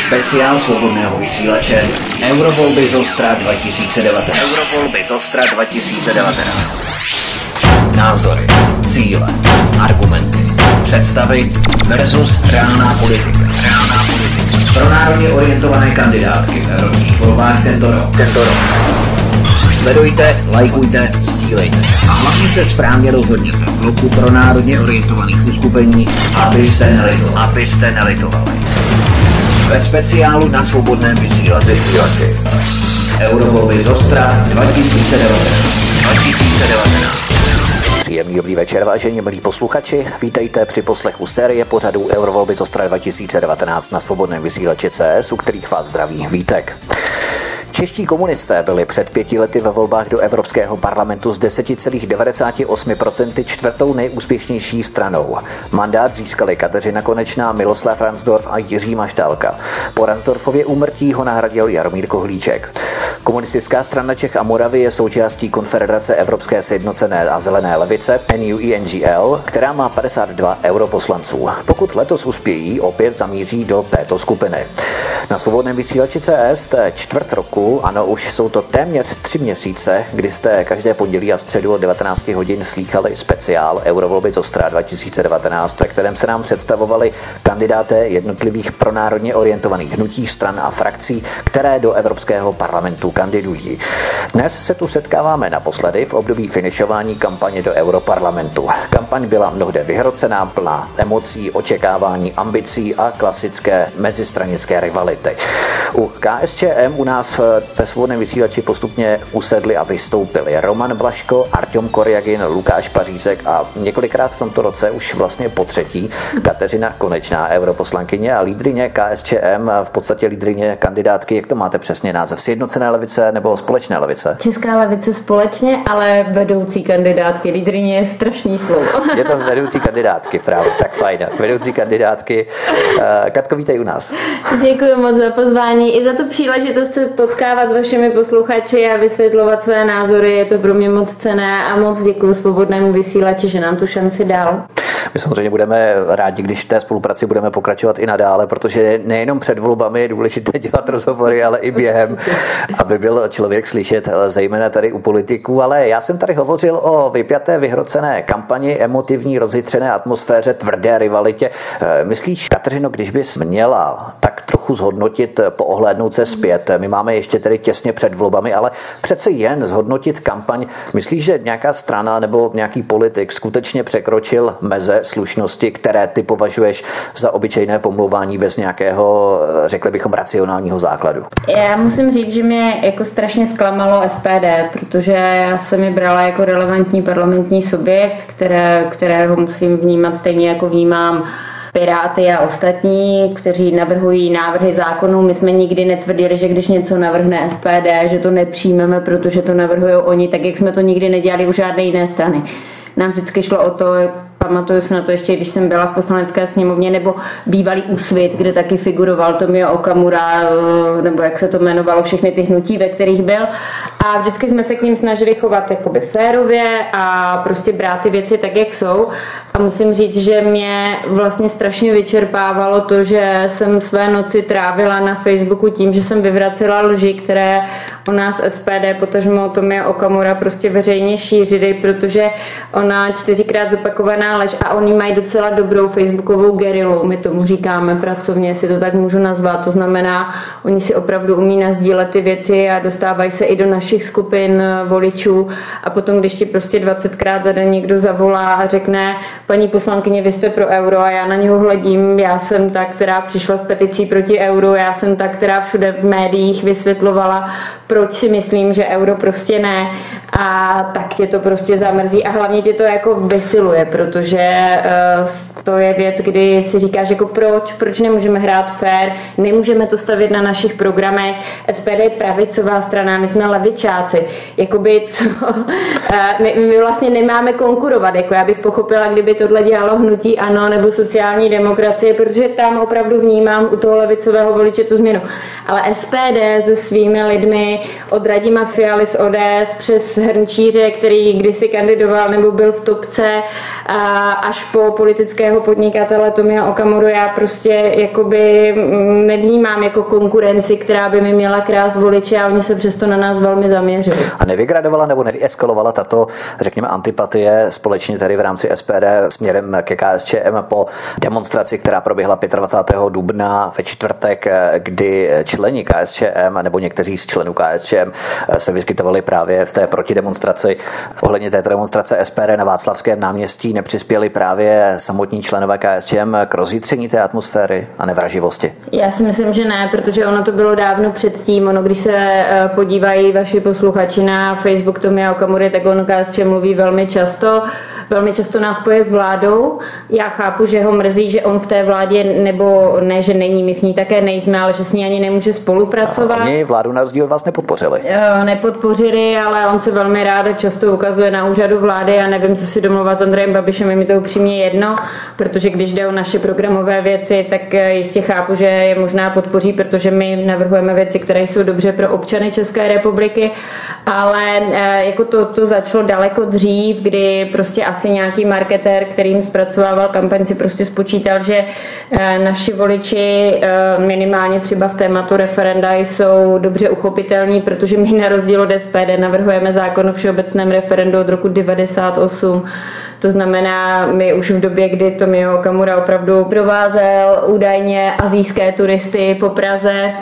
Speciál svobodného vysílače Eurovolby Zostra 2019. Eurovolby Zostra 2019. Názory, cíle, argumenty, představy versus reálná politika. Pro národně orientované kandidátky v evropských volbách tento rok. Sledujte, lajkujte, sdílejte a hlavně se správně rozhodněte v bloku pro národně orientovaných uskupení, abyste nelitovali. Ve speciálu na svobodném vysílači Eurovolby Zostra 2019. Příjemný dobrý večer, vážení milí posluchači. Vítejte při poslechu série pořadů Eurovolby Zostra 2019 na svobodném vysílači CS, u kterých vás zdraví Vítek. Čeští komunisté byli před 5 lety ve volbách do Evropského parlamentu s 10,98% čtvrtou nejúspěšnější stranou. Mandát získali Kateřina Konečná, Miloslav Ransdorf a Jiří Maštálka. Po Ransdorfově úmrtí ho nahradil Jaromír Kohlíček. Komunistická strana Čech a Moravy je součástí Konfederace Evropské sjednocené a zelené levice NUENGL, která má 52 europoslanců. Pokud letos uspějí, opět zamíří do této skupiny. Na svobodném vysílači CS čtvrt roku, ano, už jsou to téměř 3 měsíce, kdy jste každé pondělí a středu od 19 hodin slýchali speciál Eurovolby Zostra 2019, ve kterém se nám představovali kandidáté jednotlivých pronárodně orientovaných hnutí, stran a frakcí, které do Evropského parlamentu kandidují. Dnes se tu setkáváme naposledy v období finišování kampaně do Europarlamentu. Kampaň byla mnohde vyhrocená, plná emocí, očekávání, ambicí a klasické mezistranické rivality. U KSČM u nás ve svobodném vysílači postupně usedli a vystoupili Roman Blaško, Arťom Korjagin, Lukáš Pařízek a několikrát v tomto roce už vlastně po třetí Kateřina Konečná, europoslankyně a lídryně KSČM, v podstatě lídryně kandidátky, jak to máte přesně název, sjednocené levice nebo společné levice? Česká levice společně, ale vedoucí kandidátky. Lídryně je strašný slovo. Je to vedoucí kandidátky, právě, tak fajn. Vedoucí kandidátky. Katko, vítej u nás. Děkuji moc za pozvání i za tu příležitost se potkávat s vašimi posluchači a vysvětlovat své názory. Je to pro mě moc cenné a moc děkuji svobodnému vysílači, že nám tu šanci dal. My samozřejmě budeme rádi, když v té spolupráci budeme pokračovat i nadále, protože nejenom před volbami je důležité dělat rozhovory, ale i během, aby byl člověk slyšet, zejména tady u politiků. Ale já jsem tady hovořil o vypjaté, vyhrocené kampani, emotivní, rozjitřené atmosféře, tvrdé rivalitě. Myslíš, Kateřino, když bys měla tak trochu zhodnotit, poohlédnout se zpět, my máme ještě tedy těsně před volbami, ale přece jen zhodnotit kampaň, myslíš, že nějaká strana nebo nějaký politik skutečně překročil meze slušnosti, které ty považuješ za obyčejné pomlouvání bez nějakého, řekli bychom, racionálního základu? Já musím říct, že mě jako strašně zklamalo SPD, protože já jsem je brala jako relevantní parlamentní subjekt, kterého musím vnímat stejně jako vnímám Piráty a ostatní, kteří navrhují návrhy zákonů. My jsme nikdy netvrdili, že když něco navrhne SPD, že to nepřijmeme, protože to navrhují oni, tak jak jsme to nikdy nedělali u žádné jiné strany. Nám vždycky šlo o to, pamatuju si na to ještě, když jsem byla v Poslanecké sněmovně, nebo bývalý Úsvit, kde taky figuroval Tomio Okamura, nebo jak se to jmenovalo, všechny ty hnutí, ve kterých byl. A vždycky jsme se k ním snažili chovat jakoby férově a prostě brát ty věci tak, jak jsou. A musím říct, že mě vlastně strašně vyčerpávalo to, že jsem své noci trávila na Facebooku tím, že jsem vyvracela lži, které o nás SPD, potažmo Tomio Okamura prostě veřejně šířili, protože ona 4krát zopakovaná lež a oni mají docela dobrou facebookovou gerilu, my tomu říkáme pracovně, si to tak můžu nazvat, to znamená, oni si opravdu umí nasdílet ty věci a dostávají se i do našich skupin voličů a potom, když ti prostě 20krát za den někdo zavolá a řekne, paní poslankyně, vy jste pro euro a já na něho hledím, já jsem ta, která přišla s peticí proti euru, já jsem ta, která všude v médiích vysvětlovala, proč si myslím, že euro prostě ne a tak tě to prostě zamrzí a hlavně tě to jako vysiluje, protože to je věc, kdy si říkáš jako proč nemůžeme hrát fair, nemůžeme to stavět na našich programech, SPD je pravicová strana, my jsme levičáci, jakoby co, my vlastně nemáme konkurovat, jako já bych pochopila, kdyby tohle dělalo hnutí ANO nebo sociální demokracie, protože tam opravdu vnímám u toho levicového voliče tu změnu, ale SPD se svými lidmi od Radima Fialy z ODS přes Hrnčíře, který kdysi kandidoval nebo byl v topce a až po politického podnikatele Tomia Okamuru já prostě jakoby nevnímám jako konkurenci, která by mi měla krást voliče a oni se přesto na nás velmi zaměřili. A nevygradovala nebo nevyeskalovala tato, řekněme, antipatie společně tady v rámci SPD směrem ke KSČM po demonstraci, která proběhla 25. dubna ve čtvrtek, kdy členi KSČM nebo někteří z členů KSČM se vyskytovali právě v té protidemonstraci. Ohledně této demonstrace SPD na Václavském náměstí nepřispěli právě samotní členové KSČM k rozjitření té atmosféry a nevraživosti? Já si myslím, že ne, protože ono to bylo dávno předtím. Ono, když se podívají vaši posluchači na Facebook Tomia Okamury, tak on KSČM mluví velmi často nás spoje s vládou. Já chápu, že ho mrzí, že on v té vládě, nebo ne, že není, my v ní také nejsme, ale že s ní ani nemůže spolupracovat. Oni vládu na rozdíl od vás nepodpořili. Nepodpořili, ale on se velmi rád často ukazuje na úřadu vlády. Já nevím, co si domluvá s Andrejem Babišem, je mi to upřímně jedno, protože když jde o naše programové věci, tak jistě chápu, že je možná podpoří, protože my navrhujeme věci, které jsou dobře pro občany České republiky, ale jako to začalo daleko dřív, kdy prostě asi nějaký marketér, kterým zpracovával kampaň, si prostě spočítal, že naši voliči minimálně třeba v tématu referenda jsou dobře uchopitelní, protože my na rozdíl od SPD navrhujeme zákon o všeobecném referendu od roku 1998. To znamená, my už v době, kdy Tomio Okamura opravdu provázel údajně asijské turisty po Praze,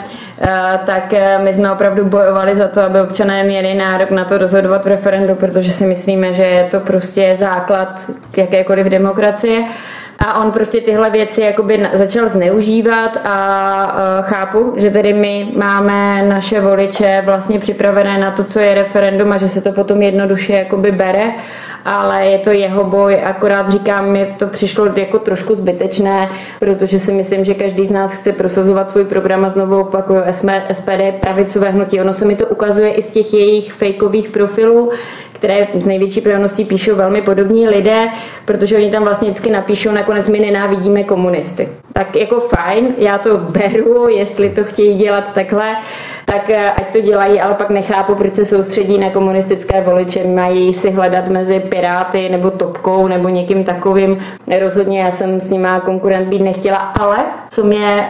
tak my jsme opravdu bojovali za to, aby občané měli nárok na to rozhodovat v referendu, protože si myslíme, že je to prostě základ jakékoliv demokracie. A on prostě tyhle věci jakoby začal zneužívat a chápu, že tedy my máme naše voliče vlastně připravené na to, co je referendum a že se to potom jednoduše jakoby bere, ale je to jeho boj, akorát říkám, mi to přišlo jako trošku zbytečné, protože si myslím, že každý z nás chce prosazovat svůj program a znovu opakuju, SPD je pravicové hnutí, ono se mi to ukazuje i z těch jejich fejkových profilů, které z největší pravděpodobností píšou velmi podobní lidé, protože oni tam vlastně vždycky napíšou, nakonec my nenávidíme komunisty. Tak jako fajn, já to beru, jestli to chtějí dělat takhle, tak ať to dělají, ale pak nechápu, proč se soustředí na komunistické voliče, mají si hledat mezi Piráty nebo Topkou nebo někým takovým. Rozhodně já jsem s nima konkurent být nechtěla, ale co mě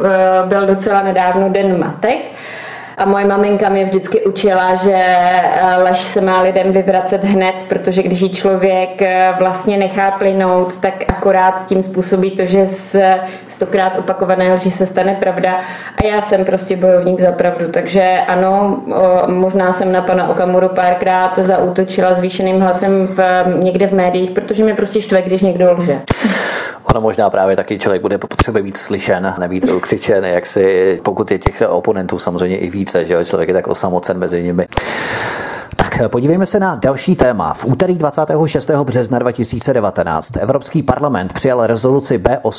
byl docela nedávno Den matek, a moje maminka mě vždycky učila, že lež se má lidem vyvracet hned, protože když ji člověk vlastně nechá plynout, tak akorát tím způsobí to, že z 100krát opakované lži se stane pravda. A já jsem prostě bojovník za pravdu, takže ano, možná jsem na pana Okamuru párkrát zaútočila zvýšeným hlasem někde v médiích, protože mě prostě štve, když někdo lže. Ono možná právě taky člověk bude potřebuje být slyšen, nebýt ukřičen, jak si, pokud je těch oponentů samozřejmě i více, že člověk je tak osamocen mezi nimi. Tak podívejme se na další téma. V úterý 26. března 2019 Evropský parlament přijal rezoluci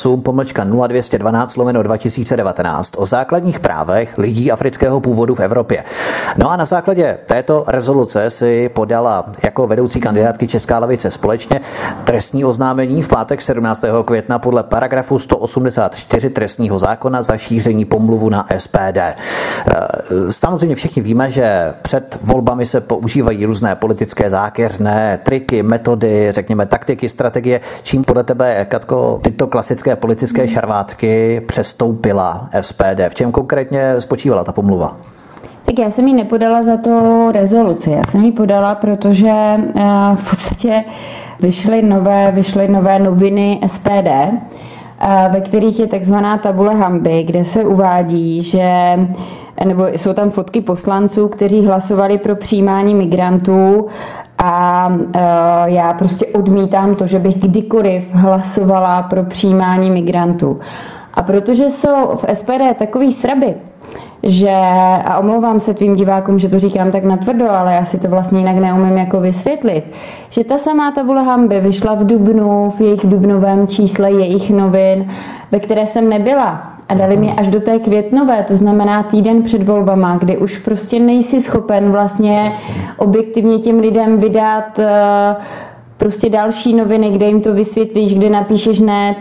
B8-0212/2019 o základních právech lidí afrického původu v Evropě. No a na základě této rezoluce si podala jako vedoucí kandidátky Česká levice společně trestní oznámení v pátek 17. května podle paragrafu 184 trestního zákona za šíření pomluvu na SPD. Samozřejmě všichni víme, že před volbami se používají různé politické zákeřné triky, metody, řekněme taktiky, strategie. Čím podle tebe, Katko, tyto klasické politické šarvátky přestoupila SPD? V čem konkrétně spočívala ta pomluva? Tak já jsem ji nepodala za to rezoluci. Já jsem ji podala, protože v podstatě vyšly nové noviny SPD, ve kterých je takzvaná tabule hanby, kde se uvádí, že nebo jsou tam fotky poslanců, kteří hlasovali pro přijímání migrantů a já prostě odmítám to, že bych kdykoliv hlasovala pro přijímání migrantů. A protože jsou v SPD takový sraby, že, a omlouvám se tvým divákům, že to říkám tak natvrdo, ale já si to vlastně jinak neumím jako vysvětlit, že ta samá tabule hanby vyšla v dubnu, v jejich dubnovém čísle jejich novin, ve které jsem nebyla. A dali mě až do té květnové, to znamená týden před volbama, kdy už prostě nejsi schopen vlastně objektivně těm lidem vydat prostě další noviny, kde jim to vysvětlíš, kde napíšeš ne,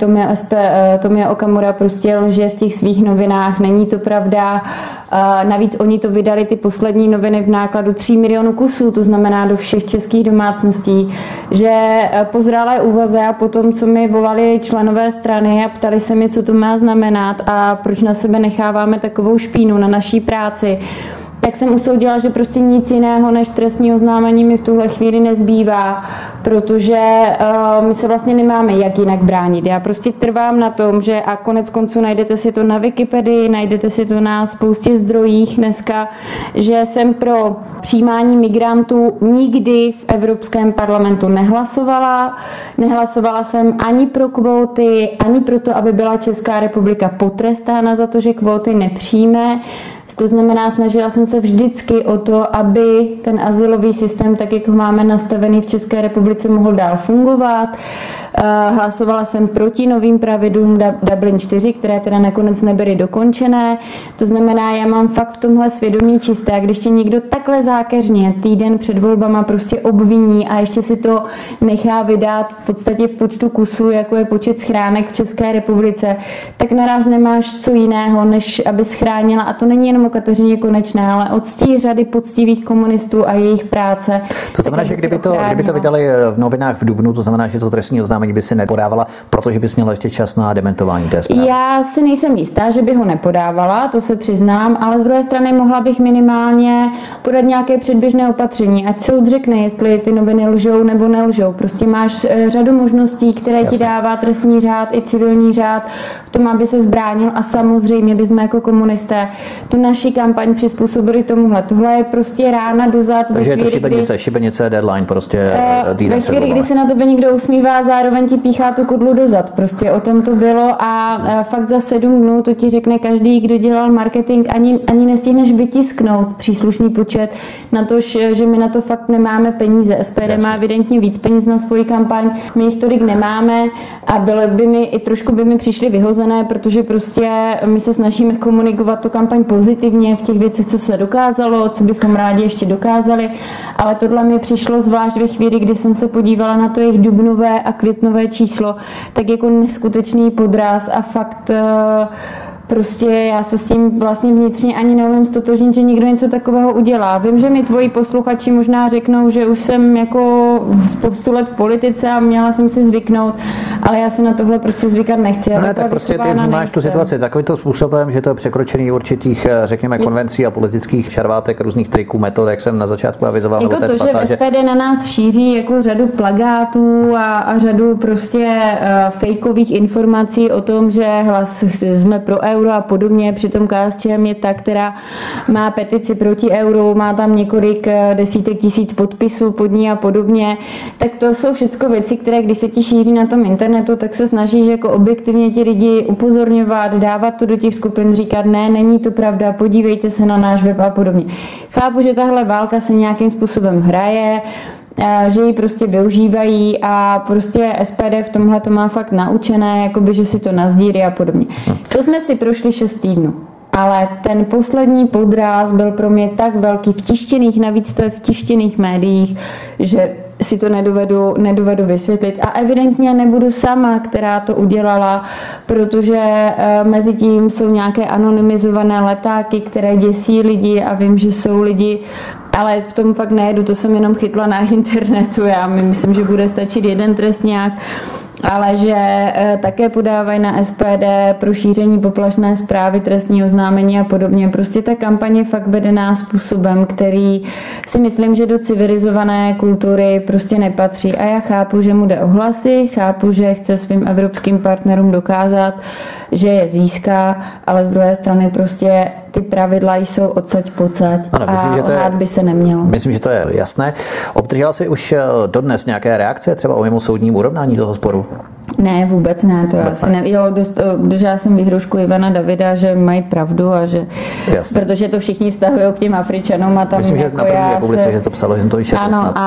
Tomio Okamura prostě lže v těch svých novinách, není to pravda. Navíc oni to vydali, ty poslední noviny, v nákladu 3 milionů kusů, to znamená do všech českých domácností, že po zralé úvaze a po tom, co mi volali členové strany a ptali se mi, co to má znamenat a proč na sebe necháváme takovou špínu na naší práci, tak jsem usoudila, že prostě nic jiného než trestní oznámení mi v tuhle chvíli nezbývá, protože my se vlastně nemáme jak jinak bránit. Já prostě trvám na tom, že a konec konců najdete si to na Wikipedii, najdete si to na spoustě zdrojích dneska, že jsem pro přijímání migrantů nikdy v Evropském parlamentu nehlasovala. Nehlasovala jsem ani pro kvóty, ani pro to, aby byla Česká republika potrestána za to, že kvóty nepřijme. To znamená, snažila jsem se vždycky o to, aby ten azylový systém, tak jak ho máme nastavený v České republice, mohl dál fungovat. Hlasovala jsem proti novým pravidlům Dublin 4, které teda nakonec nebyly dokončené. To znamená, já mám fakt v tomhle svědomí čisté. Když tě někdo takhle zákeřně týden před volbama prostě obviní a ještě si to nechá vydat v podstatě v počtu kusů, jako je počet schránek v České republice, tak naraz nemáš co jiného, než aby schránila, a to není jenom o Kateřině Konečné, ale od ctí řady poctivých komunistů a jejich práce. To znamená, že kdyby to vydali v novinách v dubnu, to znamená, že to trestní oznámení by si nepodávala, protože bys měla ještě čas na dementování té zprávy. Já si nejsem jistá, že by ho nepodávala, to se přiznám, ale z druhé strany mohla bych minimálně podat nějaké předběžné opatření, ať soud řekne, jestli ty noviny lžou nebo nelžou. Prostě máš řadu možností, které ti dává trestní řád i civilní řád v tom, aby se zbránil, a samozřejmě bychom jako komunisté tu naši kampaň přizpůsobili tomuhle. Tohle je prostě rána dozad. Takže je to šibenice, deadline, prostě ve chvíli, kdy se na tebe někdo usmívá, zároveň ti píchá tu kudlu dozad. Prostě o tom to bylo a fakt za 7 dnů to ti řekne každý, kdo dělal marketing, ani nestihneš vytisknout příslušný počet na to, že my na to fakt nemáme peníze. SPD má evidentně víc peněz na svoji kampaň, my jich tolik nemáme a trošku by mi přišly vyhozené, protože prostě my se snažíme komunikovat tu kampaň pozitivně v těch věcech, co se dokázalo, co bychom rádi ještě dokázali, ale tohle mi přišlo zvlášť ve chvíli, kdy jsem se podívala na to jejich dubnové a květnové číslo, tak jako neskutečný podraz a fakt prostě já se s tím vlastně vnitřně ani neumím ztotožnit, že někdo něco takového udělá. Vím, že mi tvoji posluchači možná řeknou, že už jsem jako spoustu let v politice a měla jsem si zvyknout, ale já se na tohle prostě zvykat nechci. Ne, tak prostě ty vnímáš tu situaci takovýmto způsobem, že to je překročení určitých, řekněme, konvencí a politických šarvátek, různých triků, metod, jak jsem na začátku avizoval. Jako to, pasáže. Že SPD na nás šíří jako řadu plakátů a řadu prostě fejkových informací o tom, že jsme pro euro a podobně, přitom KSČM je ta, která má petici proti euru, má tam několik desítek tisíc podpisů pod ní a podobně, tak to jsou všechno věci, které když se ti šíří na tom internetu, tak se snažíš jako objektivně ti lidi upozorňovat, dávat to do těch skupin, říkat ne, není to pravda, podívejte se na náš web a podobně. Chápu, že tahle válka se nějakým způsobem hraje, že ji prostě využívají a prostě SPD v tomhle to má fakt naučené, jakoby, že si to nazdírí a podobně. To jsme si prošli 6 týdnů. Ale ten poslední podráz byl pro mě tak velký v tištěných, navíc to je v tištěných médiích, že si to nedovedu vysvětlit. A evidentně nebudu sama, která to udělala, protože mezi tím jsou nějaké anonymizované letáky, které děsí lidi a vím, že jsou lidi, ale v tom fakt nejedu, to jsem jenom chytla na internetu. Já myslím, že bude stačit jeden trestňák, ale že také podávají na SPD pro šíření poplašné zprávy, trestní oznámení a podobně. Prostě ta kampaně je fakt vedená způsobem, který si myslím, že do civilizované kultury prostě nepatří. A já chápu, že mu jde o hlasy, chápu, že chce svým evropským partnerům dokázat, že je získá, ale z druhé strany prostě ty pravidla jsou odsaď pocať a lhát by se nemělo. Myslím, že to je jasné. Obdržela jsi už dodnes nějaké reakce, třeba o mimosoudním urovnání toho sporu? Ne, vůbec ne. To vůbec ne. Obdržela jsem výhrušku Ivana Davida, že mají pravdu a že, protože to všichni vztahují k těm Afričanům a tam myslím, jako že na první republice, že to psalo, že jsem to vyšel.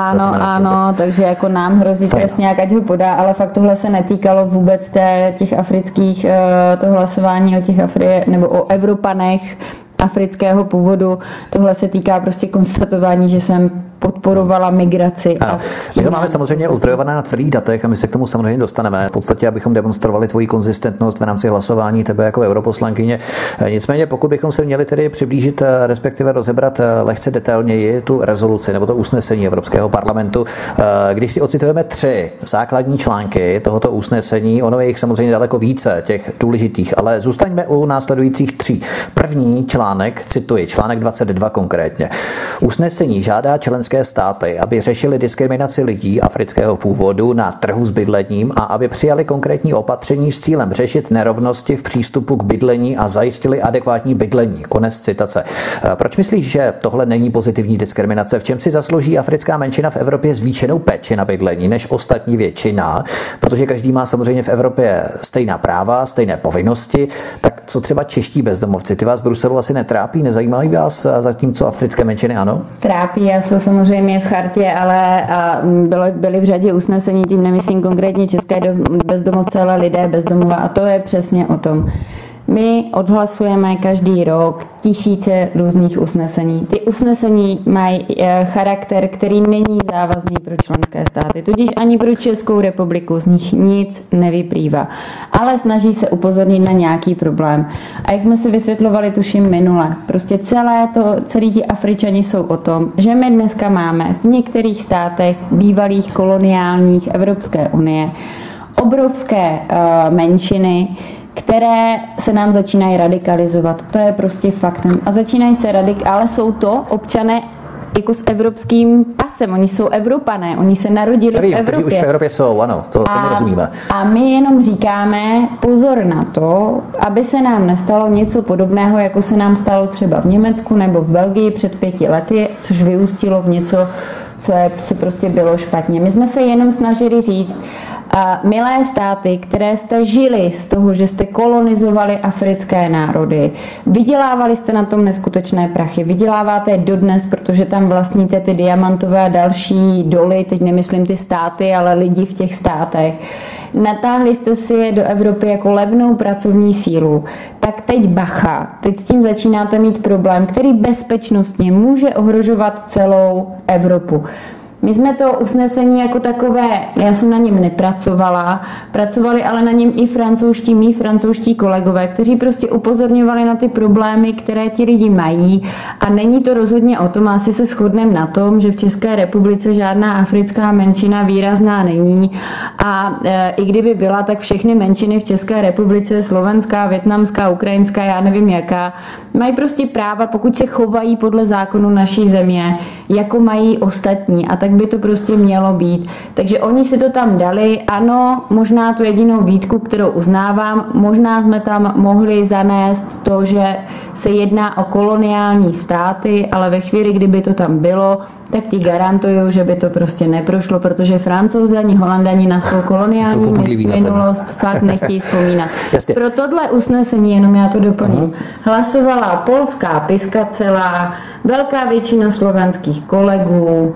Ano, takže jako nám hrozí trestňák, ať ho podá, ale fakt tohle se netýkalo vůbec těch afrických, to hlasování o těch nebo o Evropanech afrického původu. Tohle se týká prostě konstatování, že jsem podporovala migraci. My to máme samozřejmě ozdrojované na tvrdých datech a my se k tomu samozřejmě dostaneme. V podstatě, abychom demonstrovali tvoji konzistentnost v rámci hlasování tebe jako europoslankyně. Nicméně, pokud bychom se měli tedy přiblížit, respektive rozebrat lehce detailněji tu rezoluci nebo to usnesení Evropského parlamentu, když si ocitujeme 3 základní články tohoto usnesení, ono je jich samozřejmě daleko více, těch důležitých, ale zůstaňme u následujících 3. První článek, cituji, článek 22 konkrétně. Usnesení žádá členské státy, aby řešili diskriminaci lidí afrického původu na trhu s bydlením a aby přijali konkrétní opatření s cílem řešit nerovnosti v přístupu k bydlení a zajistili adekvátní bydlení. Konec citace. Proč myslíš, že tohle není pozitivní diskriminace? V čem si zaslouží africká menšina v Evropě zvýšenou péči na bydlení než ostatní většina? Protože každý má samozřejmě v Evropě stejná práva, stejné povinnosti. Tak co třeba čeští bezdomovci? Ty vás v Bruselu asi netrápí, nezajímají vás, zatímco africké menšiny ano? Trápí a jsou samozřejmě v chartě, ale byly v řadě usnesení, tím nemyslím konkrétně české bezdomovce, ale lidé bezdomova a to je přesně o tom. My odhlasujeme každý rok tisíce různých usnesení. Ty usnesení mají charakter, který není závazný pro členské státy, tudíž ani pro Českou republiku z nich nic nevyplývá. Ale snaží se upozornit na nějaký problém. A jak jsme si vysvětlovali, tuším minule, prostě celý ti Afričani jsou o tom, že my dneska máme v některých státech bývalých koloniálních Evropské unie obrovské menšiny, které se nám začínají radikalizovat. To je prostě faktem. A začínají se ale jsou to občané jako s evropským pasem. Oni jsou Evropané, oni se narodili v Evropě. Už v Evropě jsou, ano, tomu rozumíme. A my jenom říkáme pozor na to, aby se nám nestalo něco podobného, jako se nám stalo třeba v Německu nebo v Belgii před 5 lety, což vyústilo v něco, co prostě bylo špatně. My jsme se jenom snažili říct, milé státy, které jste žili z toho, že jste kolonizovali africké národy, vydělávali jste na tom neskutečné prachy, vyděláváte je dodnes, protože tam vlastníte ty diamantové a další doly, teď nemyslím ty státy, ale lidi v těch státech. Natáhli jste si je do Evropy jako levnou pracovní sílu, tak teď bacha, teď s tím začínáte mít problém, který bezpečnostně může ohrožovat celou Evropu. My jsme to usnesení jako takové, já jsem na něm nepracovala, pracovali ale na něm i mý francouzští kolegové, kteří prostě upozorňovali na ty problémy, které ti lidi mají a není to rozhodně o tom, asi se shodneme na tom, že v České republice žádná africká menšina výrazná není a i kdyby byla, tak všechny menšiny v České republice, slovenská, vietnamská, ukrajinská, já nevím jaká, mají prostě práva, pokud se chovají podle zákonu naší země, jako mají ostatní a tak by to prostě mělo být. Takže oni si to tam dali, ano, možná tu jedinou výtku, kterou uznávám, možná jsme tam mohli zanést to, že se jedná o koloniální státy, ale ve chvíli, kdyby to tam bylo, tak ti garantuju, že by to prostě neprošlo, protože Francouzi ani Holandani na svou koloniální minulost fakt nechtějí vzpomínat. Pro tohle usnesení, jenom já to doplním, hlasovala polská Piska celá, velká většina slovenských kolegů,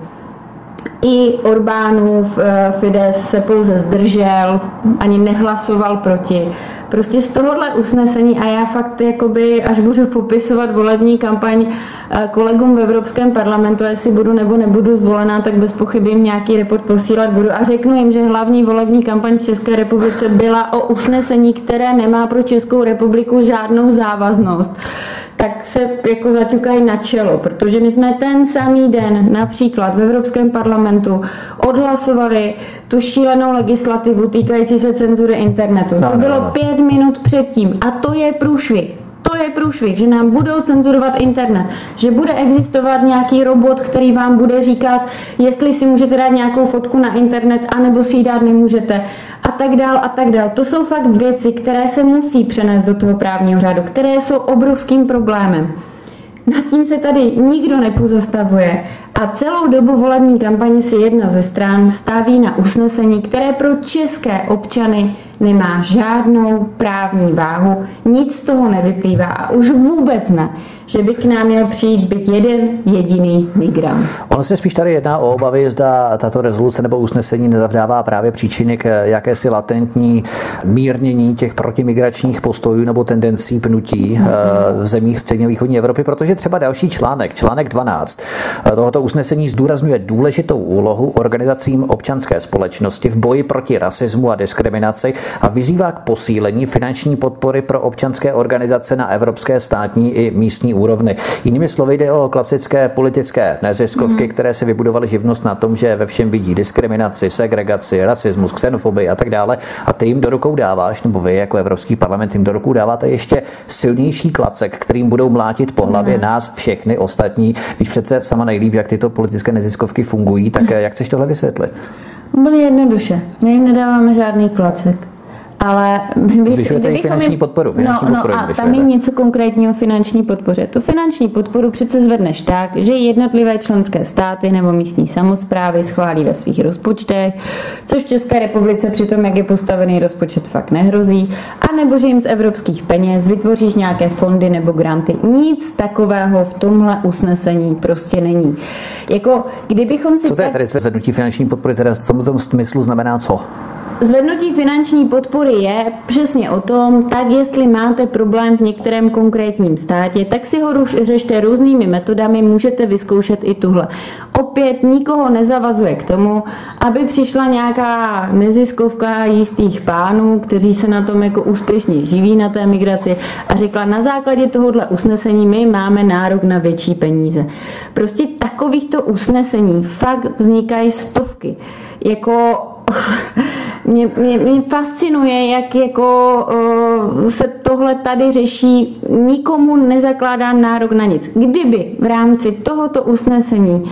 i Orbánův Fidesz se pouze zdržel, ani nehlasoval proti. Prostě z tohohle usnesení a já fakt jakoby, až budu popisovat volební kampaň kolegům v Evropském parlamentu, jestli budu nebo nebudu zvolená, tak bez pochyby jim nějaký report posílat budu a řeknu jim, že hlavní volební kampaň v České republice byla o usnesení, které nemá pro Českou republiku žádnou závaznost. Tak se jako zaťukají na čelo, protože my jsme ten samý den například v Evropském parlamentu odhlasovali tu šílenou legislativu týkající se cenzury internetu. To bylo 5 minut předtím a to je průšvih. To je průšvih, že nám budou cenzurovat internet, že bude existovat nějaký robot, který vám bude říkat, jestli si můžete dát nějakou fotku na internet, anebo si ji dát nemůžete a tak dál a tak dál. To jsou fakt věci, které se musí přenést do toho právního řádu, které jsou obrovským problémem. Nad tím se tady nikdo nepozastavuje a celou dobu volební kampaně si jedna ze stran staví na usnesení, které pro české občany nemá žádnou právní váhu, nic z toho nevyplývá a už vůbec ne, že by k nám měl přijít byt jeden jediný migrant. Ono se spíš tady jedná o obavy, zda tato rezoluce nebo usnesení nezavdává právě příčiny k jakési latentní mírnění těch protimigračních postojů nebo tendencí pnutí v zemích středně východní Evropy, protože třeba další článek 12 tohoto usnesení zdůrazňuje důležitou úlohu organizacím občanské společnosti v boji proti rasismu a diskriminaci a vyzývá k posílení finanční podpory pro občanské organizace na evropské, státní i místní úrovni. Jinými slovy jde o klasické politické neziskovky, které si vybudovaly živnost na tom, že ve všem vidí diskriminaci, segregaci, rasismus, xenofobii a tak dále. A ty jim do rukou dáváš, nebo vy jako Evropský parlament jim do rukou dáváte ještě silnější klacek, kterým budou mlátit po hlavě nás všechny ostatní. Když přece sama nejlíp, jak tyto politické neziskovky fungují, tak jak chceš tohle vysvětlit? Úplně jednoduše. My jim nedáváme žádný klacek. Ale zvyšujete jim finanční podporu. A tam je něco konkrétního finanční podpoře. Tu finanční podporu přece zvedneš tak, že jednotlivé členské státy nebo místní samosprávy schválí ve svých rozpočtech, což v České republice při tom, jak je postavený rozpočet, fakt nehrozí, a nebo že jim z evropských peněz vytvoříš nějaké fondy nebo granty. Nic takového v tomhle usnesení prostě není. Jako, kdybychom si... Co to je tady zvednutí finanční podpory, teda v tom smyslu znamená co? Zvednutí finanční podpory je přesně o tom, tak jestli máte problém v některém konkrétním státě, tak si ho řešte různými metodami, můžete vyzkoušet i tuhle. Opět nikoho nezavazuje k tomu, aby přišla nějaká neziskovka jistých pánů, kteří se na tom jako úspěšně živí na té migraci a řekla, na základě tohohle usnesení my máme nárok na větší peníze. Prostě takovýchto usnesení fakt vznikají stovky. Jako... Mě fascinuje, jak jako se tohle tady řeší, nikomu nezakládá nárok na nic. Kdyby v rámci tohoto usnesení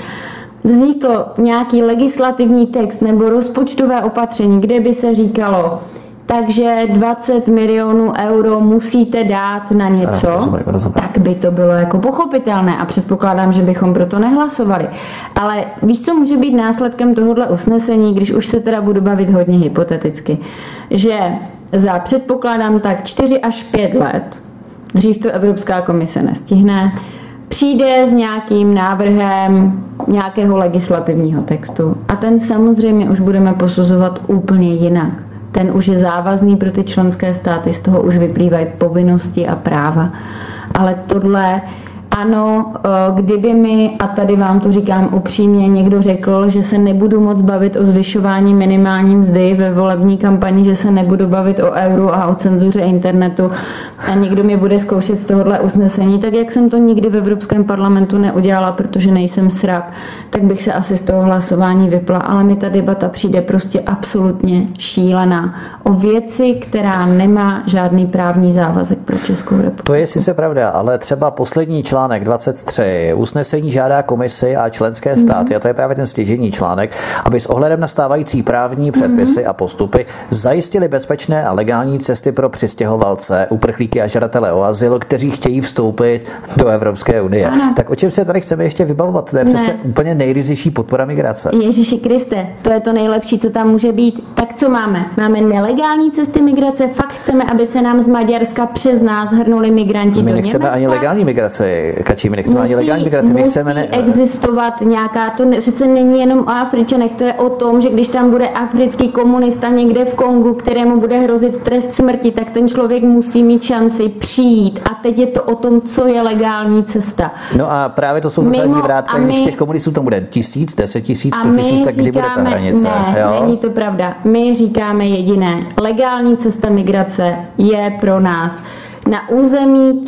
vznikl nějaký legislativní text nebo rozpočtové opatření, kde by se říkalo, takže 20 milionů euro musíte dát na něco, tak by to bylo jako pochopitelné a předpokládám, že bychom proto nehlasovali. Ale víš, co může být následkem tohohle usnesení, když už se teda budu bavit hodně hypoteticky, že za předpokládám tak 4 až 5 let, dřív to Evropská komise nestihne, přijde s nějakým návrhem nějakého legislativního textu a ten samozřejmě už budeme posuzovat úplně jinak. Ten už je závazný pro ty členské státy, z toho už vyplývají povinnosti a práva. Ale tohle, ano, kdyby mi, a tady vám to říkám upřímně, někdo řekl, že se nebudu moc bavit o zvyšování minimální mzdy ve volební kampani, že se nebudu bavit o euru a o cenzuře internetu a někdo mě bude zkoušet z tohohle usnesení, tak jak jsem to nikdy v Evropském parlamentu neudělala, protože nejsem srab, tak bych se asi z toho hlasování vypla, ale mi ta debata přijde prostě absolutně šílená o věci, která nemá žádný právní závazek pro Českou republiku. To je sice pravda, ale třeba poslední článek 23. Usnesení žádá komisi a členské státy, a to je právě ten stěžejní článek, aby s ohledem na stávající právní předpisy a postupy zajistili bezpečné a legální cesty pro přistěhovalce, uprchlíky a žadatele o azyl, kteří chtějí vstoupit do Evropské unie. Ano. Tak o čem se tady chceme ještě vybavovat? To je přece úplně nejryzejší podpora migrace. Ježiši Kriste, to je to nejlepší, co tam může být. Tak co máme? Máme nelegální cesty migrace, fakt chceme, aby se nám z Maďarska přes nás hrnuli migranti do Německa. My nechceme ani legální migraci, Kačí, my nechceme ani legální migraci. My chceme existovat nějaká, to přece není jenom o Afričanech, to je o tom, že když tam bude africký komunista někde v Kongu, kterému bude hrozit trest smrti, tak ten člověk musí mít šanci přijít. A teď je to o tom, co je legální cesta. No a právě to jsou zásadní vrátka, když těch komunistů tam bude 1000, 10 000, 100 000, tak kdy bude ta hranice? Ne, jo? Není to pravda. My říkáme jediné. Legální cesta migrace je pro nás na území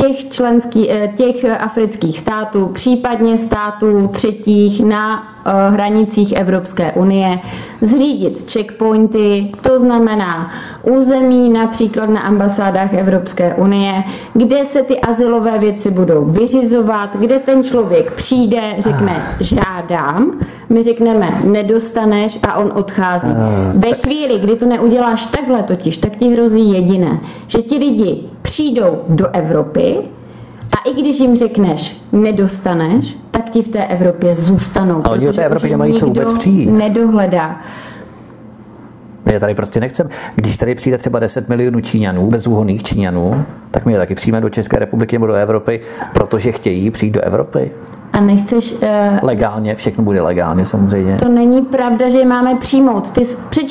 těch afrických států, případně států třetích na hranicích Evropské unie, zřídit checkpointy, to znamená území například na ambasádách Evropské unie, kde se ty azylové věci budou vyřizovat, kde ten člověk přijde, řekne žádám, my řekneme nedostaneš a on odchází. Ve chvíli, kdy to neuděláš takhle totiž, tak ti hrozí jediné, že ti lidi přijdou do Evropy a i když jim řekneš nedostaneš, tak ti v té Evropě zůstanou. A oni do té Evropy nemají co vůbec přijít. Nedohledá. My je tady prostě nechceme. Když tady přijde třeba 10 milionů Číňanů, bezúhonných Číňanů, tak my je taky přijmeme do České republiky nebo do Evropy, protože chtějí přijít do Evropy. A nechceš... Legálně, všechno bude legálně samozřejmě. To není pravda, že je máme přijmout. Ty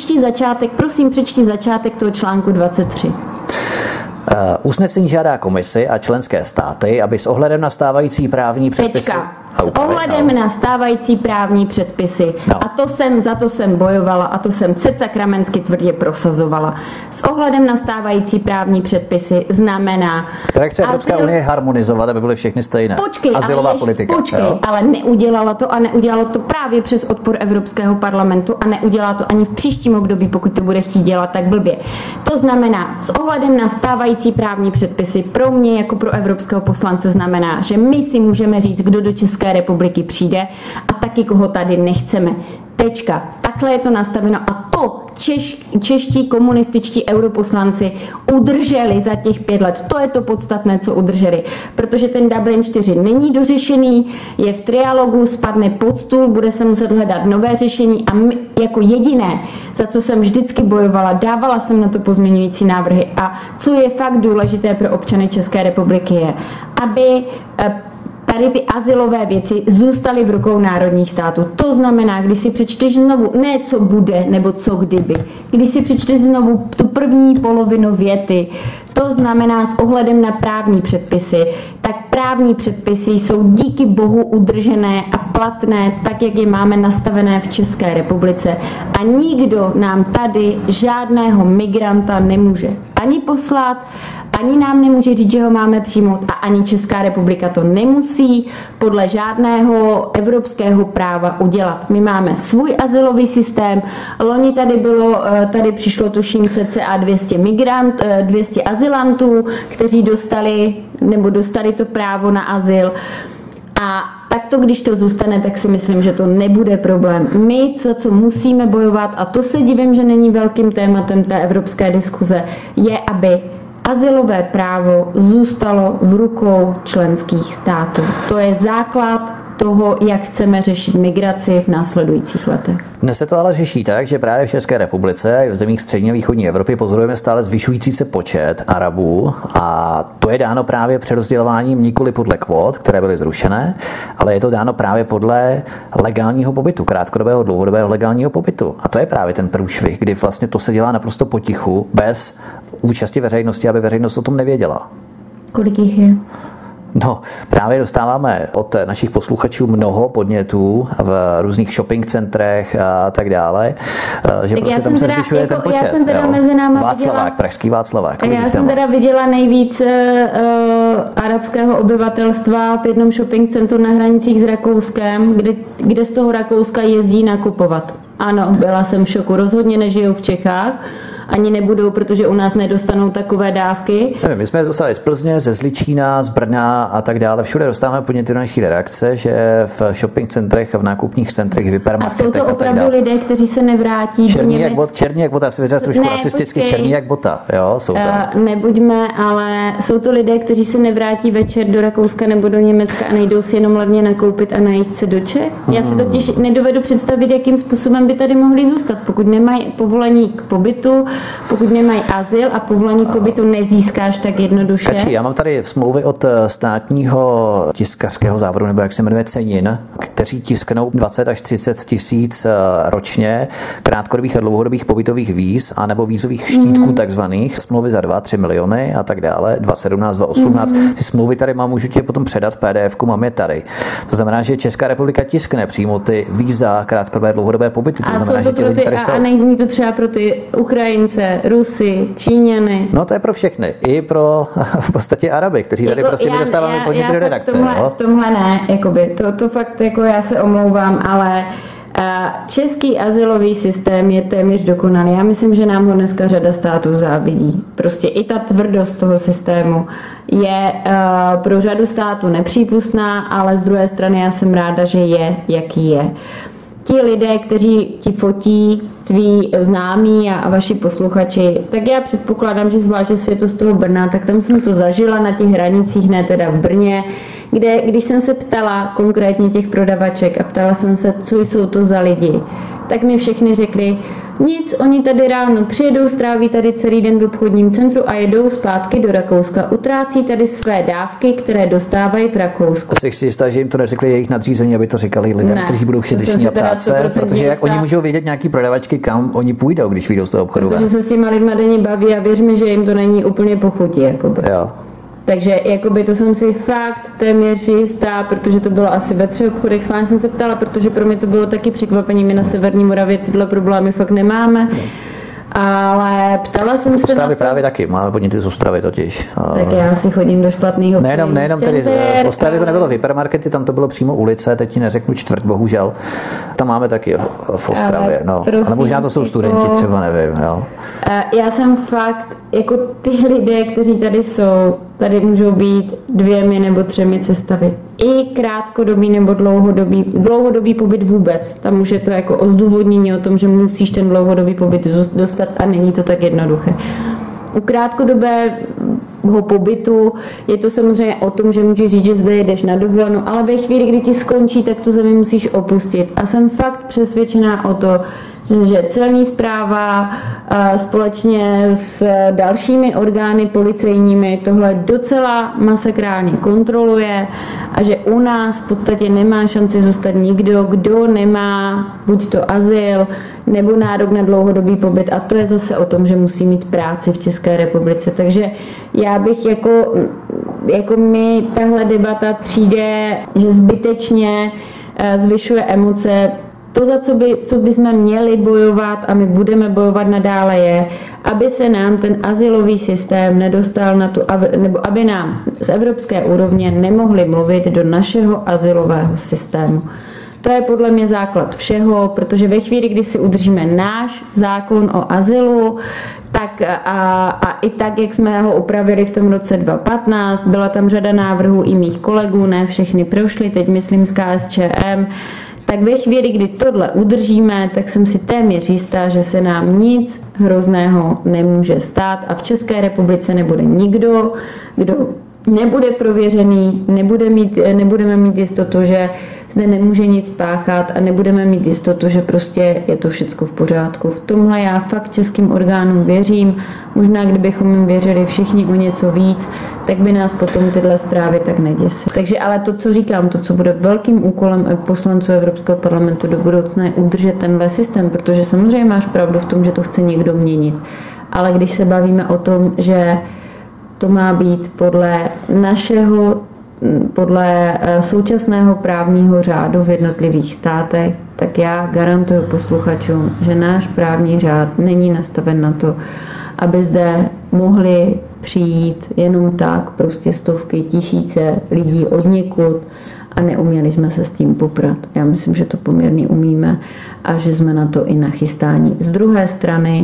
přečti začátek toho článku 23. Usnesení žádá komisi a členské státy, aby s ohledem na stávající právní předpisy... S ohledem na stávající právní předpisy. No. A za to jsem bojovala a to jsem secakramensky tvrdě prosazovala. S ohledem na stávající právní předpisy znamená... Které chce Evropská unie harmonizovat, aby byly všechny stejné. Azylová politika. Ale neudělala to a neudělalo to právě přes odpor Evropského parlamentu a neudělá to ani v příštím období, pokud to bude chtít dělat tak blbě. To znamená, s ohledem na stávající právní předpisy pro mě jako pro evropského poslance znamená, že my si můžeme říct, kdo do České republiky přijde a taky koho tady nechceme. Tečka. Takhle je to nastaveno a to čeští komunističtí europoslanci udrželi za těch 5 let. To je to podstatné, co udrželi. Protože ten Dublin 4 není dořešený, je v trialogu, spadne pod stůl, bude se muset hledat nové řešení a my, jako jediné, za co jsem vždycky bojovala, dávala jsem na to pozměňující návrhy a co je fakt důležité pro občany České republiky je, aby tady ty azylové věci zůstaly v rukou národních států. To znamená, když si přečteš znovu, ne co bude, nebo co kdyby, když si přečteš znovu tu první polovinu věty, to znamená s ohledem na právní předpisy, tak právní předpisy jsou díky bohu udržené a platné, tak jak je máme nastavené v České republice. A nikdo nám tady žádného migranta nemůže ani poslat, ani nám nemůže říct, že ho máme přijmout a ani Česká republika to nemusí podle žádného evropského práva udělat. My máme svůj azylový systém. Loni tady přišlo tuším cca 200 azylantů, kteří dostali to právo na azyl. A takto, když to zůstane, tak si myslím, že to nebude problém. My, co musíme bojovat, a to se divím, že není velkým tématem té evropské diskuze, je, aby azylové právo zůstalo v rukou členských států. To je základ toho, jak chceme řešit migraci v následujících letech. Dnes se to ale řeší tak, že právě v České republice a v zemích střední a východní Evropy pozorujeme stále zvyšující se počet Arabů a to je dáno právě přerozdělováním nikoli podle kvót, které byly zrušené, ale je to dáno právě podle legálního pobytu, krátkodobého, dlouhodobého legálního pobytu. A to je právě ten průšvih, kdy vlastně to se dělá naprosto potichu, bez účasti veřejnosti, aby veřejnost o tom nevěděla. Kolik jich je? No, právě dostáváme od našich posluchačů mnoho podnětů v různých shopping centrech a tak dále, že tak prostě tam se zvyšuje ten počet. Já jsem teda mezi náma Václavák, pražský Václavák. Já jsem teda viděla nejvíc arabského obyvatelstva v jednom shopping centru na hranicích s Rakouskem, kde z toho Rakouska jezdí nakupovat. Ano, byla jsem v šoku. Rozhodně nežijou v Čechách. Ani nebudou, protože u nás nedostanou takové dávky. Nevím, my jsme je dostali z Plzně, ze Zličína, z Brna a tak dále. Všude dostáváme podněty do naší redakce, že v shopping centrech a v nákupních centrech, v hypermarketech a jsou to opravdu lidé, kteří se nevrátí černí jak bota, se vyřádá trošku rasisticky, černí jak bota, jo, jsou tam. Nebuďme, ale jsou to lidé, kteří se nevrátí večer do Rakouska nebo do Německa a nejdou si jenom levně nakoupit a najíst se do Čech. Já si totiž nedovedu představit, jakým způsobem by tady mohli zůstat, pokud nemají povolení k pobytu, pokud nemají azyl a povolení k pobytu nezískáš tak jednoduše. Kači, já mám tady smlouvy od státního tiskařského závodu, nebo jak se jmenuje Cenin, kteří tisknou 20 až 30 tisíc ročně krátkodobých a dlouhodobých pobytových víz a nebo vízových štítků takzvaných, smlouvy za 2-3 miliony a tak dále, 2017, 2018. Ty smlouvy tady mám, můžu ti potom předat v PDF-ku, mám je tady. To znamená, že Česká republika tiskne přímo ty víza krátkodobé dlouhodobé pobyty. To znamená, že a není to třeba pro ty Ukrajince, Rusy, Číňany. No to je pro všechny. I pro v podstatě Araby, kteří tady prostě my dostáváme podněty do redakce. V tomhle ne, jakoby. To fakt, jako já se omlouvám, ale český azylový systém je téměř dokonalý. Já myslím, že nám ho dneska řada států závidí. Prostě i ta tvrdost toho systému je pro řadu států nepřípustná, ale z druhé strany já jsem ráda, že je, jaký je. Ti lidé, kteří ti fotí, tví známí a vaši posluchači, tak já předpokládám, že zvlášť, že je to z toho Brna, tak tam jsem to zažila na těch hranicích, ne teda v Brně, kde, když jsem se ptala konkrétně těch prodavaček a ptala jsem se, co jsou to za lidi, tak mi všechny řekli, Nic, oni tady ráno přijedou, stráví tady celý den v obchodním centru a jedou zpátky do Rakouska. Utrácí tady své dávky, které dostávají v Rakousku. Jsi si jistá, že jim to neřekli jejich nadřízení, aby to říkali lidem, kteří budou v šidlišní práce, protože jak oni můžou vědět nějaký prodavačky, kam oni půjdou, když vyjdou z toho obchodu. Protože se s těma lidma denně baví a věř mi, že jim to není úplně po chuti. Jakoby. Jo. Takže jakoby to jsem si fakt téměř jistá, protože to bylo asi ve 3 obchodech, schválně jsem se ptala, protože pro mě to bylo taky překvapení, my na Severní Moravě tyhle problémy fakt nemáme. Ale ptala jsem se Ostravy právě taky, máme podněty z Ostravy totiž. Tak já si chodím do špatného. Nejenom tedy v Ostravě to nebylo hypermarkety, tam to bylo přímo ulice, teď ti neřeknu čtvrt, bohužel. Tam máme taky v Ostravě, no. Ale možná to jsou studenti, třeba nevím, jo. Já jsem fakt, jako ty lidé, kteří tady jsou, tady můžou být 2 nebo 3 cestavy. I krátkodobý nebo dlouhodobý pobyt vůbec. Tam už je to jako o zdůvodnění o tom, že musíš ten dlouhodobý pobyt dostat a není to tak jednoduché. U krátkodobého pobytu je to samozřejmě o tom, že můžeš říct, že zde jedeš na dovolenou, ale ve chvíli, kdy ti skončí, tak tu zemi musíš opustit. A jsem fakt přesvědčená o to, že celní správa společně s dalšími orgány policejními tohle docela masakrálně kontroluje a že u nás v podstatě nemá šanci zůstat nikdo, kdo nemá buď to azyl nebo nárok na dlouhodobý pobyt, a to je zase o tom, že musí mít práci v České republice. Takže já bych jako mi tahle debata přijde, že zbytečně zvyšuje emoce. To, za co bychom měli bojovat a my budeme bojovat nadále, je, aby se nám ten azylový systém nedostal na tu, nebo aby nám z evropské úrovně nemohli mluvit do našeho azylového systému. To je podle mě základ všeho, protože ve chvíli, kdy si udržíme náš zákon o azylu, tak a i tak, jak jsme ho upravili v tom roce 2015, byla tam řada návrhů i mých kolegů, ne všechny prošly, teď myslím z KSČM, tak ve chvíli, kdy tohle udržíme, tak jsem si téměř jistá, že se nám nic hrozného nemůže stát a v České republice nebude nikdo, kdo nebude prověřený, nebudeme mít jistotu, že zde nemůže nic páchat a nebudeme mít jistotu, že prostě je to všecko v pořádku. V tomhle já fakt českým orgánům věřím. Možná kdybychom jim věřili všichni o něco víc, tak by nás potom tyhle zprávy tak neděsily. Takže ale to, co říkám, to, co bude velkým úkolem poslanců Evropského parlamentu do budoucna, je udržet tenhle systém, protože samozřejmě máš pravdu v tom, že to chce někdo měnit. Ale když se bavíme o tom, že to má být podle současného právního řádu v jednotlivých státech, tak já garantuju posluchačům, že náš právní řád není nastaven na to, aby zde mohli přijít jenom tak prostě stovky, tisíce lidí odněkud a neuměli jsme se s tím poprat. Já myslím, že to poměrně umíme a že jsme na to i nachystáni. Z druhé strany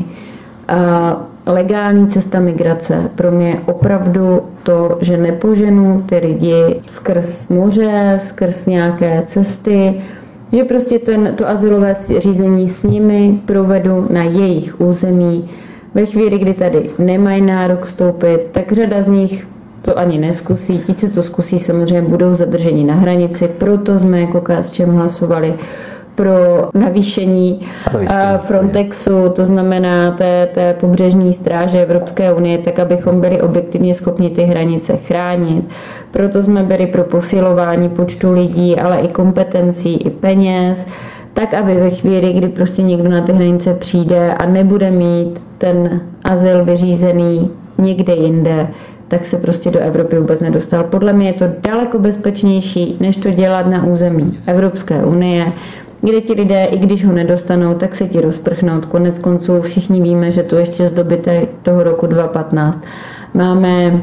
legální cesta migrace pro mě je opravdu to, že nepoženu ty lidi skrz moře, skrz nějaké cesty, že prostě to azylové řízení s nimi provedu na jejich území. Ve chvíli, kdy tady nemají nárok vstoupit, tak řada z nich to ani neskusí. Ti, co to zkusí, samozřejmě budou zadrženi na hranici, proto jsme jako KSČM hlasovali pro navýšení Frontexu, to znamená té pobřežní stráže Evropské unie, tak abychom byli objektivně schopni ty hranice chránit. Proto jsme byli pro posilování počtu lidí, ale i kompetencí, i peněz, tak aby ve chvíli, kdy prostě někdo na ty hranice přijde a nebude mít ten azyl vyřízený někde jinde, tak se prostě do Evropy vůbec nedostal. Podle mě je to daleko bezpečnější, než to dělat na území Evropské unie, kde ti lidé, i když ho nedostanou, tak se ti rozprchnou. Konec konců všichni víme, že to ještě z doby toho roku 2015 máme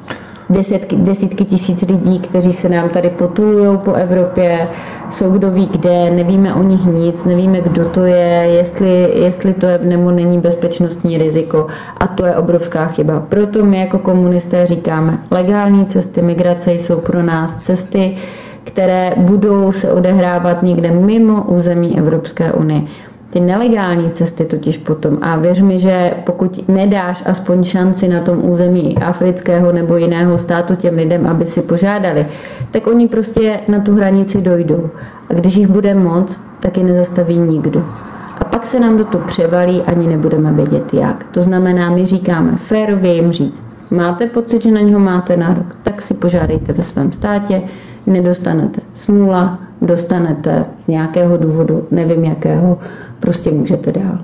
desítky tisíc lidí, kteří se nám tady potulují po Evropě, jsou kdo ví kde, nevíme o nich nic, nevíme, kdo to je, jestli to je nebo není bezpečnostní riziko, a to je obrovská chyba. Proto my jako komunisté říkáme, legální cesty migrace jsou pro nás cesty, které budou se odehrávat někde mimo území Evropské unie. Ty nelegální cesty totiž potom, a věř mi, že pokud nedáš aspoň šanci na tom území afrického nebo jiného státu těm lidem, aby si požádali, tak oni prostě na tu hranici dojdou. A když jich bude moc, tak je nezastaví nikdo. A pak pak se nám do toho převalí, ani nebudeme vědět jak. To znamená, my říkáme férově jim říct, máte pocit, že na něho máte nárok, tak si požádejte ve svém státě, nedostanete smůla, dostanete z nějakého důvodu, nevím jakého, prostě můžete dál.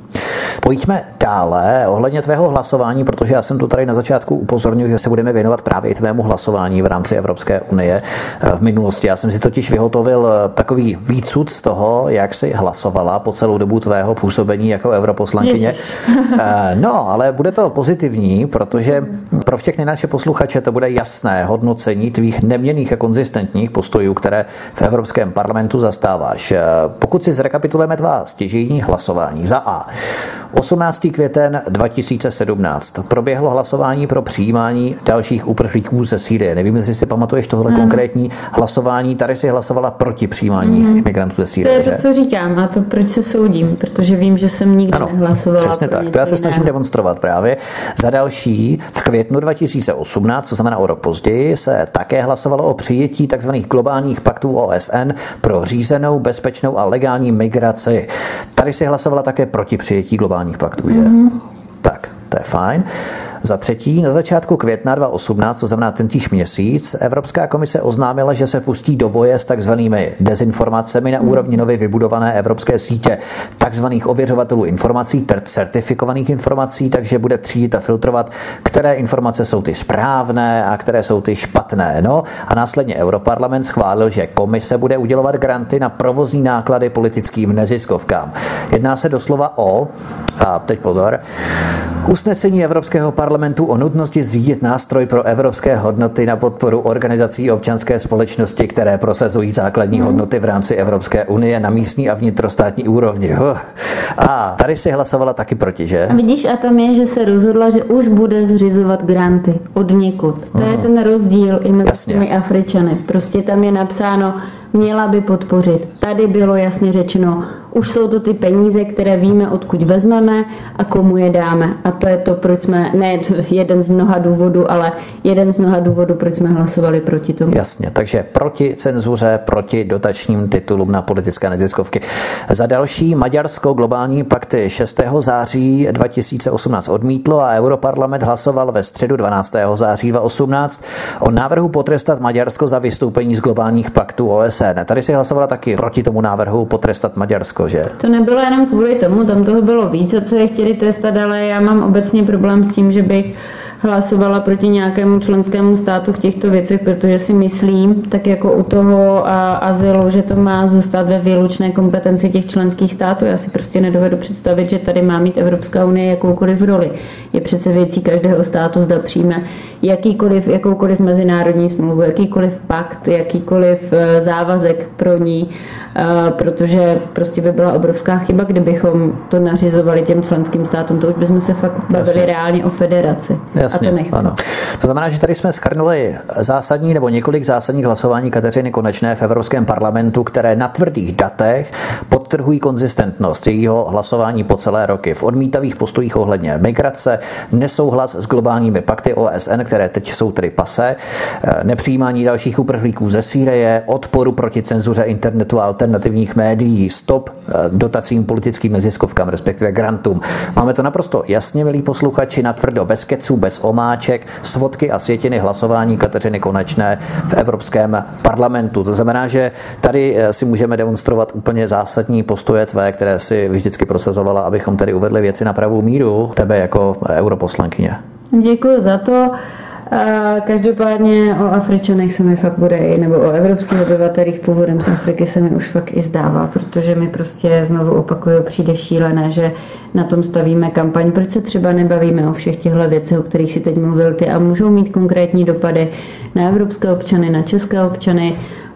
Pojďme dále ohledně tvého hlasování, protože já jsem tu tady na začátku upozornil, že se budeme věnovat právě i tvému hlasování v rámci Evropské unie v minulosti. Já jsem si totiž vyhotovil takový výcud z toho, jak jsi hlasovala po celou dobu tvého působení jako europoslankyně. No, ale bude to pozitivní, protože pro všechny naše posluchače to bude jasné hodnocení tvých neměnných a konzistentních postojů, které v Evropském parlamentu zastáváš. Pokud si zrekapitulujeme tvá stěžejní hlasování za A. 18. květen 2017 proběhlo hlasování pro přijímání dalších uprchlíků ze Sýrie. Nevím, jestli si pamatuješ tohle konkrétní hlasování. Tady si hlasovala proti přijímání imigrantů ze Sýrie. To je to, co říkám, a to proč se soudím, protože vím, že jsem nikdy nehlasovala. Přesně tak. To já se snažím demonstrovat právě. Za další, v květnu 2018, to znamená o rok později, se také hlasovalo o přijetí tzv. Globálních paktů OSN pro řízenou, bezpečnou a legální migraci. Tady si hlasovala také proti přijetí globálních paktů, že? Tak, to je fajn. Za třetí, na začátku května 2018, to znamená tentýž měsíc, Evropská komise oznámila, že se pustí do boje s takzvanými dezinformacemi na úrovni nově vybudované evropské sítě takzvaných ověřovatelů informací, certifikovaných informací, takže bude třídit a filtrovat, které informace jsou ty správné a které jsou ty špatné. No a následně Europarlament schválil, že komise bude udělovat granty na provozní náklady politickým neziskovkám. Jedná se doslova o, a teď pozor, usnesení Evropského parlamentu o nutnosti zřídit nástroj pro evropské hodnoty na podporu organizací občanské společnosti, které prosazují základní hodnoty v rámci Evropské unie na místní a vnitrostátní úrovni. A tady si hlasovala taky proti, že? A vidíš, a tam je, že se rozhodla, že už bude zřizovat granty od někud. To je ten rozdíl i mezi těmi Afričany. Prostě tam je napsáno, měla by podpořit. Tady bylo jasně řečeno, už jsou to ty peníze, které víme, odkud vezmeme a komu je dáme. A to je to, proč jsme, ne jeden z mnoha důvodů, ale jeden z mnoha důvodů, proč jsme hlasovali proti tomu. Jasně, takže proti cenzuře, proti dotačním titulům na politické neziskovky. Za další, Maďarsko globální pakty 6. září 2018 odmítlo a Europarlament hlasoval ve středu 12. září 2018 o návrhu potrestat Maďarsko za vystoupení z globálních paktů OSN. Tady si hlasovala taky proti tomu návrhu potrestat Maďarsko, že? To nebylo jenom kvůli tomu, tam toho bylo víc, co je chtěli trestat, ale já mám obecně problém s tím, že bych hlasovala proti nějakému členskému státu v těchto věcech, protože si myslím, tak jako u toho azylu, že to má zůstat ve výlučné kompetenci těch členských států. Já si prostě nedovedu představit, že tady má mít Evropská unie jakoukoliv roli. Je přece věcí každého státu, zda přijme jakoukoliv mezinárodní smlouvu, jakýkoliv pakt, jakýkoliv závazek pro ní, protože prostě by byla obrovská chyba, kdybychom to nařizovali těm členským státům. To už bychom se fakt bavili reálně o federaci. Jasně, a to nechci. Ano. To znamená, že tady jsme shrnuli zásadní nebo několik zásadních hlasování Kateřiny Konečné v Evropském parlamentu, které na tvrdých datech podtrhují konzistentnost jejího hlasování po celé roky. V odmítavých postojích ohledně migrace, nesouhlas s globálními pakty OSN, které teď jsou tedy pasé, nepřijímání dalších uprchlíků ze Sýrie, odporu proti cenzuře internetu a alternativních médií, stop dotacím politickým neziskovkám, respektive grantům. Máme to naprosto jasně, milí posluchači, natvrdo, bez keců, bez omáček, svodky a sjetiny hlasování Kateřiny Konečné v Evropském parlamentu. To znamená, že tady si můžeme demonstrovat úplně zásadní postoje tvé, které si vždycky prosazovala, abychom tady uvedli věci na pravou míru, tebe jako europoslankyně. Děkuji za to. Každopádně o Afričanech se mi fakt bude, nebo o evropských obyvatelích původem z Afriky se mi už fakt i zdává, protože mi prostě znovu opakuju, přijde šílené, že na tom stavíme kampaň. Proč se třeba nebavíme o všech těchto věcech, o kterých si teď mluvil ty a můžou mít konkrétní dopady na evropské občany, na české občany,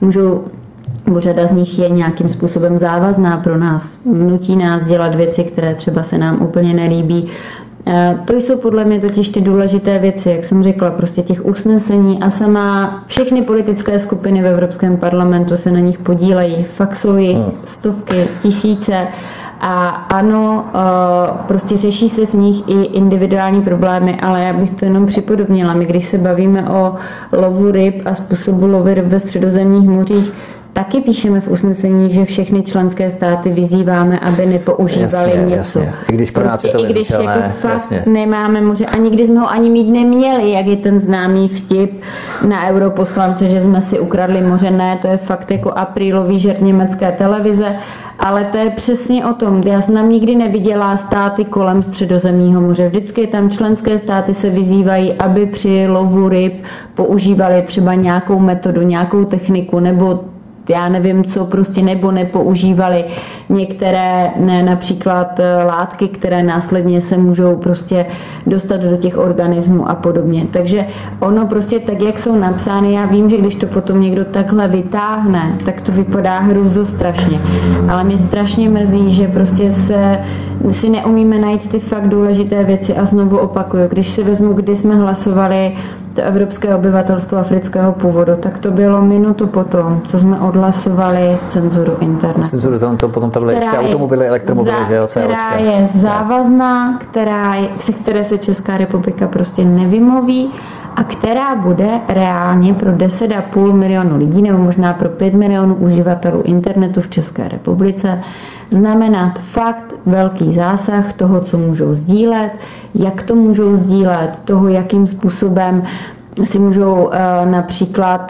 řada z nich je nějakým způsobem závazná pro nás, nutí nás dělat věci, které třeba se nám úplně nelíbí. To jsou podle mě totiž ty důležité věci, jak jsem řekla, prostě těch usnesení a všechny politické skupiny v Evropském parlamentu se na nich podílejí, fakt jsou jich stovky, tisíce a ano, prostě řeší se v nich i individuální problémy, ale já bych to jenom připodobnila. My když se bavíme o lovu ryb a způsobu lovy ryb ve středozemních mořích, taky píšeme v usnesení, že všechny členské státy vyzýváme, aby nepoužívali něco. Jasně. I když pro nás je to jako fakt nemáme, a nikdy jsme ho ani mít neměli, jak je ten známý vtip na europoslance, že jsme si ukradli moře. Ne, to je fakt jako aprílový žert německé televize, ale to je přesně o tom. Já jsem nikdy neviděla státy kolem Středozemního moře. Vždycky tam členské státy se vyzývají, aby při lovu ryb používali třeba nějakou metodu, nějakou techniku nebo já nevím co, prostě nebo nepoužívali některé například látky, které následně se můžou prostě dostat do těch organismů a podobně. Takže ono prostě tak, jak jsou napsány, já vím, že když to potom někdo takhle vytáhne, tak to vypadá hrůzostrašně. Ale mě strašně mrzí, že prostě si neumíme najít ty fakt důležité věci a znovu opakuju, když si vezmu, kdy jsme hlasovali to evropské obyvatelstvo afrického původu, tak to bylo minutu potom, co jsme odhlasovali cenzuru internetu. Cenzuru to potom to byly ještě automobily, elektromobily, že jo, která je závazná, které se Česká republika prostě nevymluví a která bude reálně pro 10,5 milionu lidí nebo možná pro 5 milionů uživatelů internetu v České republice znamenat fakt velký zásah toho, co můžou sdílet, jak to můžou sdílet, toho, jakým způsobem si můžou například,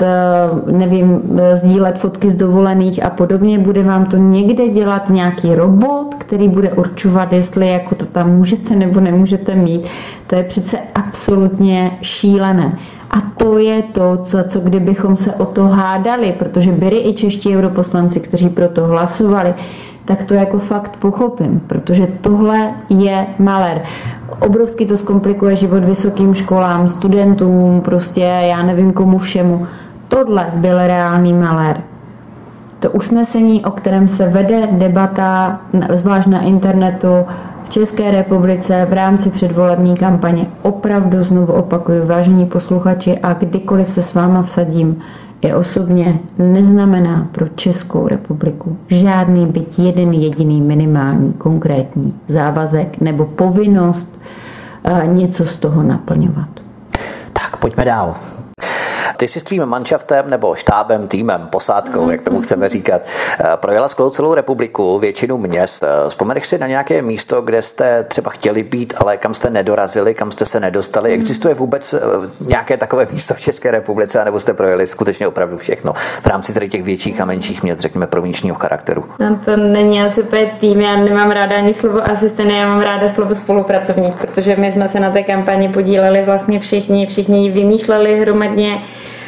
sdílet fotky z dovolených a podobně. Bude vám to někde dělat nějaký robot, který bude určovat, jestli jako to tam můžete nebo nemůžete mít. To je přece absolutně šílené. A to je to, co kdybychom se o to hádali, protože byli i čeští europoslanci, kteří pro to hlasovali, tak to jako fakt pochopím, protože tohle je malér. Obrovsky to zkomplikuje život vysokým školám, studentům, prostě já nevím komu všemu. Tohle byl reálný malér. To usnesení, o kterém se vede debata, zvlášť na internetu, v České republice v rámci předvolební kampaně, opravdu znovu opakuju, vážení posluchači, a kdykoliv se s váma vsadím, i osobně neznamená pro Českou republiku žádný byť jeden jediný minimální konkrétní závazek nebo povinnost něco z toho naplňovat. Tak pojďme dál. Ty jsi s tvým manšaftem nebo štábem, týmem, posádkou, jak tomu chceme říkat, projela skvělou celou republiku, většinu měst. Vzpomeneš si na nějaké místo, kde jste třeba chtěli být, ale kam jste nedorazili, kam jste se nedostali? Existuje vůbec nějaké takové místo v České republice, anebo jste projeli skutečně opravdu všechno v rámci tady těch větších a menších měst, řekněme provinčního charakteru? No to není asi úplně tým, já nemám ráda ani slovo asistent, já mám ráda slovo spolupracovník, protože my jsme se na té kampani podíleli vlastně všichni ji vymýšleli hromadně.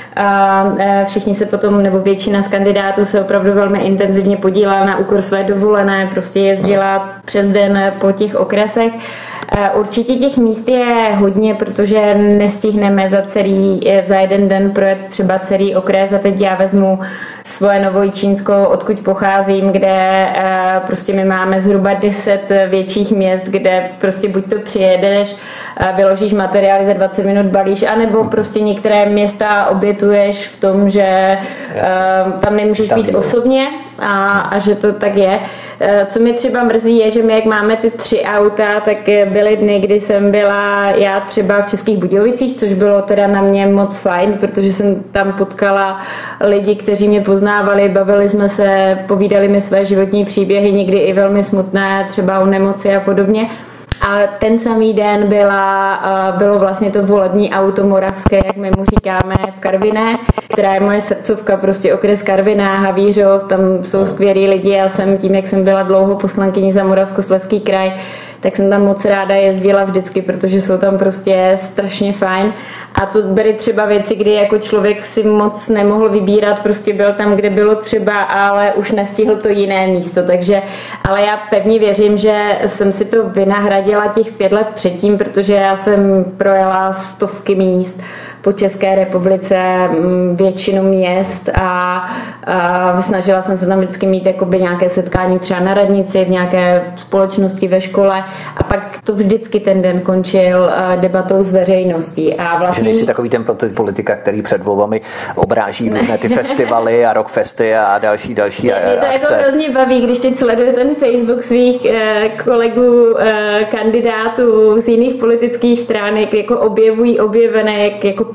A všichni se potom, nebo většina z kandidátů se opravdu velmi intenzivně podílela na úkor své dovolené, prostě jezdila přes den po těch okresech. Určitě těch míst je hodně, protože nestihneme za jeden den projet třeba celý okres a teď já vezmu svoje Novojčínsko, odkud pocházím, kde prostě my máme zhruba 10 větších měst, kde prostě buď to přijedeš, vyložíš materiály za 20 minut balíš, anebo prostě některé města obětuješ v tom, že tam nemůžeš být osobně a že to tak je. Co mi třeba mrzí je, že my jak máme ty 3 auta, tak byly dny, kdy jsem byla já třeba v Českých Budějovicích, což bylo teda na mě moc fajn, protože jsem tam potkala lidi, kteří mě poznávali, bavili jsme se, povídali mi své životní příběhy, někdy i velmi smutné, třeba o nemoci a podobně. A ten samý den bylo vlastně to volební auto moravské, jak my mu říkáme, v Karviné, která je moje srdcovka, prostě okres Karviná, Havířov, tam jsou skvělí lidi. Já jsem tím, jak jsem byla dlouho poslankyní za Moravskoslezský kraj, tak jsem tam moc ráda jezdila vždycky, protože jsou tam prostě strašně fajn. A to byly třeba věci, kdy jako člověk si moc nemohl vybírat, prostě byl tam, kde bylo třeba, ale už nestihl to jiné místo. Takže, ale já pevně věřím, že jsem si to vynahradila těch 5 let předtím, protože já jsem projela stovky míst po České republice, většinu měst a snažila jsem se tam vždycky mít jakoby nějaké setkání třeba na radnici, v nějaké společnosti ve škole a pak to vždycky ten den končil debatou s veřejností. A vlastně... Že nejsi takový ten politika, který před volbami obráží různé ty festivaly a rockfesty a další mě akce. to jako hrozně baví, když teď sleduju ten Facebook svých kolegů, kandidátů z jiných politických stran, jak jako objevují objevené, jak jako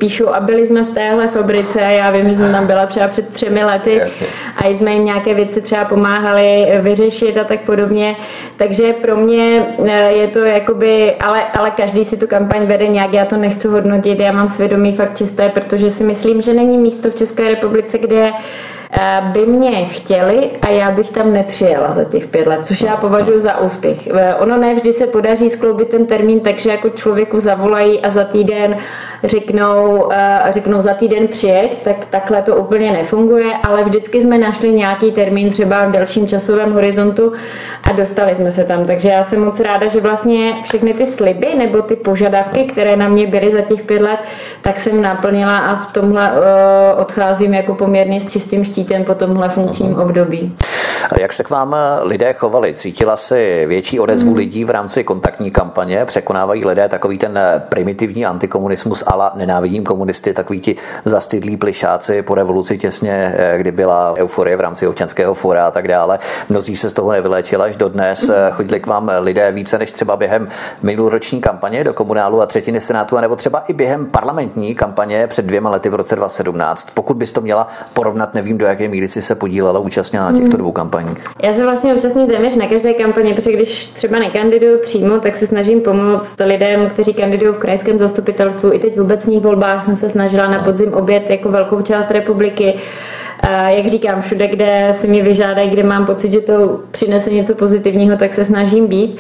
píšou a byli jsme v téhle fabrice, já vím, že jsem tam byla třeba před 3 lety. Jasně. A jsme jim nějaké věci třeba pomáhali vyřešit a tak podobně. Takže pro mě je to jakoby, ale každý si tu kampaň vede nějak, já to nechci hodnotit, já mám svědomí fakt čisté, protože si myslím, že není místo v České republice, kde by mě chtěli a já bych tam nepřijela za těch 5 let, což já považuji za úspěch. Ono ne vždy se podaří skloubit ten termín, takže jako člověku zavolají a za týden řeknou za týden přijet, tak takhle to úplně nefunguje, ale vždycky jsme našli nějaký termín třeba v delším časovém horizontu a dostali jsme se tam. Takže já jsem moc ráda, že vlastně všechny ty sliby nebo ty požadavky, které na mě byly za těch 5 let, tak jsem naplnila a v tomhle odcházím jako poměrně s čistým štítem po tomhle funkčním období. Jak se k vám lidé chovali? Cítila si větší odezvu lidí v rámci kontaktní kampaně? Překonávají lidé takový ten primitivní antikomunismus ala nenávidím komunisty, takový ti zastydlí plišáci po revoluci těsně, kdy byla euforie v rámci občanského fóra a tak dále. Mnozí se z toho nevyléčili až dodnes. Chodili k vám lidé více než třeba během minuloroční kampaně do komunálu a třetiny senátu, anebo třeba i během parlamentní kampaně před 2 lety v roce 2017. Pokud bys to měla porovnat, nevím, do jaké míry si se podílela, účastnila na těchto 2 kampaních. Já se vlastně účastním téměř na každé kampani, protože když třeba nekandiduju přímo, tak se snažím pomoct lidem, kteří kandidují v krajském zastupitelstvu. I teď v obecních volbách jsem se snažila na podzim objet jako velkou část republiky. Jak říkám, všude, kde si mě vyžádají, kde mám pocit, že to přinese něco pozitivního, tak se snažím být.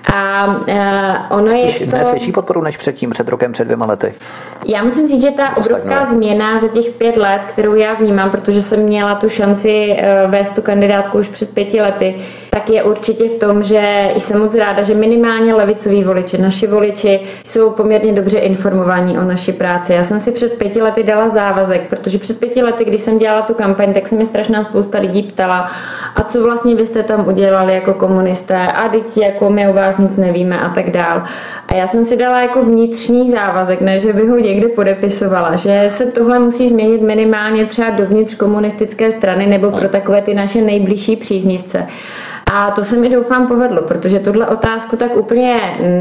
A ono je to... Dnes větší podporu než předtím, před rokem, před 2 lety. Já musím říct, že ta obrovská změna za těch 5 let, kterou já vnímám, protože jsem měla tu šanci vést tu kandidátku už před 5 lety, tak je určitě v tom, že jsem moc ráda, že minimálně levicoví voliči, naši voliči jsou poměrně dobře informovaní o naší práci. Já jsem si před 5 lety dala závazek, protože před 5 lety, když jsem dělala tu kampaň, tak se mi strašná spousta lidí ptala, a co vlastně byste tam udělali jako komunisté, a teď jako my o vás nic nevíme a tak dál. A já jsem si dala jako vnitřní závazek, ne, že bych ho někde podepisovala, že se tohle musí změnit minimálně třeba dovnitř komunistické strany nebo pro takové ty naše nejbližší příznivce. A to se mi doufám povedlo, protože tuhle otázku tak úplně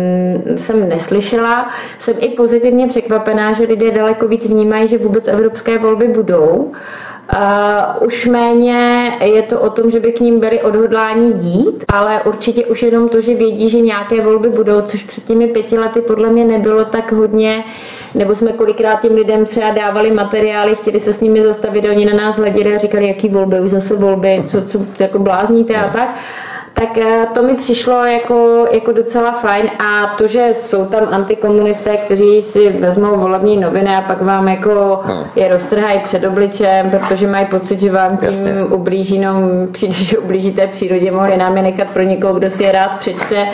jsem neslyšela. Jsem i pozitivně překvapená, že lidé daleko víc vnímají, že vůbec evropské volby budou. Už méně je to o tom, že by k ním byli odhodláni jít, ale určitě už jenom to, že vědí, že nějaké volby budou, což před těmi 5 lety podle mě nebylo tak hodně, nebo jsme kolikrát těm lidem třeba dávali materiály, chtěli se s nimi zastavit, oni na nás hleděli a říkali, jaký volby, už zase volby, co jako blázníte a tak. Tak to mi přišlo jako docela fajn a to, že jsou tam antikomunisté, kteří si vezmou volební noviny a pak vám jako je roztrhají před obličem, protože mají pocit, že vám tím ublíží, no přijde, že ublížíte přírodě, mohli nám je nechat pro někoho, kdo si je rád přečte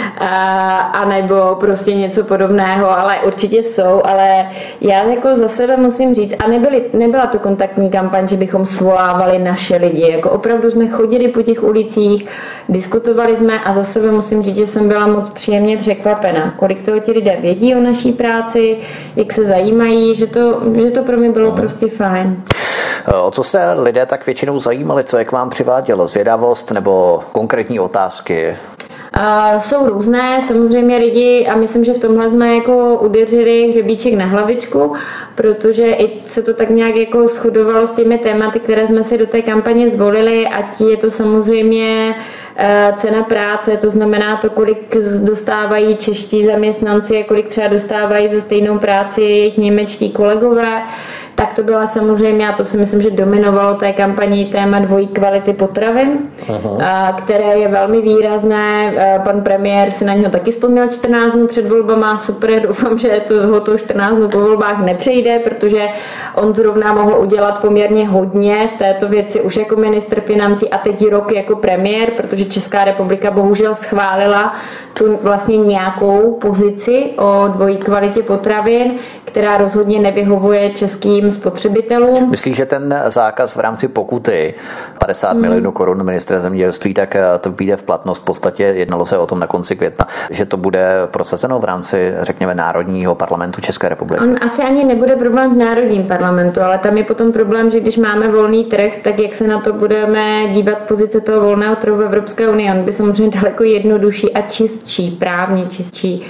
a nebo prostě něco podobného, ale určitě jsou, ale já jako za sebe musím říct, a nebyla to kontaktní kampaň, že bychom svolávali naše lidi, jako opravdu jsme chodili po těch ulicích, diskutovali jsme a za sebe musím říct, že jsem byla moc příjemně překvapena, kolik toho ti lidé vědí o naší práci, jak se zajímají, že to pro mě bylo prostě fajn. O co se lidé tak většinou zajímali, co je k vám přivádělo? Zvědavost nebo konkrétní otázky? Jsou různé, samozřejmě lidi a myslím, že v tomhle jsme jako udeřili hřebíček na hlavičku, protože i se to tak nějak jako shodovalo s těmi tématy, které jsme si do té kampaně zvolili, ať je to samozřejmě cena práce, to znamená to, kolik dostávají čeští zaměstnanci a kolik třeba dostávají za stejnou práci jejich němečtí kolegové. Tak to byla samozřejmě, a to si myslím, že dominovalo té kampani téma dvojí kvality potravin, které je velmi výrazné. Pan premiér si na něho taky vzpomněl 14 dnů před volbama, super, doufám, že to 14 dnů po volbách nepřejde, protože on zrovna mohl udělat poměrně hodně v této věci už jako ministr financí a teď rok jako premiér, protože Česká republika bohužel schválila tu vlastně nějakou pozici o dvojí kvalitě potravin, která rozhodně nevyhovuje českým spotřebitelům. Myslíš, že ten zákaz v rámci pokuty 50 milionů korun ministra zemědělství, tak to vyjde v platnost? V podstatě jednalo se o tom na konci května, že to bude prosazeno v rámci, řekněme, Národního parlamentu České republiky. On asi ani nebude problém v Národním parlamentu, ale tam je potom problém, že když máme volný trh, tak jak se na to budeme dívat z pozice toho volného trhu v Evropské unii, on by samozřejmě daleko jednodušší a čistší, právně čistší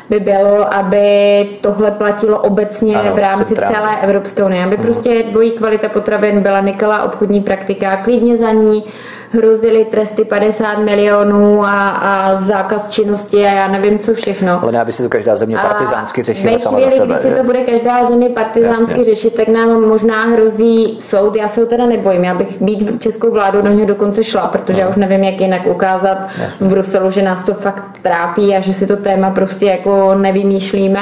by bylo, aby tohle platilo obecně v rámci celé Evropské unie. Aby prostě dvojí kvalita potravin byla nekalá obchodní praktika, klidně za ní hrozily tresty 50 milionů a zákaz činnosti a já nevím co všechno. Ale ne, aby si to každá země partizánsky řešila sama za sebe. Když si to bude každá země partizánsky řešit, tak nám možná hrozí soud. Já se ho teda nebojím. Já bych být českou vládu do něho dokonce šla, protože já už nevím, jak jinak ukázat v Bruselu, že nás to fakt trápí a že si to téma prostě jako nevymýšlíme.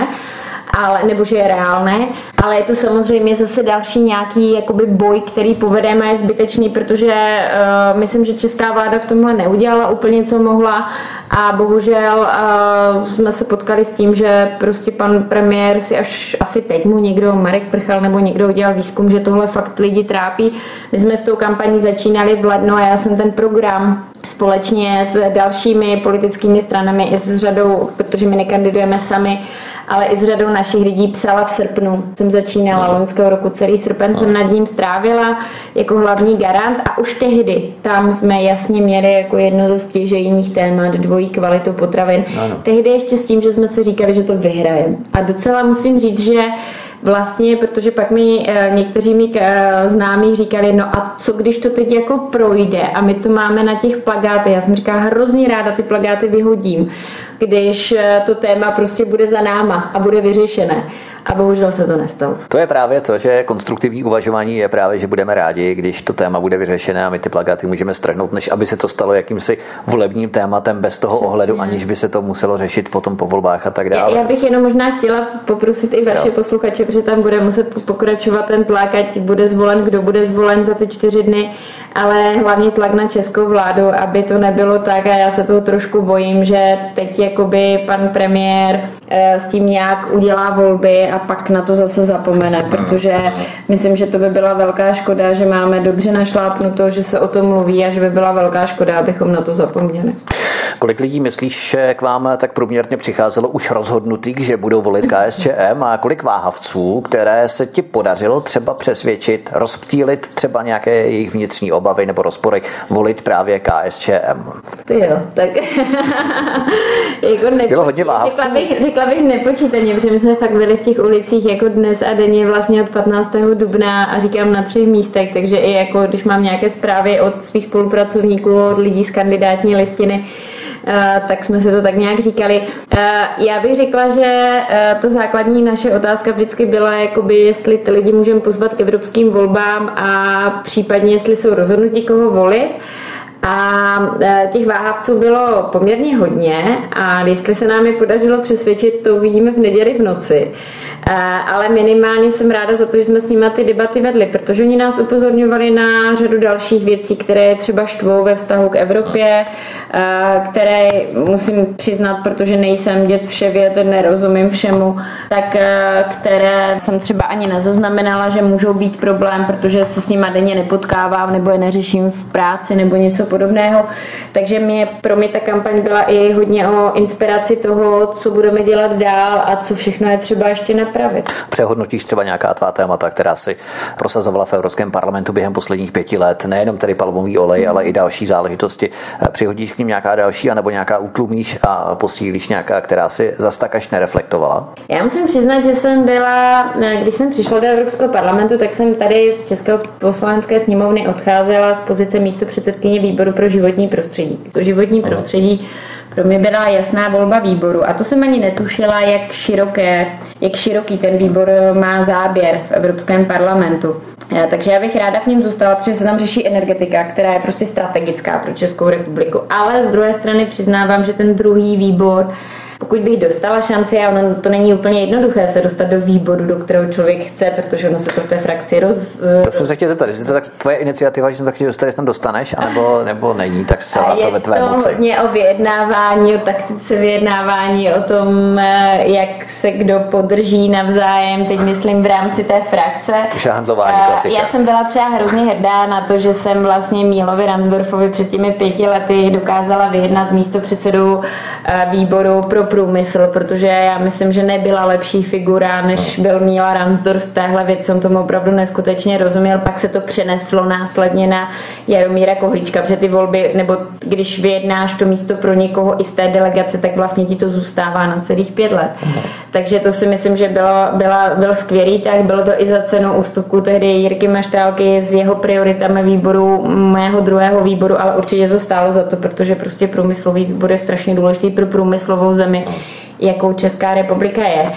Nebo že je reálné, ale je to samozřejmě zase další nějaký jakoby boj, který povedeme, je zbytečný, protože myslím, že česká vláda v tomhle neudělala úplně, co mohla a bohužel jsme se potkali s tím, že prostě pan premiér si asi teď mu někdo, Marek Prchal nebo někdo udělal výzkum, že tohle fakt lidi trápí. My jsme s tou kampaní začínali v lednu a já jsem ten program společně s dalšími politickými stranami i s řadou, protože my nekandidujeme sami, ale i s řadou našich lidí psala v srpnu. Jsem začínala loňského roku, celý srpen jsem nad ním strávila jako hlavní garant a už tehdy tam jsme jasně měli jako jedno ze stěžejních témat dvojí kvalitu potravin. Tehdy ještě s tím, že jsme si říkali, že to vyhrajeme. A docela musím říct, že vlastně, protože pak mi někteří mi známí říkali, no a co když to teď jako projde a my to máme na těch plakátech. Já jsem říkala, hrozně ráda ty plakáty vyhodím, když to téma prostě bude za náma a bude vyřešené. A bohužel se to nestalo. To je právě to, že konstruktivní uvažování je právě, že budeme rádi, když to téma bude vyřešené a my ty plakáty můžeme strhnout, než aby se to stalo jakýmsi volebním tématem bez toho ohledu, aniž by se to muselo řešit potom po volbách a tak dále. Já bych jenom možná chtěla poprosit i vaše posluchače, protože tam bude muset pokračovat ten tlak, ať bude zvolen, kdo bude zvolen za ty 4 dny, ale hlavně tlak na českou vládu, aby to nebylo tak a já se toho trošku bojím, že teď jakoby pan premiér s tím nějak udělá volby a pak na to zase zapomene, protože myslím, že to by byla velká škoda, že máme dobře našlápnuto, že se o tom mluví a že by byla velká škoda, abychom na to zapomněli. Kolik lidí myslíš, že k vám tak průměrně přicházelo už rozhodnutých, že budou volit KSČM a kolik váhavců, které se ti podařilo třeba přesvědčit, rozptýlit třeba nějaké jejich vnitřní obavy nebo rozpory, volit právě KSČM? Ty jo, tak jako bylo hodně váhavců? Řekla bych nepočítaně, protože my jsme fakt byli v těch ulicích jako dnes a denně vlastně od 15. dubna a říkám na 3 místech, takže i jako když mám nějaké zprávy od svých spolupracovníků, od lidí z kandidátní listiny, tak jsme si to tak nějak říkali. Já bych řekla, že ta základní naše otázka vždycky byla, jakoby, jestli ty lidi můžeme pozvat k evropským volbám a případně jestli jsou rozhodnutí, koho volit. A těch váhavců bylo poměrně hodně a jestli se nám je podařilo přesvědčit, to uvidíme v neděli v noci. Ale minimálně jsem ráda za to, že jsme s nimi ty debaty vedli, protože oni nás upozorňovali na řadu dalších věcí, které třeba štvou ve vztahu k Evropě, které musím přiznat, protože nejsem dět vševěd, nerozumím všemu, tak které jsem třeba ani nezaznamenala, že můžou být problém, protože se s nimi denně nepotkávám nebo je neřeším v práci nebo něco podobného. Takže pro mě ta kampaň byla i hodně o inspiraci toho, co budeme dělat dál a co všechno je třeba ještě napravit. Přehodnotíš třeba nějaká tvá témata, která si prosazovala v Evropském parlamentu během posledních 5 let, nejenom tedy palmový olej, ale i další záležitosti. Přihodíš k nim nějaká další, anebo nějaká utlumíš a posílíš nějaká, která si zas tak až nereflektovala? Já musím přiznat, že jsem byla, když jsem přišla do Evropského parlamentu, tak jsem tady z Českého poslanecké sněmovny odcházela z pozice místopředsedkyně výboru pro životní prostředí. To životní prostředí pro mě byla jasná volba výboru a to jsem ani netušila, jak široký ten výbor má záběr v Evropském parlamentu. Takže já bych ráda v něm zůstala, protože se tam řeší energetika, která je prostě strategická pro Českou republiku. Ale z druhé strany přiznávám, že ten druhý výbor, pokud bych dostala šanci, a ono to není úplně jednoduché se dostat do výboru, do kterého člověk chce, protože ono se to v té frakci To jsem se chtěl zeptat, jestli to tak tvoje iniciativa, že jsem tak chtěl dostat, jestli tam dostaneš, nebo není, tak se to ve tvé moci. Je to hodně o vyjednávání, o taktice vyjednávání, o tom, jak se kdo podrží navzájem, teď myslím v rámci té frakce. Šahandlování klasika. Já jsem byla třeba hrozně hrdá na to, že jsem vlastně Mílovi Ransdorfovi před těmi 5 lety dokázala vyjednat místopředsedu výboru pro průmysl, protože já myslím, že nebyla lepší figura, než byl Míla Ransdorf v téhle věci, on tomu opravdu neskutečně rozuměl, pak se to přeneslo následně na Jaromíra Kohlíčka, protože ty volby, nebo když vyjednáš to místo pro někoho i z té delegace, tak vlastně ti to zůstává na celých 5 let. Takže to si myslím, že byl skvělý, tak bylo to i za cenu ústupku tehdy Jirky Maštálky s jeho prioritami výboru, mého druhého výboru, ale určitě to stálo za to, protože prostě průmyslový výbor je strašně důležitý pro průmyslovou zemi, jakou Česká republika je.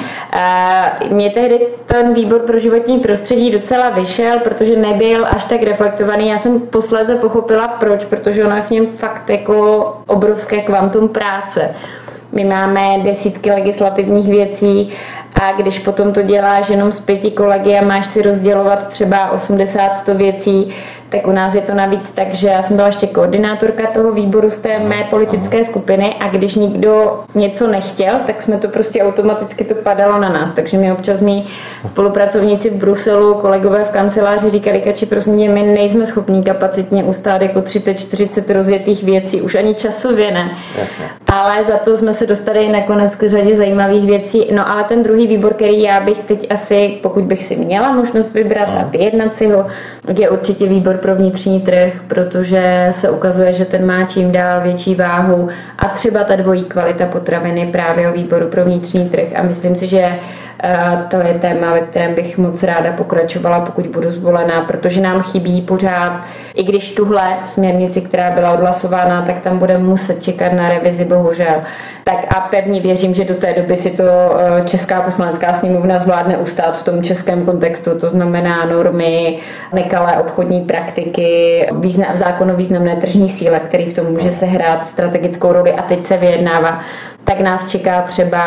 Mně tehdy ten výbor pro životní prostředí docela vyšel, protože nebyl až tak reflektovaný. Já jsem posléze pochopila proč, protože ono je v něm fakt jako obrovské kvantum práce. My máme desítky legislativních věcí a když potom to děláš jenom s 5 kolegy a máš si rozdělovat třeba 80-100 věcí, tak u nás je to navíc tak, že já jsem byla ještě koordinátorka toho výboru z té mé politické skupiny a když nikdo něco nechtěl, tak jsme to prostě automaticky to padalo na nás. Takže mi občas mý spolupracovníci v Bruselu, kolegové v kanceláři říkali, Kači, prosím mě, my nejsme schopní kapacitně ustát jako 30-40 rozjetých věcí, už ani časově ne. Jasně. Ale za to jsme se dostali nakonec k řadě zajímavých věcí. No ale ten druhý výbor, který já bych teď asi, pokud bych si měla možnost vybrat a vyjednat si ho, je určitě výbor pro vnitřní trh, protože se ukazuje, že ten má čím dál větší váhu a třeba ta dvojí kvalita potraviny právě o výboru pro vnitřní trh a myslím si, že to je téma, ve kterém bych moc ráda pokračovala, pokud budu zvolená, protože nám chybí pořád, i když tuhle směrnici, která byla odhlasována, tak tam budeme muset čekat na revizi, bohužel. Tak a pevně věřím, že do té doby si to Česká poslanecká sněmovna zvládne ustát v tom českém kontextu, to znamená normy, nekalé obchodní praktiky, zákon o významné tržní síle, který v tom může sehrát strategickou roli a teď se vyjednává. Tak nás čeká třeba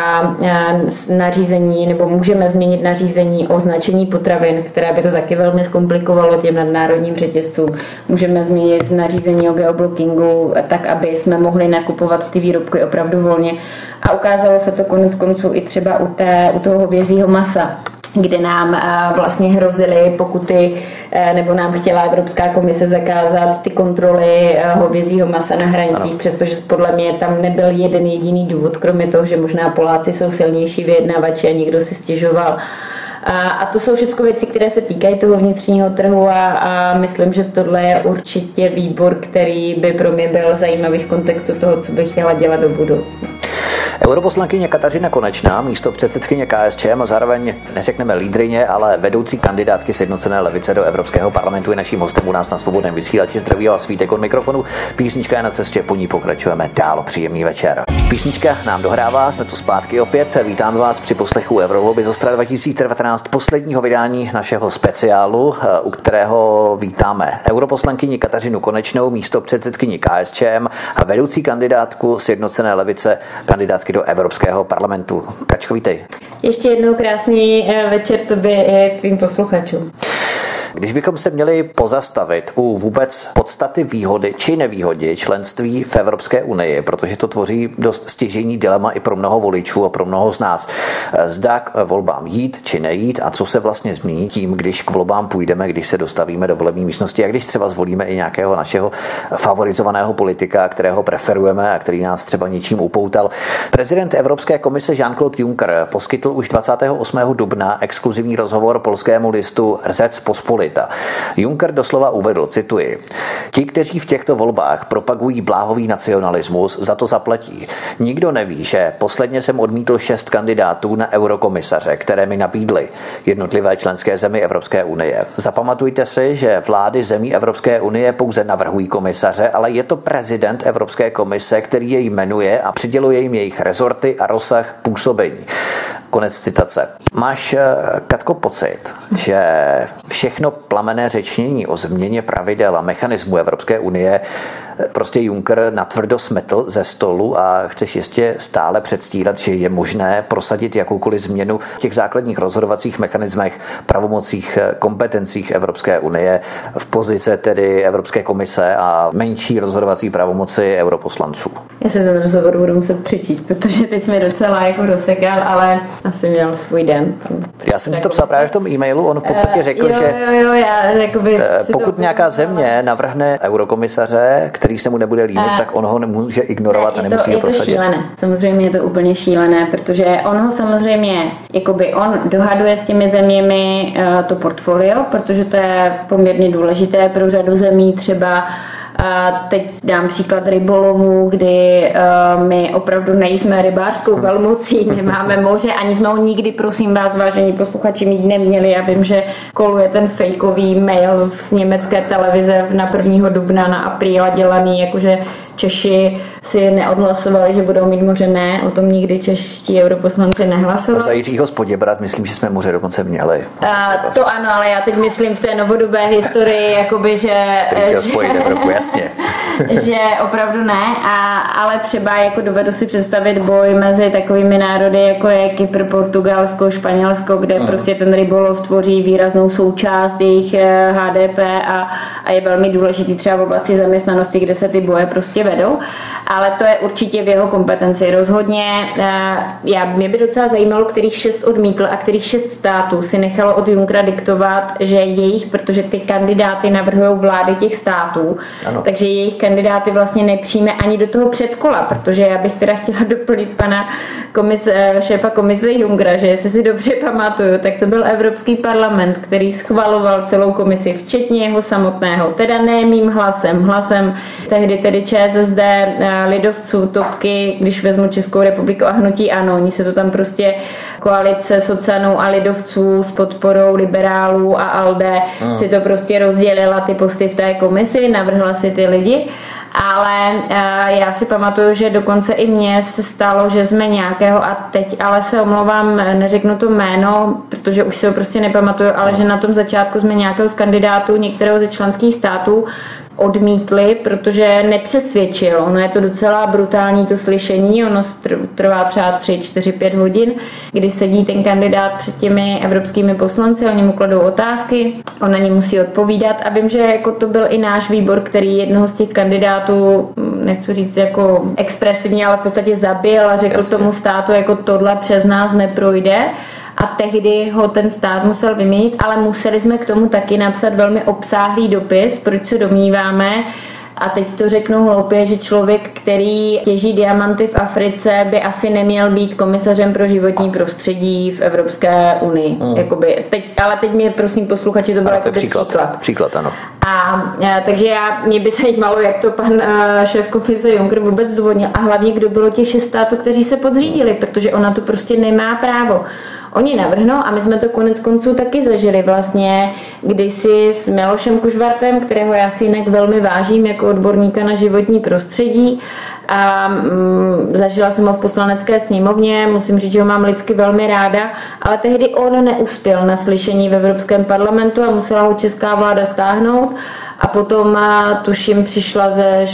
nařízení, nebo můžeme změnit nařízení o značení potravin, které by to taky velmi zkomplikovalo těm nadnárodním řetězcům. Můžeme změnit nařízení o geoblockingu, tak aby jsme mohli nakupovat ty výrobky opravdu volně. A ukázalo se to konec konců i třeba u toho hovězího masa, kde nám vlastně hrozily pokuty, nebo nám chtěla Evropská komise zakázat ty kontroly hovězího masa na hranicích, přestože podle mě tam nebyl jeden jediný důvod, kromě toho, že možná Poláci jsou silnější vyjednavači a někdo si stěžoval. A to jsou všechno věci, které se týkají toho vnitřního trhu a myslím, že tohle je určitě výbor, který by pro mě byl zajímavý v kontextu toho, co bych chtěla dělat do budoucna. Europoslankyně Kateřina Konečná, místopředsedkyně KSČM a zároveň neřekneme lídryně, ale vedoucí kandidátky Sjednocené levice do Evropského parlamentu je naším hostem u nás na Svobodném vysílači. Zdraví vás Svítek od mikrofonu. Písnička je na cestě, po ní pokračujeme dál. Příjemný večer. Písnička nám dohrává, jsme tu zpátky opět. Vítám vás při poslechu Eurovolby z Ostra 2019, posledního vydání našeho speciálu, u kterého vítáme europoslankyni Kateřinu Konečnou, místopředsedkyni KSČM a vedoucí kandidátku Sjednocené levice, kandidátky do Evropského parlamentu. Kačko, vítej. Ještě jednou krásný večer tobě i tvým posluchačům. Když bychom se měli pozastavit u vůbec podstaty výhody či nevýhody členství v Evropské unii, protože to tvoří dost stěžejní dilema i pro mnoho voličů a pro mnoho z nás. Zda k volbám jít či nejít a co se vlastně změní tím, když k volbám půjdeme, když se dostavíme do volební místnosti a když třeba zvolíme i nějakého našeho favorizovaného politika, kterého preferujeme a který nás třeba něčím upoutal. Prezident Evropské komise Jean-Claude Juncker poskytl už 28. dubna exkluzivní rozhovor polskému listu Řec Pospolita. Juncker doslova uvedl, cituji: ti, kteří v těchto volbách propagují bláhový nacionalismus, za to zaplatí. Nikdo neví, že posledně jsem odmítl 6 kandidátů na eurokomisaře, které mi nabídly jednotlivé členské země Evropské unie. Zapamatujte si, že vlády zemí Evropské unie pouze navrhují komisaře, ale je to prezident Evropské komise, který je jmenuje a přiděluje jim jejich rezorty a rozsah působení. Konec citace. Máš, Katko, pocit, že všechno plamenné řečnění o změně pravidel a mechanismu Evropské unie prostě Juncker natvrdo smetl ze stolu a chceš ještě stále předstírat, že je možné prosadit jakoukoliv změnu v těch základních rozhodovacích mechanismech, pravomocích, kompetencích Evropské unie v pozici tedy Evropské komise a menší rozhodovací pravomoci europoslanců? Já se ten rozhovor budu muset přečíst, protože teď jsme docela jako rozsekal, ale asi měl svůj den. Já jsem to psal právě v tom e-mailu, on v podstatě řekl, že pokud nějaká země navrhne eurokomisaře, který se mu nebude líbit, tak on ho nemůže ignorovat a nemusí ho prosadit. Je to šílené. Samozřejmě je to úplně šílené, protože on ho samozřejmě, on dohaduje s těmi zeměmi to portfolio, protože to je poměrně důležité pro řadu zemí, třeba teď dám příklad rybolovu, kdy my opravdu nejsme rybářskou velmocí, nemáme moře, ani jsme ho nikdy, prosím vás, vážení posluchači, mít neměli. Já vím, že koluje ten fejkový mail z německé televize na 1. dubna na apríla dělaný, jakože Češi si neodhlasovali, že budou mít moře. Ne, o tom nikdy čeští europoslanci nehlasovali. Za Jiřího Spoděbrat, myslím, že jsme moře dokonce měli. To ano, ale já teď myslím v té novodobé historii, jakoby, že... Evropu, jasně. Že opravdu ne, ale třeba jako dovedu si představit boj mezi takovými národy, jako je Kypr, Portugalsko, Španělsko, kde prostě ten rybolov tvoří výraznou součást jejich HDP a je velmi důležitý třeba v oblasti zaměstnanosti, kde se ty boje prostě vedou, ale to je určitě v jeho kompetenci. Rozhodně mě by docela zajímalo, kterých 6 odmítl a kterých 6 států si nechalo od Junckera diktovat, že jejich, protože ty kandidáty navrhují vlády těch států, ano. Takže jejich kandidáty vlastně nepřijme ani do toho předkola, protože já bych teda chtěla doplnit pana šéfa komise Junckera, že jestli si dobře pamatuju, tak to byl Evropský parlament, který schvaloval celou komisi, včetně jeho samotného, teda ne mým hlasem tehdy tedy ČSSD, lidovců, topky, když vezmu Českou republiku a hnutí ANO, oni se to tam prostě koalice socanů a lidovců s podporou liberálů a ALDE si to prostě rozdělila ty posty v té komisi, navrhla si ty lidi. Ale já si pamatuju, že dokonce i mně se stalo, že jsme nějakého, a teď ale se omlouvám, neřeknu to jméno, protože už si ho prostě nepamatuju, ale že na tom začátku jsme nějakého z kandidátů některého ze členských států odmítli, protože nepřesvědčil. Ono je to docela brutální to slyšení, ono trvá třeba 3-4-5 hodin, kdy sedí ten kandidát před těmi evropskými poslanci, oni mu kladou otázky, on na ně musí odpovídat a vím, že jako to byl i náš výbor, který jednoho z těch kandidátů, nechci říct jako expresivně, ale v podstatě zabil a řekl tomu státu, jako tohle přes nás neprojde. A tehdy ho ten stát musel vyměnit, ale museli jsme k tomu taky napsat velmi obsáhlý dopis, proč se domníváme, a teď to řeknu hloupě, že člověk, který těží diamanty v Africe, by asi neměl být komisařem pro životní prostředí v Evropské unii. Ale teď mě, prosím posluchači, to byl jako příklad, ano. Takže mě by se zajímalo, jak to pan šéf komise Juncker vůbec zdůvodnil a hlavně, kdo bylo těch 6 států, kteří se podřídili, protože ona to prostě nemá právo. Oni navrhnou a my jsme to konec konců taky zažili vlastně kdysi s Milošem Kužvartem, kterého já si jinak velmi vážím jako odborníka na životní prostředí a zažila jsem ho v poslanecké sněmovně, musím říct, že ho mám lidsky velmi ráda, ale tehdy on neuspěl na slyšení v Evropském parlamentu a musela ho česká vláda stáhnout a potom tuším přišla ze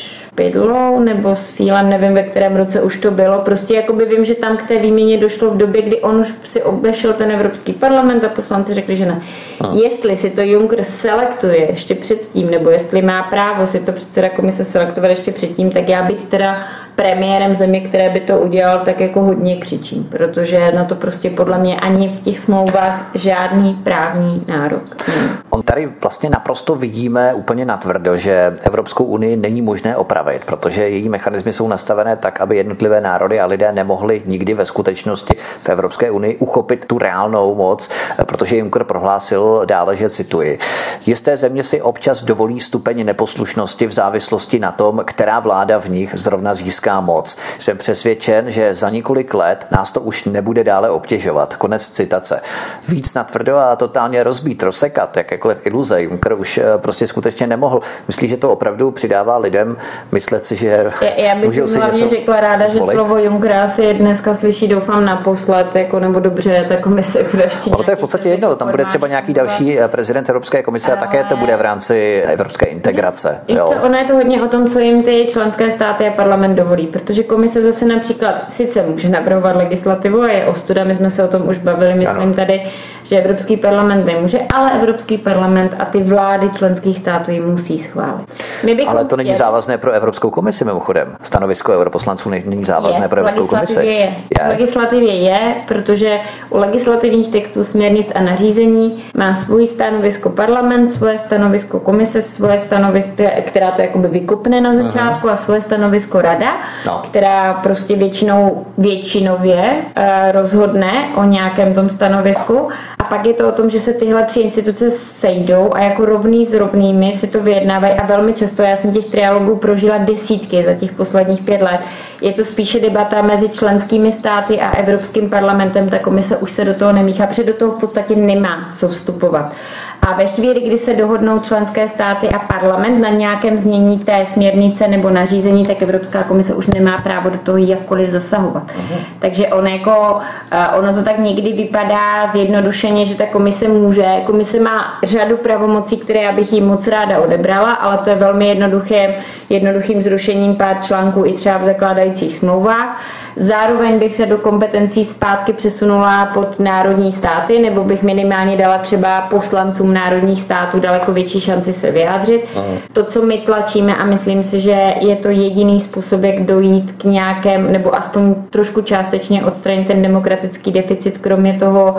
Špidlou nebo s Fílem, nevím, ve kterém roce už to bylo. Prostě jakoby vím, že tam k té výměně došlo v době, kdy on už si obešel ten Evropský parlament a poslanci řekli, že ne. Jestli si to Juncker selektuje ještě předtím, nebo jestli má právo si to předseda komise selektovat ještě předtím, tak já bych teda premiérem země, které by to udělal, tak jako hodně křičím, protože na to prostě podle mě ani v těch smlouvách žádný právní nárok. On tady vlastně naprosto vidíme úplně natvrdo, že Evropskou unii není možné opravit, protože její mechanismy jsou nastavené tak, aby jednotlivé národy a lidé nemohli nikdy ve skutečnosti v Evropské unii uchopit tu reálnou moc, protože Juncker prohlásil dále, že cituji: jisté země si občas dovolí stupeň neposlušnosti v závislosti na tom, která vláda v nich zrovna získá moc. Jsem přesvědčen, že za několik let nás to už nebude dále obtěžovat. Konec citace. Víc natvrdo a totálně rozsekat, jakékoliv iluze Juncker už prostě skutečně nemohl. Myslíš, že to opravdu přidává lidem myslet si, že já bych hlavně řekla ráda, zvolit? Že slovo Junckera si dneska slyší, doufám, naposled, jako, nebo dobře, ta komise bude ještě. Ale to je v podstatě jedno, tam bude třeba nějaký další prezident Evropské komise a také to bude v rámci evropské integrace. Ono je to hodně o tom, co jim ty členské státy a parlament dovolí. nedovolí, protože komise zase například sice může navrhovat legislativu a je ostuda, my jsme se o tom už bavili, myslím tady, že Evropský parlament nemůže, ale Evropský parlament a ty vlády členských států ji musí schválit. Ale to není závazné pro Evropskou komisi mimochodem. Stanovisko europoslanců není závazné pro Evropskou komisi. V legislativě je, protože u legislativních textů, směrnic a nařízení má svůj stanovisko parlament, svoje stanovisko komise, svoje stanovisko, která to jakoby vykopne na začátku a svoje stanovisko rada, která prostě většinově rozhodne o nějakém tom stanovisku. A pak je to o tom, že se tyhle 3 instituce sejdou a jako rovný s rovnými si to vyjednávají a velmi často, já jsem těch trialogů prožila desítky za těch posledních 5 let. Je to spíše debata mezi členskými státy a Evropským parlamentem, ta komise už se do toho nemíchá, protože do toho v podstatě nemá co vstupovat. A ve chvíli, kdy se dohodnou členské státy a parlament na nějakém znění té směrnice nebo nařízení, tak Evropská komise už nemá právo do toho jakkoliv zasahovat. Takže ono to tak někdy vypadá zjednodušeně, že ta komise má řadu pravomocí, které já bych jí moc ráda odebrala, ale to je velmi jednoduchým zrušením pár článků i třeba v zakládajících smlouvách. Zároveň bych řadu kompetencí zpátky přesunula pod národní státy, nebo bych minimálně dala třeba poslancům národních států daleko větší šanci se vyjádřit. To, co my tlačíme, a myslím si, že je to jediný způsob, jak dojít k nějakém, nebo aspoň trošku částečně odstranit ten demokratický deficit, kromě toho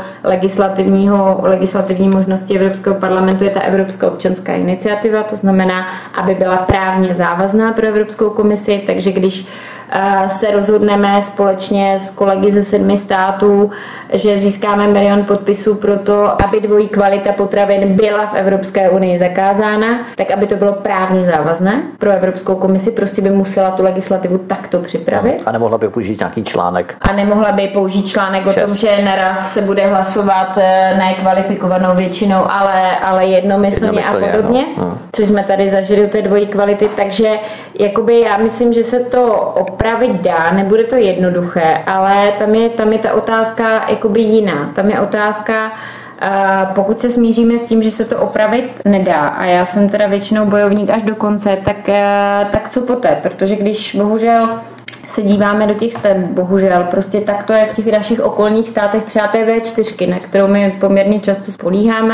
legislativní možnosti Evropského parlamentu, je ta Evropská občanská iniciativa, to znamená, aby byla právně závazná pro Evropskou komisi, takže když se rozhodneme společně s kolegy ze 7 států, že získáme 1 milion podpisů pro to, aby dvojí kvalita potravin byla v Evropské unii zakázána, tak aby to bylo právně závazné pro Evropskou komisi, prostě by musela tu legislativu takto připravit. A nemohla by použít nějaký článek. A nemohla by použít článek 6. o tom, že naraz se bude hlasovat ne kvalifikovanou většinou, ale jednomyslně a podobně, což jsme tady zažili u té dvojí kvality, takže jakoby já myslím, že se to opravit dá, nebude to jednoduché, ale tam je ta otázka jakoby jiná. Tam je otázka, pokud se smíříme s tím, že se to opravit nedá, a já jsem teda většinou bojovník až do konce, tak co poté? Protože když bohužel se díváme do těch stran, bohužel, prostě tak to je v těch našich okolních státech, třeba té V4, na kterou my poměrně často spolíháme,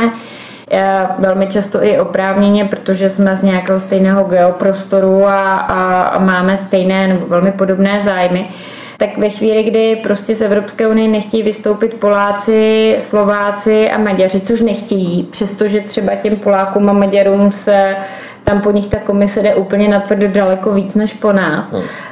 velmi často i oprávněně, protože jsme z nějakého stejného geoprostoru a máme stejné nebo velmi podobné zájmy, tak ve chvíli, kdy prostě z Evropské unie nechtějí vystoupit Poláci, Slováci a Maďaři, což nechtějí, přestože třeba těm Polákům a Maďarům se tam po nich ta komise jde úplně natvrdo daleko víc než po nás,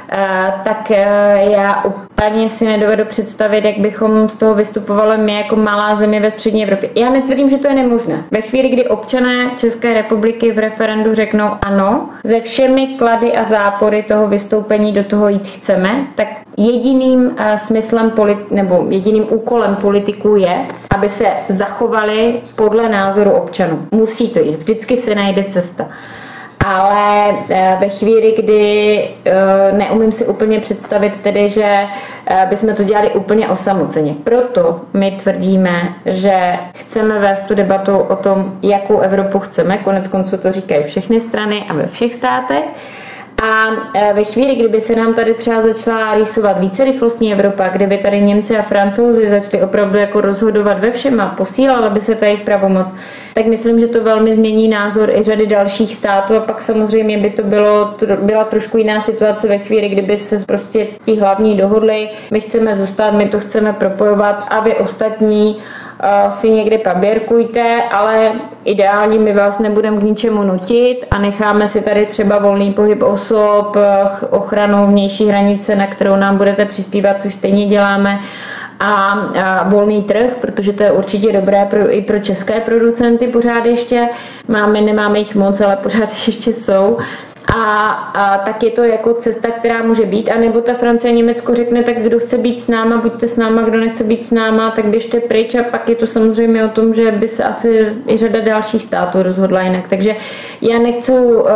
tak já úplně si nedovedu představit, jak bychom z toho vystupovali my jako malá země ve střední Evropě. Já netvrdím, že to je nemožné. Ve chvíli, kdy občané České republiky v referendu řeknou ano, se všemi klady a zápory toho vystoupení do toho jít chceme, tak jediným smyslem nebo jediným úkolem politiků je, aby se zachovali podle názoru občanů. Musí to jít, vždycky se najde cesta. Ale ve chvíli, kdy neumím si úplně představit tedy, že bychom to dělali úplně osamoceně. Proto my tvrdíme, že chceme vést tu debatu o tom, jakou Evropu chceme. Konec konců to říkají všechny strany a ve všech státech. A ve chvíli, kdyby se nám tady třeba začala rýsovat více rychlostní Evropa, kdyby tady Němci a Francouzi začali opravdu jako rozhodovat ve všem a posílala by se ta jejich pravomoc, tak myslím, že to velmi změní názor i řady dalších států a pak samozřejmě by to byla trošku jiná situace ve chvíli, kdyby se prostě ti hlavní dohodli, my chceme zůstat, my to chceme propojovat a vy ostatní si někde paběrkujte, ale ideálně my vás nebudeme k ničemu nutit a necháme si tady třeba volný pohyb osob, ochranu vnější hranice, na kterou nám budete přispívat, což stejně děláme, a volný trh, protože to je určitě dobré i pro české producenty pořád ještě. Nemáme jich moc, ale pořád ještě jsou. A tak je to jako cesta, která může být, anebo ta Francie a Německo řekne, tak kdo chce být s náma, buďte s náma, kdo nechce být s náma, tak běžte pryč, a pak je to samozřejmě o tom, že by se asi i řada dalších států rozhodla jinak. Takže já nechci,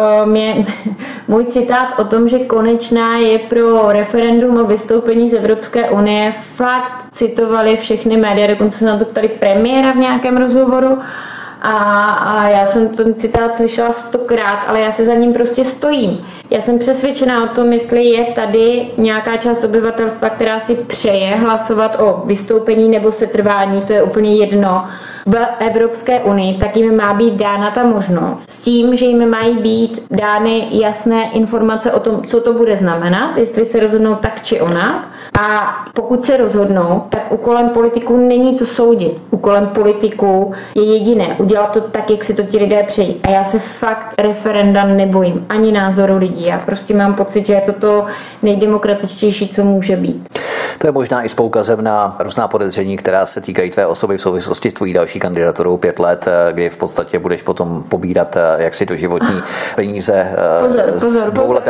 můj citát o tom, že konečná je pro referendum o vystoupení z Evropské unie, fakt citovali všechny média, dokonce se na to ptali premiéra v nějakém rozhovoru, A já jsem ten citát slyšela 100krát, ale já se za ním prostě stojím. Já jsem přesvědčená o tom, jestli je tady nějaká část obyvatelstva, která si přeje hlasovat o vystoupení nebo setrvání, to je úplně jedno, v Evropské unii, tak jim má být dána ta možnost. S tím, že jim mají být dány jasné informace o tom, co to bude znamenat, jestli se rozhodnou tak či onak. A pokud se rozhodnou, tak úkolem politiků není to soudit. Úkolem politiků je jediné, udělat to tak, jak si to ti lidé přejí. A já se fakt referenda nebojím, ani názoru lidí. Já prostě mám pocit, že je to to nejdemokratičtější, co může být. To je možná i s poukazem na různá podezření, která se týkají tvé osoby v souvislosti s tvojí další kandidaturou 5 let, kdy v podstatě budeš potom pobírat jaksi doživotní peníze. Pozor.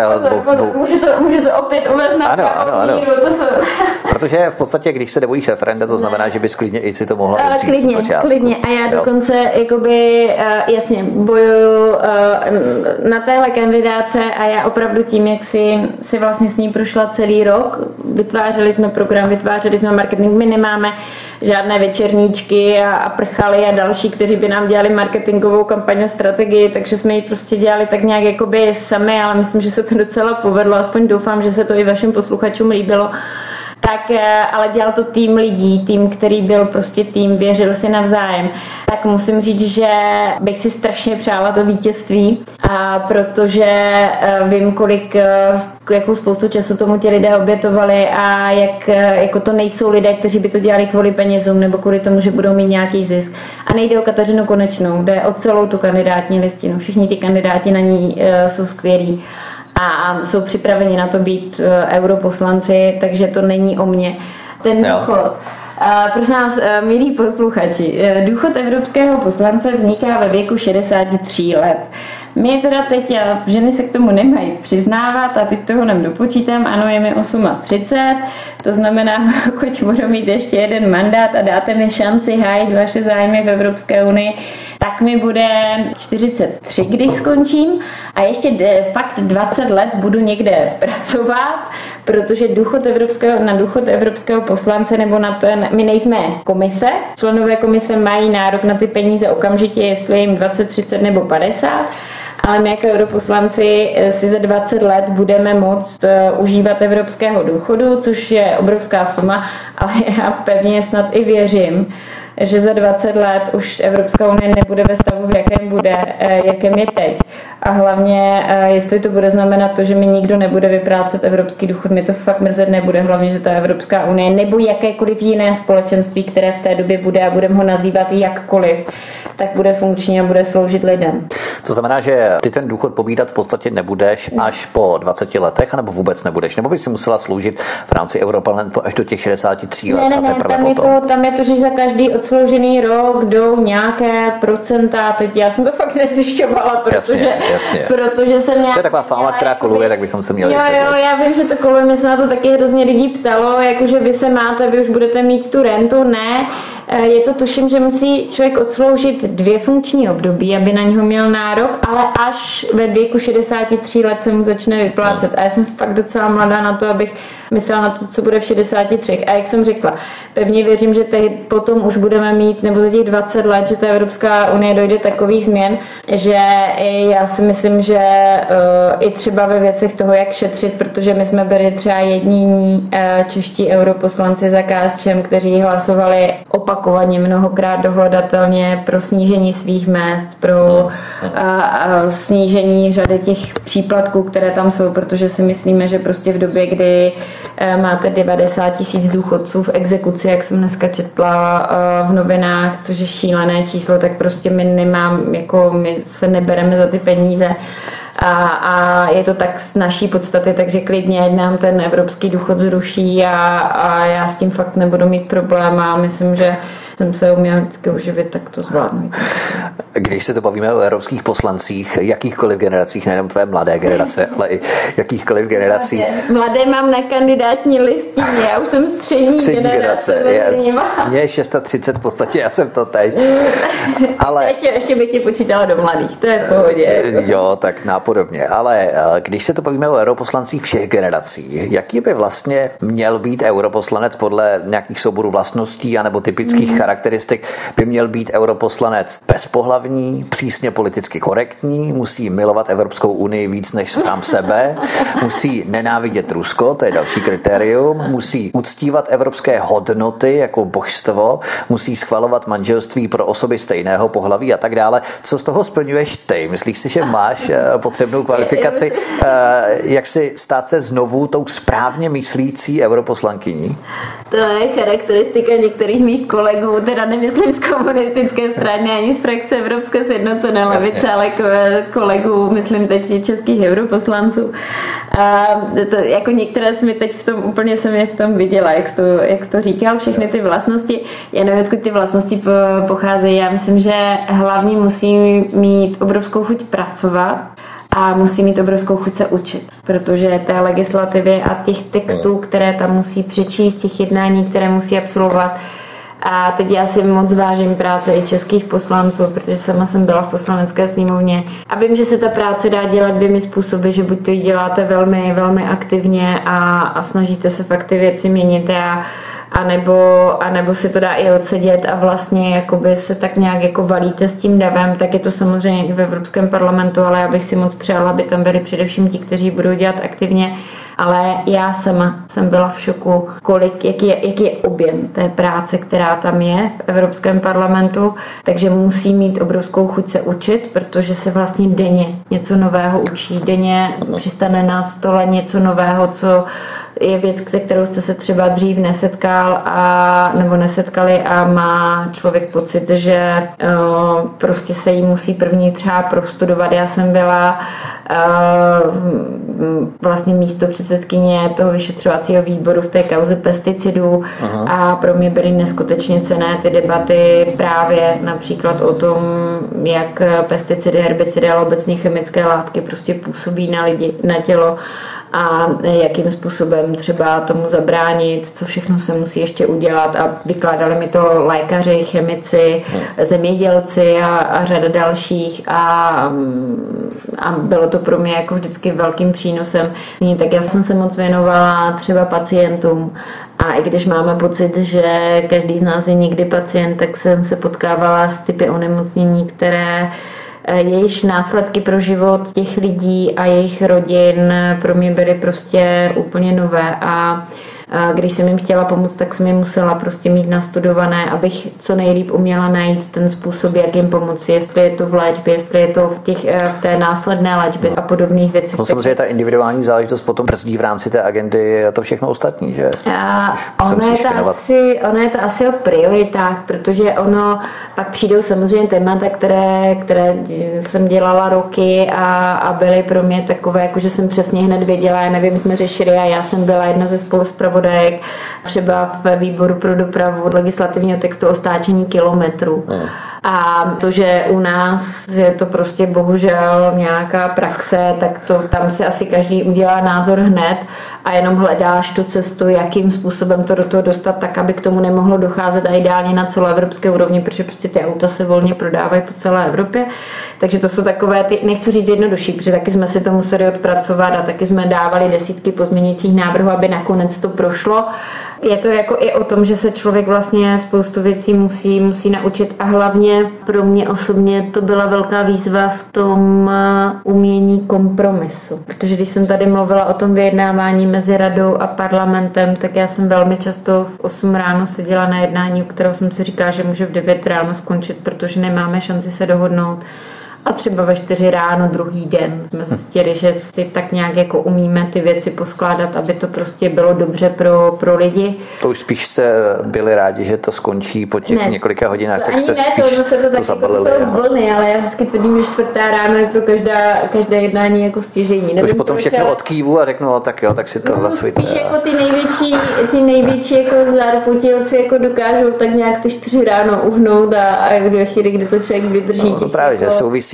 Může to opět uvést na ano. Protože v podstatě, když se nebojíš referenda, to znamená, že bys klidně i si to mohla utřít tu částku. Klidně. A já dokonce jakoby, jasně bojuju na téhle kandidáce a já opravdu tím, jak si vlastně s ní prošla celý rok, vytvářeli jsme program, vytvářeli jsme marketing, my nemáme žádné večerníčky a prchaly a další, kteří by nám dělali marketingovou kampaň a strategii, takže jsme ji prostě dělali tak nějak jakoby sami, ale myslím, že se to docela povedlo, aspoň doufám, že se to i vašim posluchačům líbilo. Tak, ale dělal to tým lidí, tým, který byl prostě tým, věřil si navzájem. Tak musím říct, že bych si strašně přála to vítězství, protože vím, jakou spoustu času tomu ti lidé obětovali a jak jako to nejsou lidé, kteří by to dělali kvůli penězům nebo kvůli tomu, že budou mít nějaký zisk. A nejde o Kateřinu Konečnou, jde o celou tu kandidátní listinu. Všichni ti kandidáti na ní jsou skvělí. A jsou připraveni na to být europoslanci, takže to není o mně. Ten důchod. Prosím nás, milí posluchači, důchod evropského poslance vzniká ve věku 63 let. My teda teď, ženy se k tomu nemají přiznávat a teď toho nem dopočítám, ano, je mi 38, to znamená, pokud budu mít ještě jeden mandát a dáte mi šanci hájit vaše zájmy v Evropské unii, tak mi bude 43, když skončím a ještě fakt 20 let budu někde pracovat, protože na důchod evropského poslance nebo na ten, my nejsme komise, členové komise mají nárok na ty peníze okamžitě, jestli jim 20, 30 nebo 50, ale my jako europoslanci si za 20 let budeme moct užívat evropského důchodu, což je obrovská suma, ale já pevně snad i věřím, že za 20 let už Evropská unie nebude ve stavu, v jakém je teď. A hlavně, jestli to bude znamenat to, že mi nikdo nebude vyplácet evropský důchod, mi to fakt mrzet nebude, hlavně, že ta Evropská unie nebo jakékoliv jiné společenství, které v té době bude a budeme ho nazývat jakkoliv, tak bude funkční a bude sloužit lidem. To znamená, že ty ten důchod pobírat v podstatě nebudeš až po 20 letech, anebo vůbec nebudeš, nebo bys si musela sloužit v rámci Europarlamentu až do těch 63 let a teprve potom. Tam je to, že za každý odsloužený rok jdou nějaké procenta, teď já jsem to fakt nezjišťovala, protože jsem nějak... To je taková fáma, která koluje, tak bychom se měli Jo, já vím, že to koluje, mě se na to taky hrozně lidí ptalo, jakože vy už budete mít tu rentu, ne. Je to tuším, že musí člověk odsloužit 2 funkční období, aby na něho měl nárok, ale až ve věku 63 let se mu začne vyplácet. A já jsem fakt docela mladá na to, abych myslela na to, co bude v 63. A jak jsem řekla, pevně věřím, že potom už budeme mít, nebo za těch 20 let, že ta Evropská unie dojde takových změn, že já si myslím, že i třeba ve věcech toho, jak šetřit, protože my jsme byli třeba jediní čeští europoslanci za KSČM, kteří hlasovali opakovaně mnohokrát dohledatelně pro snížení svých mezd, pro snížení řady těch příplatků, které tam jsou, protože si myslíme, že prostě v době, kdy máte 90 000 důchodců v exekuci, jak jsem dneska četla v novinách, což je šílené číslo, tak prostě my se nebereme za ty peníze. A je to tak z naší podstaty, takže klidně nám ten evropský důchod zruší a já s tím fakt nebudu mít problém a myslím, že jsem se uměla vždycky uživit, tak to zvládnu. Když se to bavíme o evropských poslancích, jakýchkoliv generacích, nejenom tvé mladé generace, ale i jakýchkoliv generací. Mladé mám na kandidátní listině, já už jsem střední generace. Mně je 630 v podstatě, já jsem to teď. Ale... Ještě bych tě počítala do mladých, to je v pohodě. Jo, tak nápodobně. Ale když se to bavíme o europoslancích všech generací, jaký by vlastně měl být europoslanec podle nějakých souborů vlastností anebo typických charakterů charakteristik by měl být europoslanec bezpohlavní, přísně politicky korektní, musí milovat Evropskou unii víc než sám sebe, musí nenávidět Rusko, to je další kritérium, musí uctívat evropské hodnoty jako božstvo, musí schvalovat manželství pro osoby stejného pohlaví a tak dále. Co z toho splňuješ ty? Myslíš si, že máš potřebnou kvalifikaci, jak si stát se znovu tou správně myslící europoslankyní? To je charakteristika některých mých kolegů, teda nemyslím z komunistické strany ani z frakce Evropské sjednocené levice, ale kolegů, myslím teď českých europoslanců. A to, jako některé jsme teď v tom, úplně jsem je v tom viděla, jak to říkal, všechny ty vlastnosti. Já nevím, odkud ty vlastnosti pocházejí. Já myslím, že hlavně musí mít obrovskou chuť pracovat a musí mít obrovskou chuť se učit, protože té legislativy a těch textů, které tam musí přečíst, těch jednání, které musí absolvovat. A teď já si moc vážím práce i českých poslanců, protože sama jsem byla v poslanecké sněmovně. A vím, že se ta práce dá dělat dvěmi způsoby, že buď to děláte velmi, velmi aktivně a snažíte se fakt ty věci měnit a nebo si to dá i odsedět a vlastně jakoby se tak nějak jako valíte s tím davem, tak je to samozřejmě i v Evropském parlamentu, ale já bych si moc přála, aby tam byli především ti, kteří budou dělat aktivně. Ale já sama jsem byla v šoku, jaký je objem té práce, která tam je v Evropském parlamentu, takže musí mít obrovskou chuť se učit, protože se vlastně denně něco nového učí, denně přistane na stole něco nového, co je věc, se kterou jste se třeba dřív nebo nesetkali a má člověk pocit, že prostě se jí musí první třeba prostudovat. Já jsem byla vlastně místopředsedkyně toho vyšetřovacího výboru v té kauze pesticidů. Aha. A pro mě byly neskutečně cenné ty debaty právě například o tom, jak pesticidy, herbicidy, ale obecně chemické látky prostě působí na lidi, na tělo a jakým způsobem třeba tomu zabránit, co všechno se musí ještě udělat a vykládali mi to lékaři, chemici, zemědělci a řada dalších a bylo to pro mě jako vždycky velkým přínosem. Tak já jsem se moc věnovala třeba pacientům a i když máme pocit, že každý z nás je někdy pacient, tak jsem se potkávala s typy onemocnění, které jejichž následky pro život těch lidí a jejich rodin pro mě byly prostě úplně nové a když jsem jim chtěla pomoct, tak jsem jim musela prostě mít nastudované, abych co nejlíp uměla najít ten způsob, jak jim pomoci, jestli je to v léčbě, jestli je to v té následné léčbě a podobných věcí. No, samozřejmě ta individuální záležitost potom brzdí v rámci té agendy a to všechno ostatní, že? Ono je to asi o prioritách, protože ono pak přijdou samozřejmě témata, které jsem dělala roky a byly pro mě takové, jako že jsem přesně hned věděla, já nevím, jsme řešili a já jsem byla jedna ze spoluzpravodajů třeba ve výboru pro dopravu od legislativního textu o stáčení kilometrů. A to, že u nás je to prostě bohužel nějaká praxe, tak to tam si asi každý udělá názor hned a jenom hledáš tu cestu, jakým způsobem to do toho dostat tak, aby k tomu nemohlo docházet a ideálně na celoevropské úrovni, protože prostě ty auta se volně prodávají po celé Evropě. Takže to jsou takové, nechci říct jednodušší, protože taky jsme si to museli odpracovat a taky jsme dávali desítky pozměňujících návrhů, aby nakonec to prošlo. Je to jako i o tom, že se člověk vlastně spoustu věcí musí naučit a hlavně pro mě osobně to byla velká výzva v tom umění kompromisu. Protože když jsem tady mluvila o tom vyjednávání mezi radou a parlamentem, tak já jsem velmi často v 8 ráno seděla na jednání, u kterého jsem si říkala, že může v 9 ráno skončit, protože nemáme šanci se dohodnout. A třeba ve 4 ráno druhý den jsme zjistili, že si tak nějak jako umíme ty věci poskládat, aby to prostě bylo dobře pro lidi. To už spíš jste byli rádi, že to skončí po těch několika hodinách, tak jste spíš to zabalili. To jsou vlny, ale já vždycky tvrdím, že 4. ráno je pro každé jednání jako stěžení. Už potom všechno odkývu a řeknu, tak jo, tak si to hlasujte. Spíš jako ty největší jako zarputilci jako dokážou tak nějak ty 4 ráno uhnout a v chvíli, kdy to člověk vydrží. No, právě, že souvisí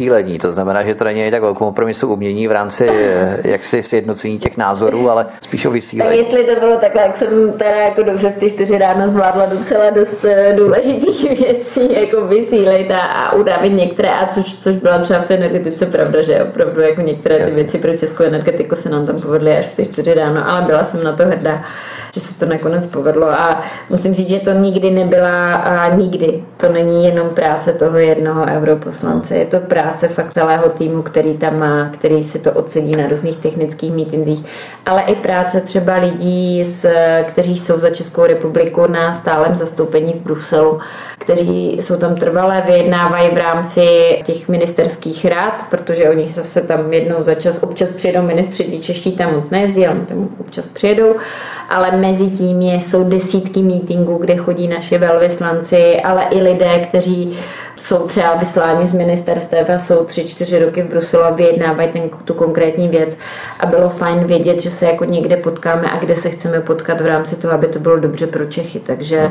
vysílení. To znamená, že to není tak o kompromisu umění v rámci jaksi sjednocení těch názorů, ale spíš o vysílení. Tak jestli to bylo takhle, jak jsem teda jako dobře v těch 4 ráno zvládla docela dost důležitých věcí, jako vysílit a udávit některé, a což byla třeba v té energetice pravda, že opravdu jako některé ty věci pro českou energetiku se nám tam povedly až v těch 4 ráno, ale byla jsem na to hrdá, že se to nakonec povedlo, a musím říct, že to nikdy nebyla a nikdy. To není jenom práce toho jednoho europoslance, je to práce fakt celého týmu, který tam má, který si to ocení na různých technických mítincích, ale i práce třeba lidí, kteří jsou za Českou republiku na stálem zastoupení v Bruselu, kteří jsou tam trvalé, vyjednávají v rámci těch ministerských rad, protože oni zase tam jednou za čas, občas přijedou ministři, ti čeští tam moc nejezdí, ale tam občas přijedou, ale mezi tím jsou desítky meetingů, kde chodí naši velvyslanci, ale i lidé, kteří jsou třeba vysláni z ministerstev a jsou 3-4 roky v Bruselu a vyjednávají tu konkrétní věc. A bylo fajn vědět, že se jako někde potkáme a kde se chceme potkat v rámci toho, aby to bylo dobře pro Čechy. Takže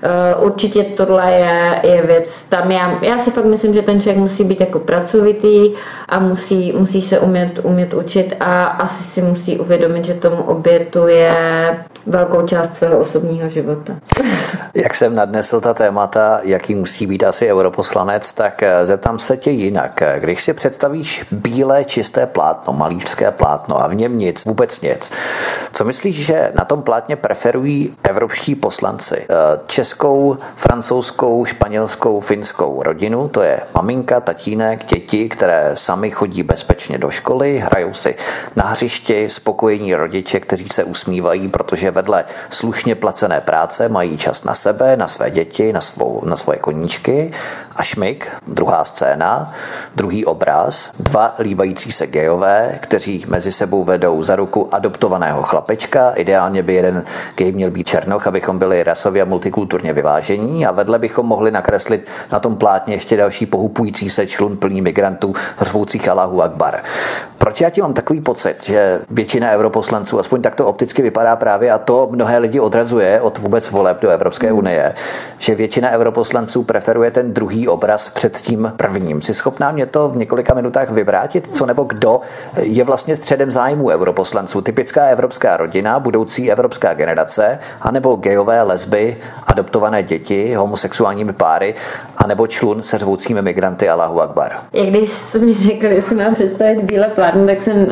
určitě tohle je věc. Tam já si fakt myslím, že ten člověk musí být jako pracovitý a musí se umět učit a asi si musí uvědomit, že tomu obětuje velkou část svého osobního života. Jak jsem nadnesl ta témata, jaký musí být asi europoslanec, tak zeptám se tě jinak. Když si představíš bílé čisté plátno, malířské plátno a v něm nic, vůbec nic, co myslíš, že na tom plátně preferují evropští poslanci? Českou, francouzskou, španělskou, finskou rodinu, to je maminka, tatínek, děti, které sami chodí bezpečně do školy, hrajou si na hřišti, spokojení rodiče, kteří se usmívají, protože vedle slušně placené práce mají čas na sebe, na své děti, na svoje koníčky. A šmik, druhá scéna, druhý obraz, 2 líbající se gejové, kteří mezi sebou vedou za ruku adoptovaného chlapečka. Ideálně by jeden gej měl být černoch, abychom byli rasově a multikulturně vyvážení, a vedle bychom mohli nakreslit na tom plátně ještě další pohupující se člun plný migrantů řvoucích Allahu Akbar. Proč já ti mám takový pocit, že většina europoslanců, aspoň tak to opticky vypadá právě, a to mnohé lidi odrazuje od vůbec voleb do Evropské unie, že většina europoslanců preferuje ten druhý obraz před tím prvním. Jsi schopná mě to v několika minutách vyvrátit, co nebo kdo je vlastně středem zájmu europoslanců? Typická evropská rodina, budoucí evropská generace, anebo gejové, lesby, adoptované děti, homosexuálními páry, anebo člun se řvoucími migranty Allahu Akbar? Jak když jsi mi řekl, že si mám představit bílé plátno, tak jsem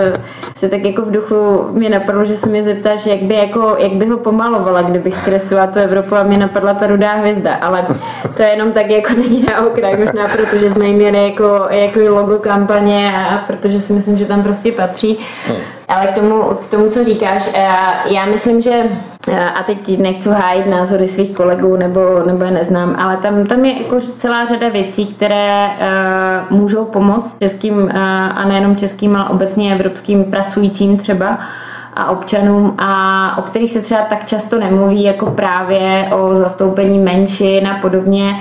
se tak jako v duchu mě napadlo, že se mě zeptáš, jak by ho pomalovala, kdybych kreslila tu Evropu, a mě napadla ta rudá hvězda, ale to je jenom tak jako teď na okraj, možná protože jsme jim měli jako logo kampaně a protože si myslím, že tam prostě patří. Ale k tomu, co říkáš, já myslím, že, a teď nechci hájit názory svých kolegů, nebo je neznám, ale tam je jako celá řada věcí, které můžou pomoct českým, a nejenom českým, ale obecně evropským pracujícím třeba a občanům, a o kterých se třeba tak často nemluví, jako právě o zastoupení menšin a podobně.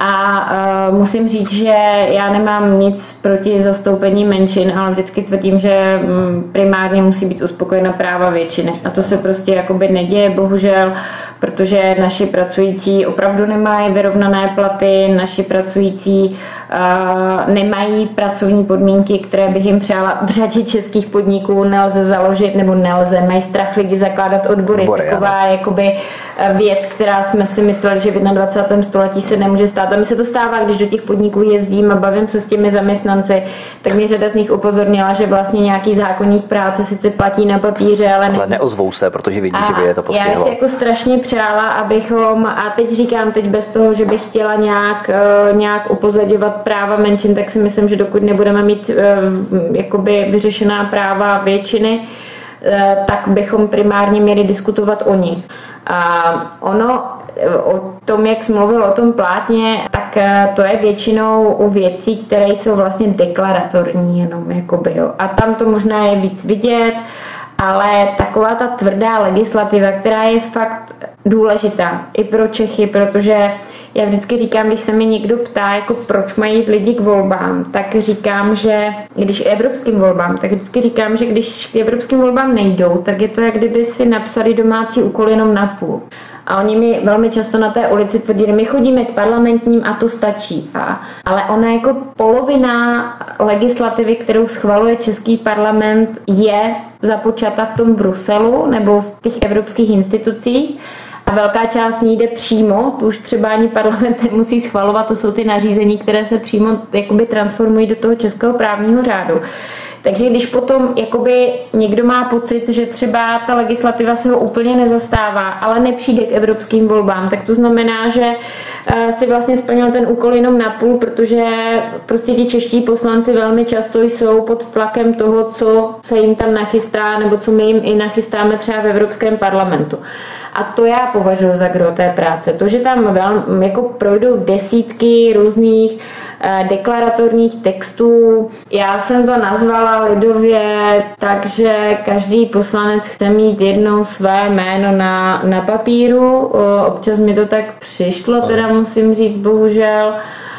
A musím říct, že já nemám nic proti zastoupení menšin, ale vždycky tvrdím, že primárně musí být uspokojena práva většiny. A to se prostě jakoby neděje, bohužel, protože naši pracující opravdu nemají vyrovnané platy, naši pracující nemají pracovní podmínky, které bych jim přála. V řadě českých podniků nelze založit, nebo mají strach lidi zakládat odbory. Taková jakoby věc, která jsme si mysleli, že v 21. století se nemůže stát. A mi se to stává, když do těch podniků jezdím a bavím se s těmi zaměstnanci, tak mě řada z nich upozornila, že vlastně nějaký zákoník práce sice platí na papíře, ale neozvou se, protože vidí, že by je to postihlo. Já si jako strašně přála, abychom, a teď říkám bez toho, že bych chtěla nějak upozorňovat práva menšin, tak si myslím, že dokud nebudeme mít jakoby vyřešená práva většiny, tak bychom primárně měli diskutovat o nich. A o tom, jak jsi mluvil o tom plátně, tak to je většinou u věcí, které jsou vlastně deklaratorní jenom, jakoby, jo. A tam to možná je víc vidět, ale taková ta tvrdá legislativa, která je fakt důležitá i pro Čechy, protože já vždycky říkám, když se mi někdo ptá, jako proč mají jít lidi k volbám, tak říkám, že když evropským volbám, tak vždycky říkám, že když k evropským volbám nejdou, tak je to, jak kdyby si napsali domácí úkol jenom na půl. A oni mi velmi často na té ulici tvrdili, my chodíme k parlamentním a to stačí. Ale ona jako polovina legislativy, kterou schvaluje český parlament, je započata v tom Bruselu nebo v těch evropských institucích. A velká část ní jde přímo, to už třeba ani parlament nemusí schvalovat, to jsou ty nařízení, které se přímo jakoby transformují do toho českého právního řádu. Takže když potom jakoby někdo má pocit, že třeba ta legislativa se ho úplně nezastává, ale nepřijde k evropským volbám, tak to znamená, že si vlastně splnil ten úkol jenom na půl, protože prostě ti čeští poslanci velmi často jsou pod tlakem toho, co se jim tam nachystá, nebo co my jim i nachystáme třeba v Evropském parlamentu. A to já považuji za gro té práce. To, že tam jako projdou desítky různých deklaratorních textů. Já jsem to nazvala lidově, takže každý poslanec chce mít jednou své jméno na papíru. Občas mi to tak přišlo, teda musím říct, bohužel.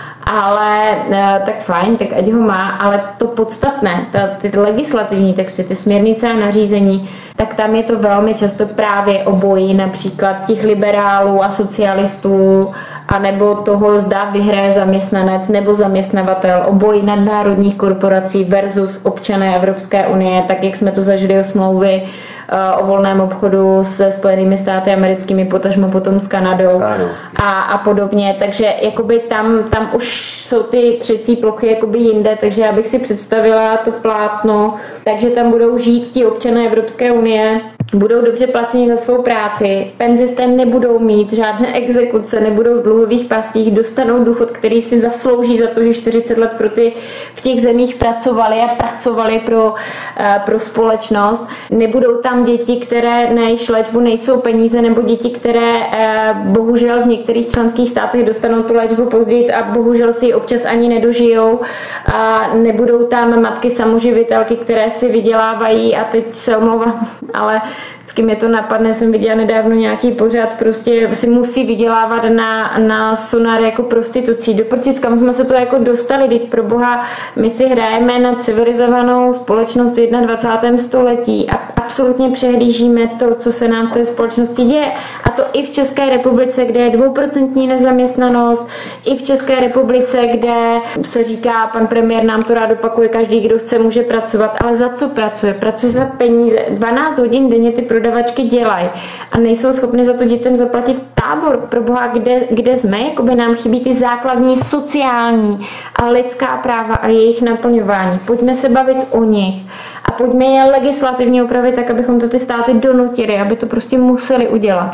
Ale tak fajn, tak ať ho má, ale to podstatné, ty legislativní texty, ty směrnice a nařízení, tak tam je to velmi často právě o boji například těch liberálů a socialistů, anebo toho, zda vyhraje zaměstnanec nebo zaměstnavatel, o boji nadnárodních korporací versus občané Evropské unie, tak jak jsme to zažili o smlouvy o volném obchodu se Spojenými státy americkými, potažmo potom s Kanadou a podobně. Takže jakoby tam už jsou ty třecí plochy jakoby jinde, takže já bych si představila to plátno, takže tam budou žít ti občané Evropské unie, budou dobře placeni za svou práci, penzisté nebudou mít žádné exekuce, nebudou v dluhových pastích, dostanou důchod, který si zaslouží za to, že 40 let v těch zemích pracovali pro společnost. Nebudou tam děti, které na jejich léčbu nejsou peníze, nebo děti, které bohužel v některých členských státech dostanou tu léčbu později a bohužel si ji občas ani nedožijou. Nebudou tam matky samoživitelky, které si vydělávají, a teď se omlouvám, ale vždycky mě to napadne, jsem viděla nedávno nějaký pořad, prostě si musí vydělávat na sonar jako prostitucí. Do prčic, kam jsme se to jako dostali, teď pro boha, my si hrajeme na civilizovanou společnost v 21. století a absolutně přehlížíme to, co se nám v té společnosti děje. A to i v České republice, kde je 2% nezaměstnanost, i v České republice, kde se říká, pan premiér nám to rád opakuje, každý, kdo chce, může pracovat, ale za co pracuje? Pracuje za peníze. 12 hodin denně ty prodavačky dělají a nejsou schopny za to dětem zaplatit tábor. Pro boha, kde jsme? Jakoby nám chybí ty základní sociální a lidská práva a jejich naplňování. Pojďme se bavit o nich a pojďme je legislativně upravit tak, abychom to ty státy donutili, aby to prostě museli udělat.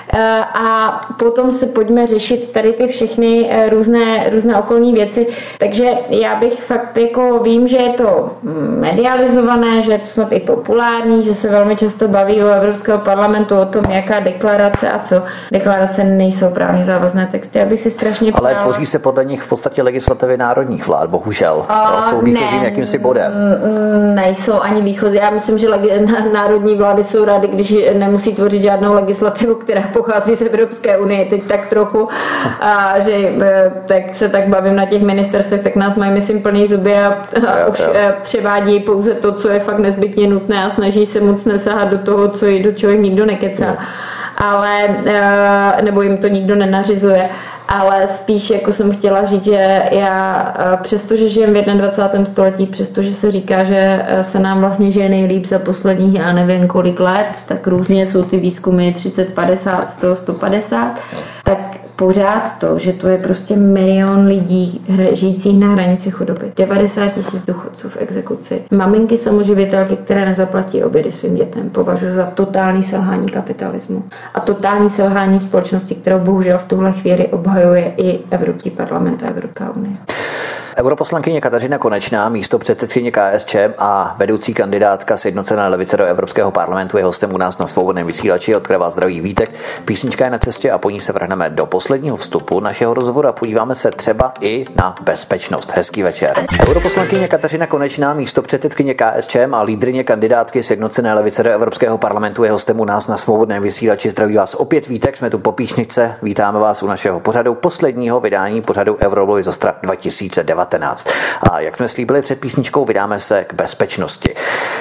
A potom se pojďme řešit tady ty všechny různé okolní věci. Takže já bych fakt jako vím, že je to medializované, že je to snad i populární, že se velmi často baví o Evropského parlamentu o tom, jaká deklarace a co. Deklarace nejsou právně závazné texty, aby si strašně přála. Ale tvoří se podle nich v podstatě legislativy národních vlád, bohužel. Jsou výchozím jakýmsi bodem. Nejsou ani výchozí. Já myslím, že národní vlády jsou rády, když nemusí tvořit žádnou legislativu, která pochází z Evropské unie teď tak trochu, a že tak se tak bavím na těch ministerstvech, tak nás mají, myslím, plný zuby a už převádí pouze to, co je fakt nezbytně nutné a snaží se moc nesahat do toho, do čeho jim nikdo nekecá. Ale, nebo jim to nikdo nenařizuje. Ale spíš jako jsem chtěla říct, že já přestože žijem v 21. století, přestože se říká, že se nám vlastně žije nejlíp za posledních, já nevím kolik let, tak různě jsou ty výzkumy 30, 50, 100, 150, tak pořád to, že to je prostě milion lidí žijících na hranici chudoby, 90 000 důchodců v exekuci, maminky samoživitelky, které nezaplatí obědy svým dětem, považuji za totální selhání kapitalismu a totální selhání společnosti, kterou bohužel v tuhle chvíli obhajuje i Evropský parlament a Evropská unie. Europoslankyně Kateřina Konečná, místopředsedkyně KSČM a vedoucí kandidátka Sjednocené levice do Evropského parlamentu, je hostem u nás na Svobodném vysílači, od které vás zdraví Vítek. Písnička je na cestě a po ní se vrhneme do posledního vstupu našeho rozhovoru a podíváme se třeba i na bezpečnost. Hezký večer. Europoslankyně Kateřina Konečná, místopředsedkyně KSČM a lídryně kandidátky Sjednocené levice do Evropského parlamentu, je hostem u nás na Svobodném vysílači. Zdraví vás opět Vítek, jsme tu po píšničce. Vítáme vás u našeho pořadu, posledního vydání pořadu Eurovolby Zostra 2019. COVID-19. A jak jsme slíbili před písničkou, vydáme se k bezpečnosti.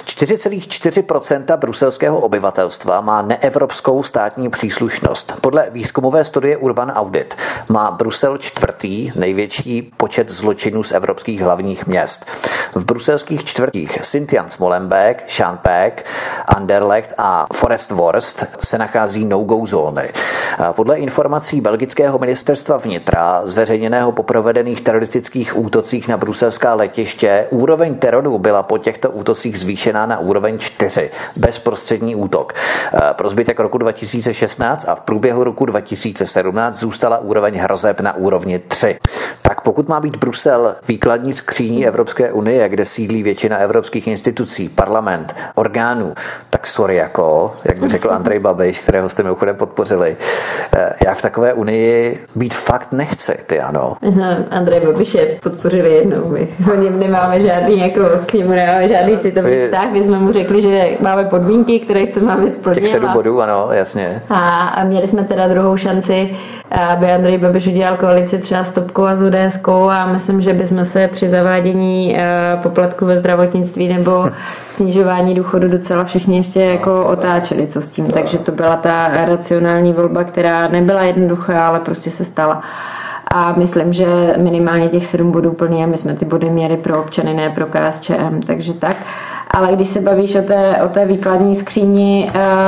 4,4% bruselského obyvatelstva má neevropskou státní příslušnost. Podle výzkumové studie Urban Audit má Brusel čtvrtý největší počet zločinů z evropských hlavních měst. V bruselských čtvrtích Sint-Jans-Molenbeek, Schalkwijk, Anderlecht a Forest Worst se nachází no-go zóny. Podle informací belgického ministerstva vnitra, zveřejněného po provedených teroristických útocích na bruselská letiště, úroveň teroru byla po těchto útocích zvýšená na úroveň 4, bezprostřední útok. Pro zbytek roku 2016 a v průběhu roku 2017 zůstala úroveň hrozeb na úrovni 3. Tak pokud má být Brusel výkladní skříní Evropské unie, kde sídlí většina evropských institucí, parlament, orgánů, tak sorry jak by řekl Andrej Babiš, kterého jste mimochodem podpořili, já v takové unii být fakt nechci, ty ano. My jsme Andrej Babiše podpořili jednou, my o něm nemáme žádný, k němu nemáme žádný citový vztah, my jsme mu řekli, že máme podmínky, které chceme, aby splnil. Těch 7 bodů, ano, jasně. A měli jsme teda druhou šanci, aby Andrej Babiš udělal koalici třeba s Topkou a s ODSkou a myslím, že bychom se při zavádění poplatku ve zdravotnictví nebo snižování důchodu docela všichni ještě jako otáčeli, co s tím. Takže to byla ta racionální volba, která nebyla jednoduchá, ale prostě se stala. A myslím, že minimálně těch 7 bodů plně, my jsme ty body měli pro občany, ne pro KSČM, takže tak. Ale když se bavíš o té výkladní skříni,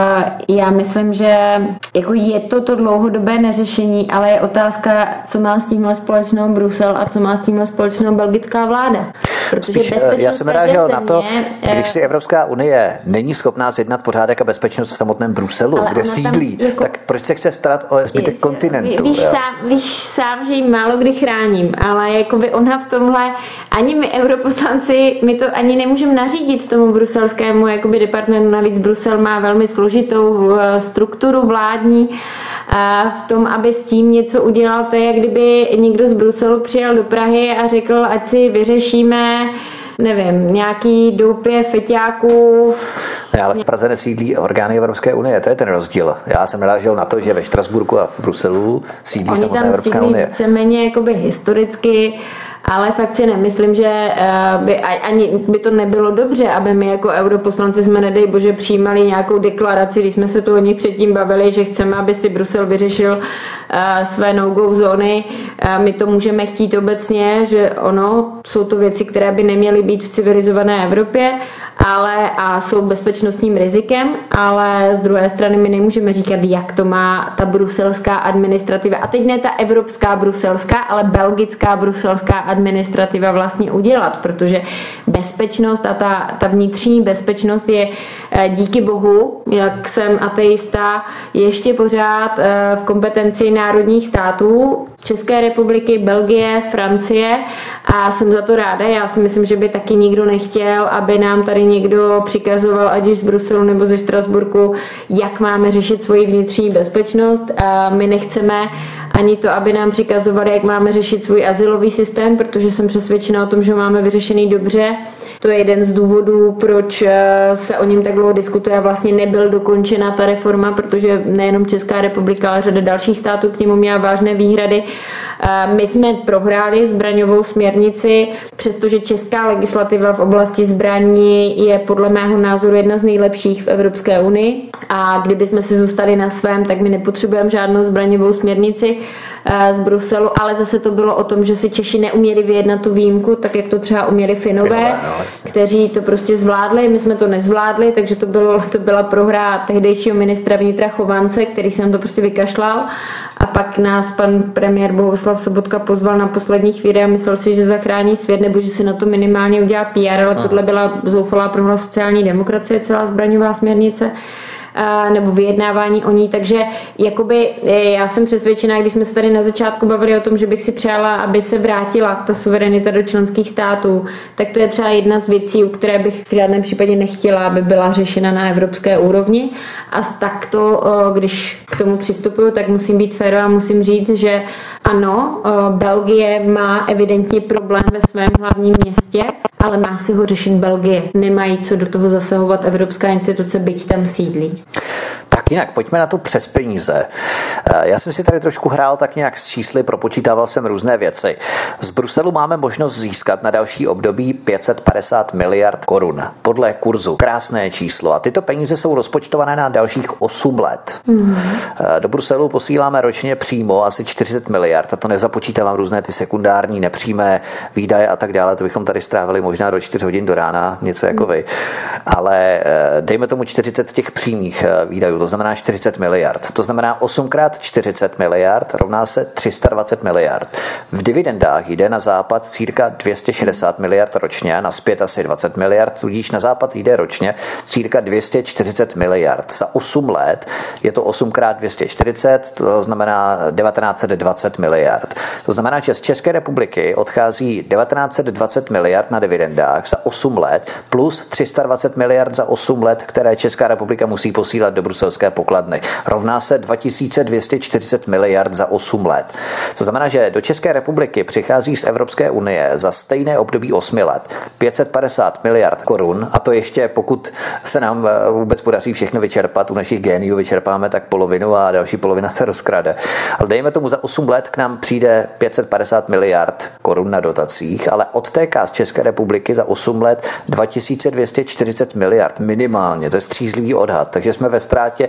já myslím, že jako je to dlouhodobé neřešení, ale je otázka, co má s tímhle společnou Brusel a co má s tímhle společnou belgická vláda. Spíš, já jsem narážel na to, když si Evropská unie není schopná zjednat pořádek a bezpečnost v samotném Bruselu, kde sídlí, tak proč se chce starat o zbytek kontinentu? Víš sám, že ji málo kdy chráním, ale jakoby ona v tomhle, ani my europoslanci, my to ani nemůžeme nařídit tomu bruselskému jakoby departmentu. Navíc Brusel má velmi složitou strukturu vládní v tom, aby s tím něco udělal. To je, jak kdyby někdo z Bruselu přijel do Prahy a řekl, ať si vyřešíme nevím, nějaký doupě feťáků. Ne, ale v Praze nesídlí orgány Evropské unie, to je ten rozdíl. Já jsem narážel na to, že ve Štrasburku a v Bruselu sídlí samotná Evropská unie. Víceméně jakoby historicky, ale fakt si nemyslím, že ani by to nebylo dobře, aby my jako europoslanci jsme, nedej bože, přijímali nějakou deklaraci, když jsme se tu o nich předtím bavili, že chceme, aby si Brusel vyřešil své no-go zóny. My to můžeme chtít obecně, že jsou to věci, které by neměly být v civilizované Evropě, a jsou bezpečnostním rizikem, ale z druhé strany my nemůžeme říkat, jak to má ta bruselská administrativa. A teď ne ta evropská bruselská, ale belgická bruselská administrativa vlastně udělat, protože bezpečnost a ta vnitřní bezpečnost je díky bohu, jak jsem ateista, ještě pořád v kompetenci národních států České republiky, Belgie, Francie a jsem za to ráda. Já si myslím, že by taky nikdo nechtěl, aby nám tady někdo přikazoval, ať už z Bruselu nebo ze Štrasburku, jak máme řešit svoji vnitřní bezpečnost. A my nechceme ani to, aby nám přikazovali, jak máme řešit svůj azylový systém, protože jsem přesvědčena o tom, že máme vyřešený dobře. To je jeden z důvodů, proč se o něm tak dlouho diskutuje a vlastně nebyl dokončena ta reforma, protože nejenom Česká republika, ale řada dalších států k němu měla vážné výhrady. My jsme prohráli zbraňovou směrnici, přestože česká legislativa v oblasti zbraní je podle mého názoru jedna z nejlepších v Evropské unii a kdyby jsme si zůstali na svém, tak my nepotřebujeme žádnou zbraňovou směrnici z Bruselu, ale zase to bylo o tom, že si Češi neuměli vyjednat tu výjimku, tak jak to třeba uměli Finové, kteří to prostě zvládli, my jsme to nezvládli, takže to byla prohra tehdejšího ministra vnitra Chovance, který se nám to prostě vykašlal. A pak nás pan premiér Bohuslav Sobotka pozval na poslední chvíli a myslel si, že zachrání svět nebo že si na to minimálně udělá PR, ale tohle byla zoufalá prohra sociální demokracie, celá zbraňová směrnice nebo vyjednávání o ní, takže jakoby já jsem přesvědčená, když jsme se tady na začátku bavili o tom, že bych si přála, aby se vrátila ta suverenita do členských států, tak to je třeba jedna z věcí, u které bych v žádném případě nechtěla, aby byla řešena na evropské úrovni a takto, když k tomu přistupuju, tak musím být férová a musím říct, že ano, Belgie má evidentně problém ve svém hlavním městě ale má si ho řešit Belgie. Nemají co do toho zasahovat evropská instituce, byť tam sídlí. Tak jinak, pojďme na to přes peníze. Já jsem si tady trošku hrál tak nějak s čísly, propočítával jsem různé věci. Z Bruselu máme možnost získat na další období 550 miliard korun. Podle kurzu. Krásné číslo. A tyto peníze jsou rozpočtované na dalších 8 let. Do Bruselu posíláme ročně přímo asi 40 miliard. A to nezapočítávám různé ty sekundární, nepřímé výdaje a tak dále. To bychom tady strávili možná do 4 hodin do rána, něco jako vy. Ale dejme tomu 40 těch přímých výdajů. To znamená 40 miliard. To znamená 8x 40 miliard rovná se 320 miliard. V dividendách jde na západ cirka 260 miliard ročně, na zpět asi 20 miliard, tudíž na západ jde ročně cirka 240 miliard. Za 8 let je to 8x 240, to znamená 1920 miliard. To znamená, že z České republiky odchází 1920 miliard na dividendách za 8 let plus 320 miliard za 8 let, které Česká republika musí posílat do bruselské pokladny. Rovná se 2240 miliard za 8 let. To znamená, že do České republiky přichází z Evropské unie za stejné období 8 let 550 miliard korun, a to ještě pokud se nám vůbec podaří všechno vyčerpat, u našich géniů vyčerpáme tak polovinu a další polovina se rozkrade. Ale dejme tomu, za 8 let k nám přijde 550 miliard korun na dotacích, ale odtéká z České republiky za 8 let 2240 miliard minimálně. To je střízlivý odhad, takže jsme ve ztrátě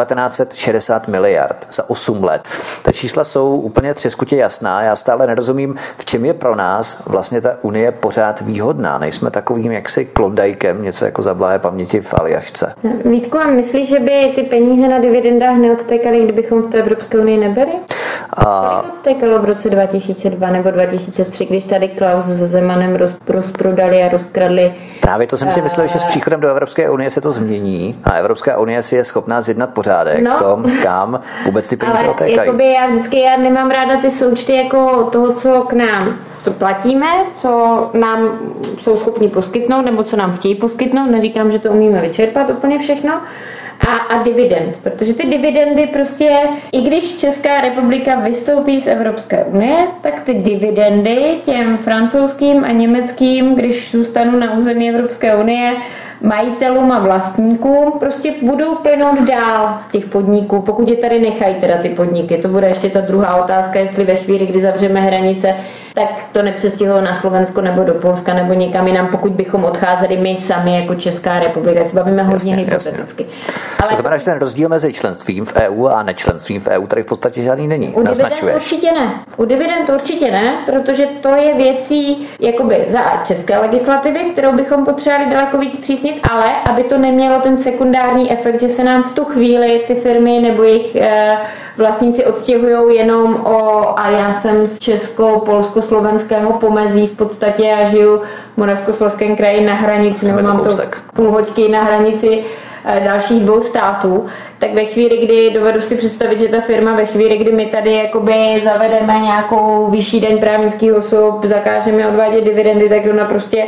1960 miliard za 8 let. Ta čísla jsou úplně třeskutě jasná. Já stále nerozumím, v čem je pro nás vlastně ta unie pořád výhodná. Nejsme takovým jaksi klondajkem, něco jako za blahé paměti v Aljašce. Vítku, a myslíš, že by ty peníze na dividendách neodtékaly, kdybychom v té Evropské unii nebyli? Kolik odtékalo v roce 2002 nebo 2003, když tady Klaus s Zemanem rozprodali a rozkradli? Právě to jsem si myslel, že s příchodem do Evropské unie se to změní a Evropská unie si je schopná zjednat pořádek v tom, kam vůbec ty peníze odtékají. Já nemám ráda ty součty jako toho, co k nám co platíme, co nám jsou schopni poskytnout nebo co nám chtějí poskytnout. Neříkám, že to umíme vyčerpat úplně všechno. A dividend, protože ty dividendy prostě, i když Česká republika vystoupí z Evropské unie, tak ty dividendy těm francouzským a německým, když zůstanou na území Evropské unie, majitelům a vlastníkům prostě budou plynout dál z těch podniků, pokud je tady nechají teda ty podniky. To bude ještě ta druhá otázka, jestli ve chvíli, kdy zavřeme hranice, tak to nepřestihlo na Slovensko nebo do Polska nebo někam jinam, pokud bychom odcházeli my sami jako Česká republika. Si bavíme hodně hypoteticky. Ale to znamená, že ten rozdíl mezi členstvím v EU a nečlenstvím v EU tady v podstatě žádný není. U dividend určitě ne. U dividend určitě ne, protože to je věcí jakoby za české legislativy, kterou bychom potřebovali daleko víc přísnit, ale aby to nemělo ten sekundární efekt, že se nám v tu chvíli ty firmy nebo jejich vlastníci odstěhují jenom a já jsem z česko-polsko-slovenského pomezí v podstatě a žiju v Moravskoslezském kraji na hranici, nebo mám to půl hoďky na hranici dalších 2 států, tak ve chvíli, kdy dovedu si představit, že ta firma ve chvíli, kdy my tady jakoby zavedeme nějakou vyšší daň právnických osob, zakážeme odvádět dividendy, tak ona prostě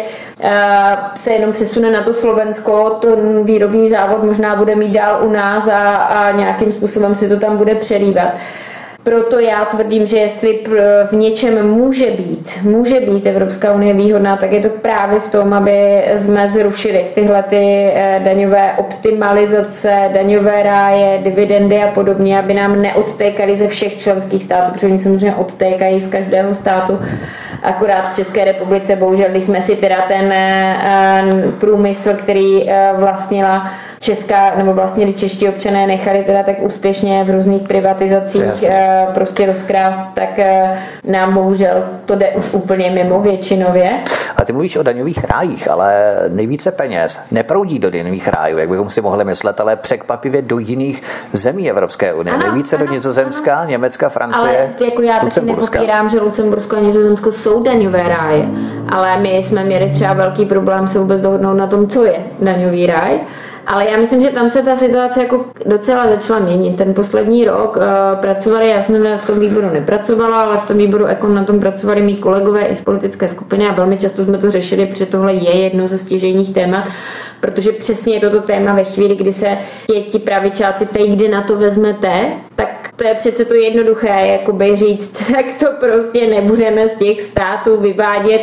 se jenom přesune na to Slovensko, ten výrobní závod možná bude mít dál u nás a nějakým způsobem si to tam bude přelívat. Proto já tvrdím, že jestli v něčem může být Evropská unie výhodná, tak je to právě v tom, aby jsme zrušili tyhle ty daňové optimalizace, daňové ráje, dividendy a podobně, aby nám neodtékaly ze všech členských států, protože oni samozřejmě odtékají z každého státu. Akorát v České republice, bohužel, když jsme si teda ten průmysl, který vlastnila česká, nebo vlastně čeští občané nechali teda tak úspěšně v různých privatizacích prostě rozkrást, tak nám bohužel to jde už úplně mimo většinově. A ty mluvíš o daňových rájích, ale nejvíce peněz neproudí do daňových rájů, jak bychom si mohli myslet, ale překvapivě do jiných zemí Evropské unie. Nejvíce do Nizozemska, Německa, Francie, ale jako já taky nepopírám, že Lucembursko a Nizozemsko jsou daňové ráje, ale my jsme měli třeba velký problém se vůbec dohodnout na tom, co je daňový ráj. Ale já myslím, že tam se ta situace jako docela začala měnit. Ten poslední rok pracovali, já jsem v tom výboru nepracovala, ale v tom výboru Ekon na tom pracovali mý kolegové i z politické skupiny a velmi často jsme to řešili, protože tohle je jedno ze stěžejních témat, protože přesně je toto téma ve chvíli, kdy se ti pravičáci ptají, kdy na to vezmete, tak To je přece to jednoduché, jakoby říct, tak to prostě nebudeme z těch států vyvádět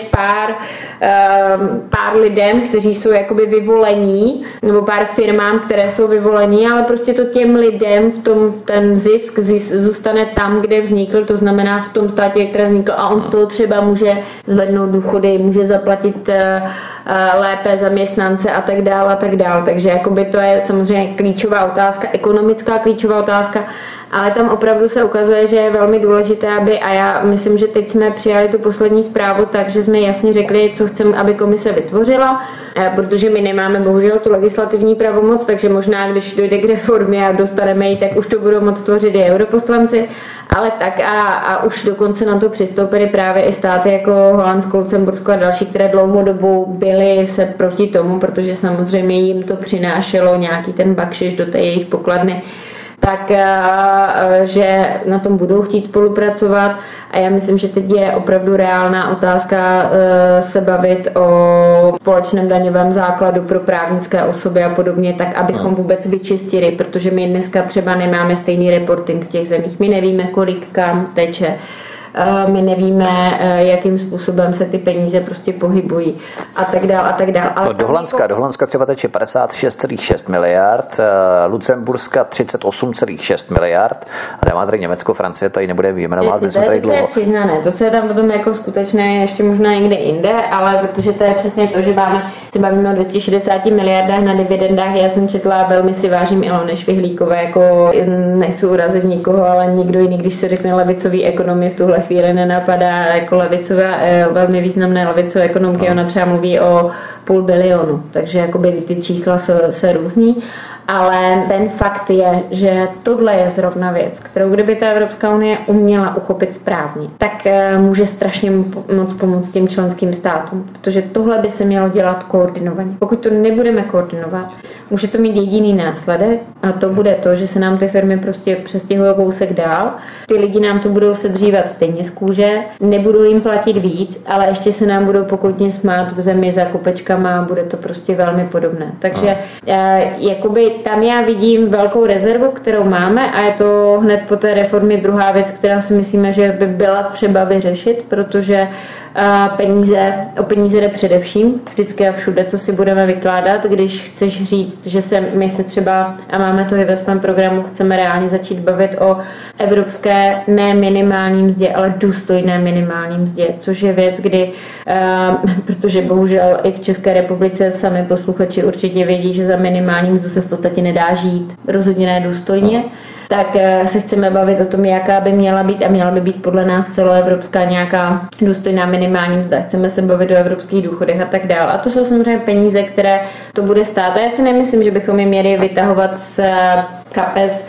pár lidem, kteří jsou jakoby vyvolení, nebo pár firmám, které jsou vyvolení, ale prostě to těm lidem ten zisk zůstane tam, kde vznikl, to znamená v tom státě, které vznikl, a on z toho třeba může zvednout důchody, může zaplatit lépe zaměstnance a tak dále. Takže jakoby to je samozřejmě klíčová otázka, ekonomická klíčová otázka, ale tam opravdu se ukazuje, že je velmi důležité, a já myslím, že teď jsme přijali tu poslední zprávu tak, že jsme jasně řekli, co chceme, aby komise vytvořila, protože my nemáme bohužel tu legislativní pravomoc, takže možná, když dojde k reformě a dostaneme ji, tak už to budou moct tvořit i europoslanci, ale tak a už dokonce na to přistoupily právě i státy jako Holandsko, Lucembursko a další, které dlouhou dobu byly se proti tomu, protože samozřejmě jim to přinášelo nějaký ten bakšiš do té jejich pokladny, tak že na tom budou chtít spolupracovat, a já myslím, že teď je opravdu reálná otázka se bavit o společném daňovém základu pro právnické osoby a podobně, tak abychom vůbec vyčistili, protože my dneska třeba nemáme stejný reporting v těch zemích, my nevíme, kolik kam teče, my nevíme, jakým způsobem se ty peníze prostě pohybují a tak dál. Ale do Holandska třeba teče 56,6 miliard, Lucemburska 38,6 miliard, a má tady Německo, Francie, tady nebude vyjmenovat, my jsme tady dlouho. To je přiznané, to, co je tam potom jako skutečné, ještě možná někde jinde, ale protože to je přesně to, že se bavíme o 260 miliardách na dividendách. Já jsem četla, velmi si vážím Ilony Švihlíkové, jako nechci urazit nikoho, ale nikdo jiný, když se řekne levicový ekonomie, v tuhle chvíli nenapadá jako velmi významné levicové ekonomky. Ona třeba mluví o 500 bilionu, takže jakoby ty čísla se různí. Ale ten fakt je, že tohle je zrovna věc, kterou kdyby ta Evropská unie uměla uchopit správně, tak může strašně moc pomoct těm členským státům, protože tohle by se mělo dělat koordinovaně. Pokud to nebudeme koordinovat, může to mít jediný následek, a to bude to, že se nám ty firmy prostě přestěhují kousek dál, ty lidi nám to budou sedřívat stejně z kůže, nebudou jim platit víc, ale ještě se nám budou pokutně smát v zemi za kopečkama a bude to prostě velmi podobné. Takže jakoby tam já vidím velkou rezervu, kterou máme, a je to hned po té reformě druhá věc, která si myslíme, že by byla třeba vyřešit, protože o peníze jde především, vždycky a všude, co si budeme vykládat, když chceš říct, že my se třeba, a máme to i ve svém programu, chceme reálně začít bavit o evropské ne minimální mzdě, ale důstojné minimální mzdě, což je věc, kdy, protože bohužel i v České republice sami posluchači určitě vědí, že za minimální mzdu se v podstatě nedá žít, rozhodně ne důstojně, tak se chceme bavit o tom, jaká by měla být, a měla by být podle nás celoevropská nějaká důstojná minimální mzda. Chceme se bavit o evropských důchodech a tak dále. A to jsou samozřejmě peníze, které to bude stát. A já si nemyslím, že bychom je měli vytahovat z kapes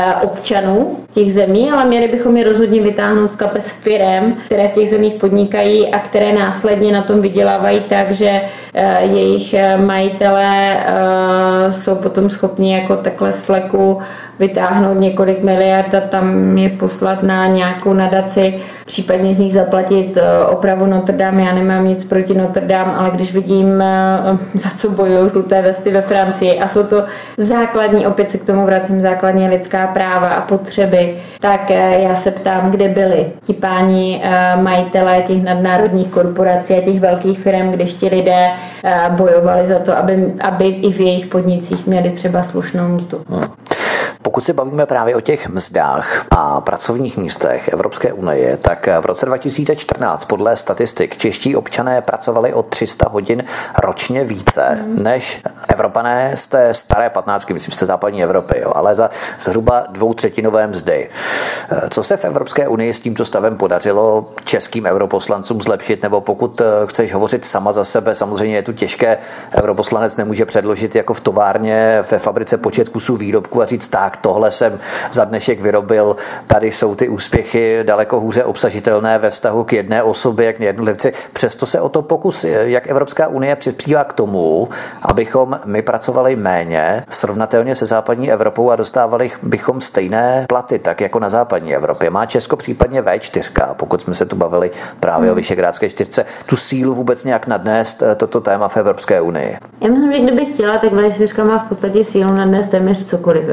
občanů těch zemí, ale měli bychom je rozhodně vytáhnout z kapes firem, které v těch zemích podnikají a které následně na tom vydělávají tak, že jejich majitelé jsou potom schopni jako takhle z fleku vytáhnout několik miliard a tam je poslat na nějakou nadaci, případně z nich zaplatit opravu Notre Dame. Já nemám nic proti Notre Dame, ale když vidím, za co bojují žluté vesty ve Francii, a jsou to základní, opět se k tomu vracím, základní lidská práva a potřeby, tak já se ptám, kde byli ti páni majitelé těch nadnárodních korporací a těch velkých firm, když ti lidé bojovali za to, aby i v jejich podnicích měli třeba slušnou mzdu. Pokud se bavíme právě o těch mzdách a pracovních místech Evropské unie, tak v roce 2014 podle statistik čeští občané pracovali o 300 hodin ročně více než Evropané z té staré 15, myslím, z té západní Evropy, jo, ale za zhruba 2/3 mzdy. Co se v Evropské unii s tímto stavem podařilo českým europoslancům zlepšit, nebo pokud chceš hovořit sama za sebe, samozřejmě je tu těžké, europoslanec nemůže předložit jako v továrně ve fabrice počet kusů výrobku a říct tak, tohle jsem za dnešek vyrobil, tady jsou ty úspěchy daleko hůře obsažitelné ve vztahu k jedné osobě, k jednotlivci. Přesto se o to pokusí, jak Evropská unie přispívá k tomu, abychom my pracovali méně srovnatelně se západní Evropou a dostávali bychom stejné platy, tak jako na západní Evropě. Má Česko případně V4, pokud jsme se tu bavili právě o Visegrádské 4, tu sílu vůbec nějak nadnést toto téma v Evropské unii? Já myslím, že kdyby chtěla, tak V4 má v podstatě sílu nadnést téměř cokoliv v Evropské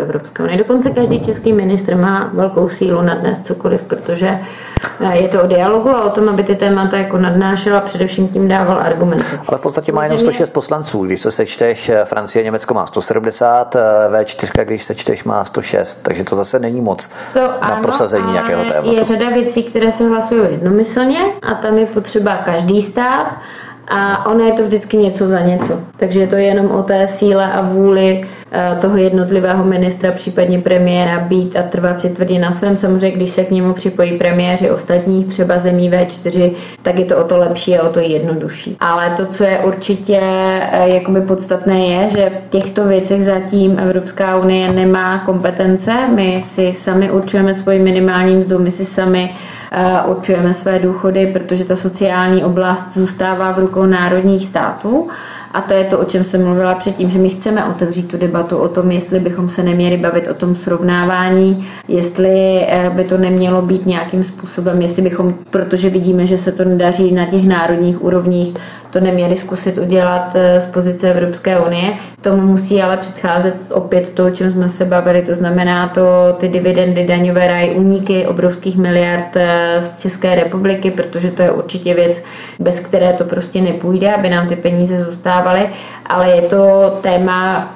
unie. Dokonce každý český ministr má velkou sílu nadnést cokoliv, protože je to o dialogu a o tom, aby ty témata jako nadnášel a především tím dával argumenty. Ale v podstatě má jenom 106 poslanců. Když se sečteš, Francie a Německo má 170, V4, když sečteš, má 106. Takže to zase není moc na prosazení nějakého tématu. Je řada věcí, které se hlasují jednomyslně a tam je potřeba každý stát a ono je to vždycky něco za něco. Takže je to jenom o té síle a vůli toho jednotlivého ministra, případně premiéra být a trvat si tvrdě na svém. Samozřejmě, když se k němu připojí premiéři ostatních, třeba zemí V4, tak je to o to lepší a o to jednodušší. Ale to, co je určitě jakoby podstatné, je, že v těchto věcech zatím Evropská unie nemá kompetence. My si sami určujeme svoji minimální mzdu, my si sami určujeme své důchody, protože ta sociální oblast zůstává v rukou národních států. A to je to, o čem jsem mluvila předtím, že my chceme otevřít tu debatu o tom, jestli bychom se neměli bavit o tom srovnávání, jestli by to nemělo být nějakým způsobem, jestli bychom, protože vidíme, že se to nedaří na těch národních úrovních, to neměli zkusit udělat z pozice Evropské unie. Tomu musí ale předcházet opět to, o čem jsme se bavili, to znamená ty dividendy, daňové ráje, úniky obrovských miliard z České republiky, protože to je určitě věc, bez které to prostě nepůjde, aby nám ty peníze zůstávaly, ale je to téma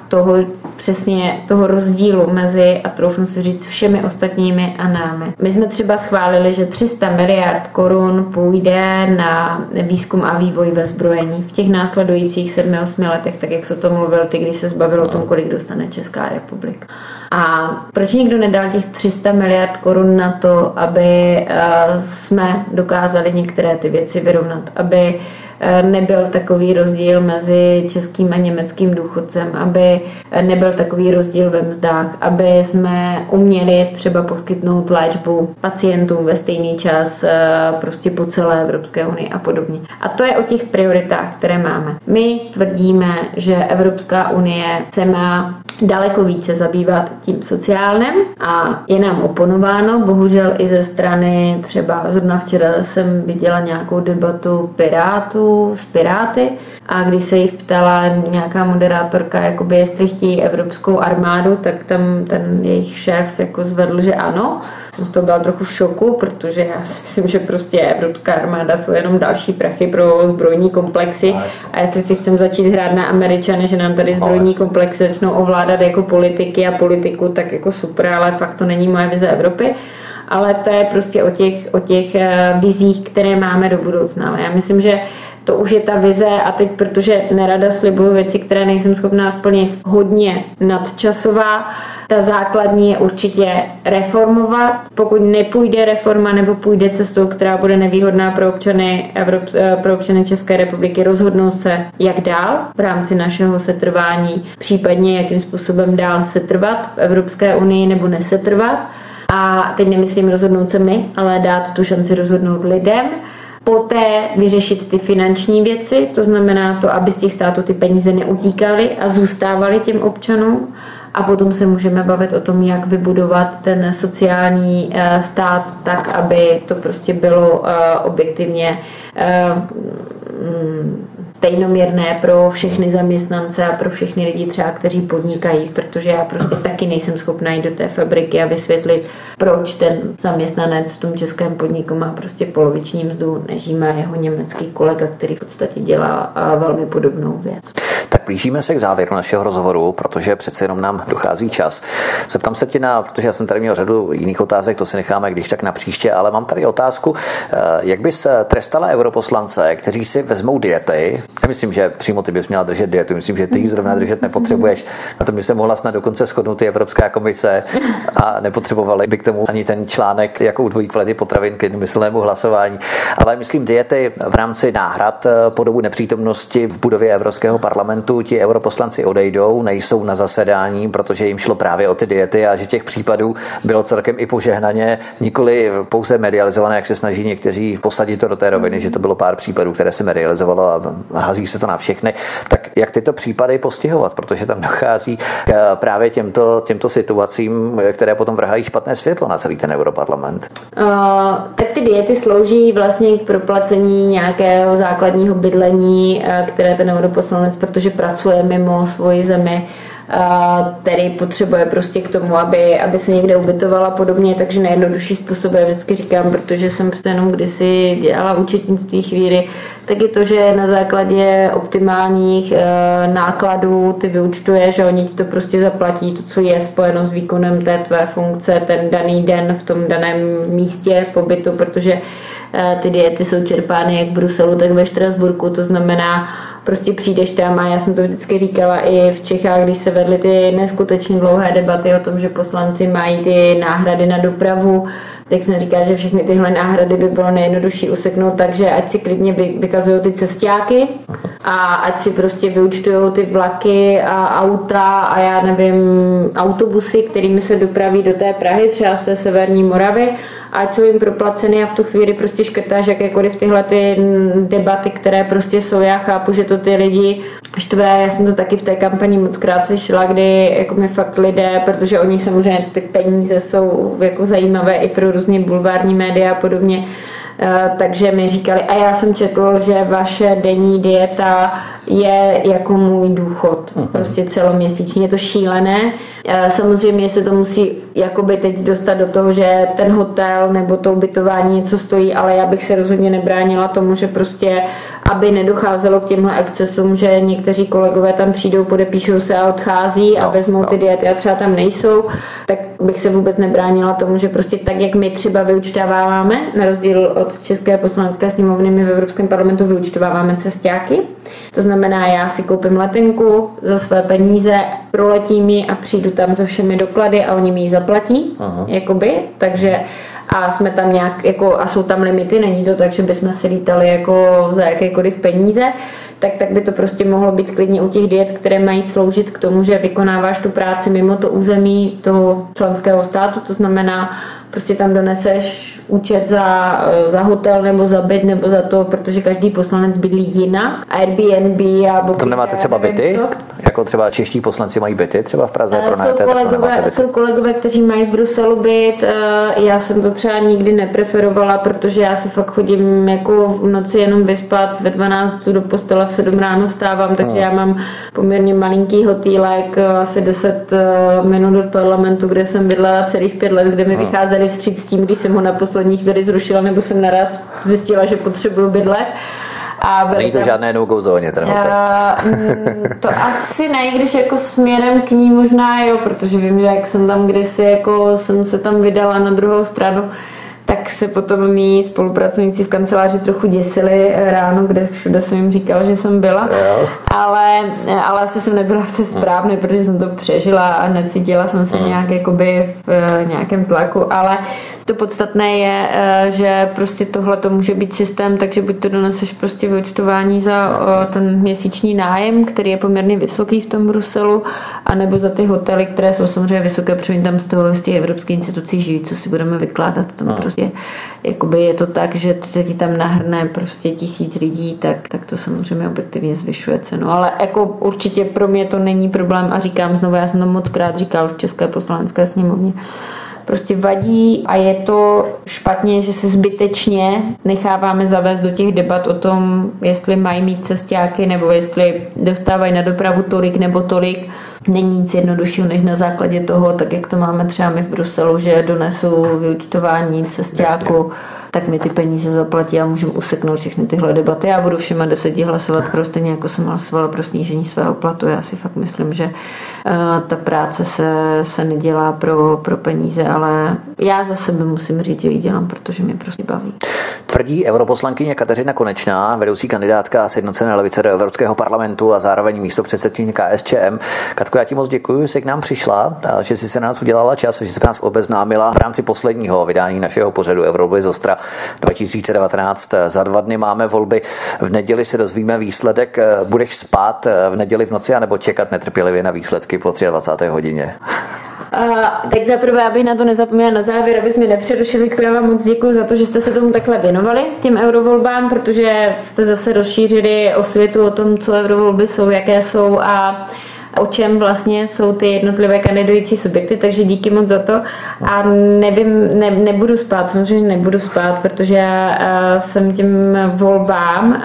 přesně toho rozdílu mezi, a troufnu si říct, všemi ostatními a námi. My jsme třeba schválili, že 300 miliard korun půjde na výzkum a vývoj ve zbrojení v těch následujících 7-8 letech, tak jak se to mluvil ty, když se zbavil o tom, kolik dostane Česká republika. A proč nikdo nedal těch 300 miliard korun na to, aby jsme dokázali některé ty věci vyrovnat, aby nebyl takový rozdíl mezi českým a německým důchodcem, aby nebyl takový rozdíl ve mzdách, aby jsme uměli třeba poskytnout léčbu pacientům ve stejný čas prostě po celé Evropské unii a podobně. A to je o těch prioritách, které máme. My tvrdíme, že Evropská unie se má daleko více zabývat tím sociálním a je nám oponováno, bohužel i ze strany, třeba zrovna včera jsem viděla nějakou debatu Pirátů s Piráty a když se jich ptala nějaká moderátorka, jakoby jestli chtějí evropskou armádu, tak tam ten jejich šéf jako zvedl, že ano. Jsem to byla trochu v šoku, protože já si myslím, že prostě evropská armáda jsou jenom další prachy pro zbrojní komplexy a jestli si chceme začít hrát na Američany, že nám tady zbrojní komplexy začnou ovládat jako politiky a politiku, tak jako super, ale fakt to není moje vize Evropy. Ale to je prostě o těch vizích, které máme do budoucna. Ale já myslím, že to už je ta vize a teď, protože nerada slibuju věci, které nejsem schopná splnit, hodně nadčasová. Ta základní je určitě reformovat. Pokud nepůjde reforma nebo půjde cestou, která bude nevýhodná pro občany České republiky, rozhodnout se, jak dál v rámci našeho setrvání, případně jakým způsobem dál setrvat v Evropské unii nebo nesetrvat. A teď nemyslím rozhodnout se my, ale dát tu šanci rozhodnout lidem. Poté vyřešit ty finanční věci, to znamená to, aby z těch států ty peníze neutíkaly a zůstávaly těm občanům. A potom se můžeme bavit o tom, jak vybudovat ten sociální stát tak, aby to prostě bylo objektivně stejnoměrné pro všechny zaměstnance a pro všechny lidi třeba, kteří podnikají, protože já prostě taky nejsem schopná jít do té fabriky a vysvětlit, proč ten zaměstnanec v tom českém podniku má prostě poloviční mzdu, než má jeho německý kolega, který v podstatě dělá velmi podobnou věc. Tak blížíme se k závěru našeho rozhovoru, protože přece jenom nám dochází čas. Zeptám se tě protože já jsem tady měl řadu jiných otázek, to si necháme když tak na příště, ale mám tady otázku, jak bys trestala europoslance, kteří si vezmou diety. Nemyslím, že přímo ty bys měla držet dietu, myslím, že ty ji zrovna držet nepotřebuješ. Na tom by se mohla snad dokonce shodnout i Evropská komise a nepotřebovali by k tomu ani ten článek, jakou dvojí kvality potravin k jednomyslnému hlasování. Ale myslím diety v rámci náhrad po dobu nepřítomnosti v budově Evropského parlamentu. Ti europoslanci odejdou, nejsou na zasedání, protože jim šlo právě o ty diety a že těch případů bylo celkem i požehnaně, nikoli pouze medializované, jak se snaží někteří posadit to do té roviny, že to bylo pár případů, které se medializovalo a hází se to na všechny. Tak jak tyto případy postihovat, protože tam dochází k právě těmto situacím, které potom vrhají špatné světlo na celý ten europarlament? Tak ty diety slouží vlastně k proplacení nějakého základního bydlení, které ten europoslanec, protože pracuje mimo svoji zemi, který potřebuje prostě k tomu, aby se někde ubytovala podobně, takže nejjednodušší způsob, já vždycky říkám, protože jsem jenom kdysi dělala účetnictví chvíli, tak je to, že na základě optimálních nákladů ty vyúčtuješ, že oni ti to prostě zaplatí, to, co je spojeno s výkonem té tvé funkce, ten daný den v tom daném místě pobytu, protože ty diety jsou čerpány jak v Bruselu, tak ve Štrasburku, to znamená, prostě přijdeš tam a já jsem to vždycky říkala i v Čechách, když se vedly ty neskutečně dlouhé debaty o tom, že poslanci mají ty náhrady na dopravu, tak jsem říkala, že všechny tyhle náhrady by bylo nejjednodušší useknout, takže ať si klidně vykazují ty cestáky a ať si prostě vyúčtují ty vlaky a auta a já nevím, autobusy, kterými se dopraví do té Prahy, třeba z té severní Moravy, ať jsou jim proplaceny a v tu chvíli prostě škrtáš jakékoliv tyhle ty debaty, které prostě jsou. Já chápu, že to ty lidi štve, já jsem to taky v té kampani mockrát slyšela, kdy jako mi fakt lidé, protože oni samozřejmě ty peníze jsou jako zajímavé i pro různě bulvární média a podobně, takže mi říkali, a já jsem četl, že vaše denní dieta je jako můj důchod, prostě celoměsíčně, je to šílené. Samozřejmě se to musí jakoby teď dostat do toho, že ten hotel nebo to ubytování něco stojí, ale já bych se rozhodně nebránila tomu, že prostě, aby nedocházelo k těmhle excesům, že někteří kolegové tam přijdou, podepíšou se a odchází a vezmou ty diety a třeba tam nejsou, tak bych se vůbec nebránila tomu, že prostě tak, jak my třeba vyúčtováváme, na rozdíl od České poslanecké sněmovny, my v Evropském parlamentu vyúčtováváme cestáky. To znamená, já si koupím letenku za své peníze, proletím ji a přijdu tam se všemi doklady a oni mi ji zaplatí, jakoby, takže a jsme tam nějak, jako, a jsou tam limity, není to tak, že bychom si lítali jako za jakékoliv peníze, tak by to prostě mohlo být klidně u těch diet, které mají sloužit k tomu, že vykonáváš tu práci mimo to území toho členského státu, to znamená, prostě tam doneseš účet za hotel nebo za byt nebo za to, protože každý poslanec bydlí jinak. Airbnb a tam nemáte třeba byty? Jako třeba čeští poslanci mají byty třeba v Praze? Jsou kolegové, kteří mají v Bruselu byt. Já jsem to třeba nikdy nepreferovala, protože já si fakt chodím jako v noci jenom vyspat, ve 12 do postele, v 7 ráno stávám, takže já mám poměrně malinký hotýlek, asi 10 minut od parlamentu, kde jsem bydlela celých 5 let, kde mi vycházeli vstříc s tím, když jsem ho na poslední chvíli zrušila, nebo jsem naraz zjistila, že potřebuju bydlet. Není to žádné no-go zóně, ten hotel? To asi ne, když jako směrem k ní možná jo, protože vím, že jak jsem tam kdysi, jako jsem se tam vydala na druhou stranu, tak se potom mý spolupracovníci v kanceláři trochu děsili ráno, kde všude jsem jim říkala, že jsem byla, ale asi jsem nebyla v té správné, protože jsem to přežila a necítila jsem se nějak jakoby v nějakém tlaku, ale to podstatné je, že prostě tohle to může být systém, takže buď to doneseš prostě vyúčtování za ten měsíční nájem, který je poměrně vysoký v tom Bruselu, anebo za ty hotely, které jsou samozřejmě vysoké, protože tam z těch evropských institucí žijí, co si budeme vykládat, tam prostě jakoby je to tak, že se ti tam nahrne prostě 1000 lidí, tak to samozřejmě objektivně zvyšuje cenu, ale jako určitě pro mě to není problém a říkám znovu, já jsem to moc krát říkala už v České poslanecké sněmovně, prostě vadí a je to špatně, že se zbytečně necháváme zavést do těch debat o tom, jestli mají mít cestáky nebo jestli dostávají na dopravu tolik nebo tolik. Není nic jednoduššího, než na základě toho, tak jak to máme třeba my v Bruselu, že donesu vyúčtování cestáku, tak mi ty peníze zaplatí a můžu useknout všechny tyhle debaty. Já budu všema 10 hlasovat pro stejně, jako jsem hlasovala pro snížení svého platu. Já si fakt myslím, že ta práce se nedělá pro peníze, ale já za sebe musím říct, že ji dělám, protože mě prostě baví. Tvrdí europoslankyně Kateřina Konečná, vedoucí kandidátka Sjednocené levice do Evropského parlamentu a zároveň místopředsedkyně KSČM. Katko, já ti moc děkuji, že jsi k nám přišla, že jsi se na nás udělala čas, že jsi nás obeznámila v rámci posledního vydání našeho pořadu Eurovolby z Ostra 2019. Za 2 dny máme volby, v neděli se dozvíme výsledek. Budeš spát v neděli v noci anebo čekat netrpělivě na výsledky po 23. hodině? Tak zaprvé, abych na to nezapomněla na závěr, abys mi nepřerušili, já vám moc děkuji za to, že jste se tomu takhle věnovali, těm eurovolbám, protože jste zase rozšířili osvětu o tom, co eurovolby jsou, jaké jsou a o čem vlastně jsou ty jednotlivé kandidující subjekty, takže díky moc za to. A nebudu spát, samozřejmě nebudu spát, protože já jsem tím volbám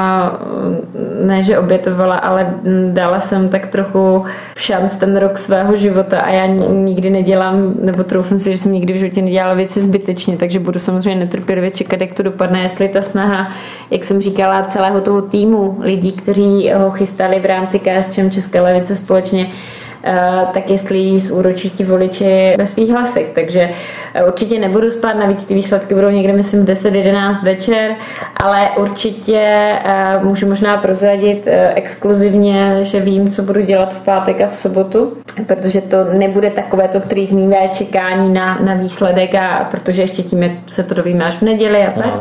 ne, že obětovala, ale dala jsem tak trochu šanc ten rok svého života a já nikdy nedělám, nebo troufnu si, že jsem nikdy v životě nedělala věci zbytečně, takže budu samozřejmě netrpělivě čekat, jak to dopadne, jestli ta snaha, jak jsem říkala, celého toho týmu lidí, kteří ho chystali v rámci KSČM České levice společně, tak jestli jí zúročí ti voliči ve svých hlasech. Takže určitě nebudu spát, navíc ty výsledky budou někde, myslím, 10-11 večer, ale určitě můžu možná prozradit exkluzivně, že vím, co budu dělat v pátek a v sobotu, protože to nebude takové to trýznivé čekání na výsledek, a protože ještě tím, jak se to dovíme až v neděli a tak.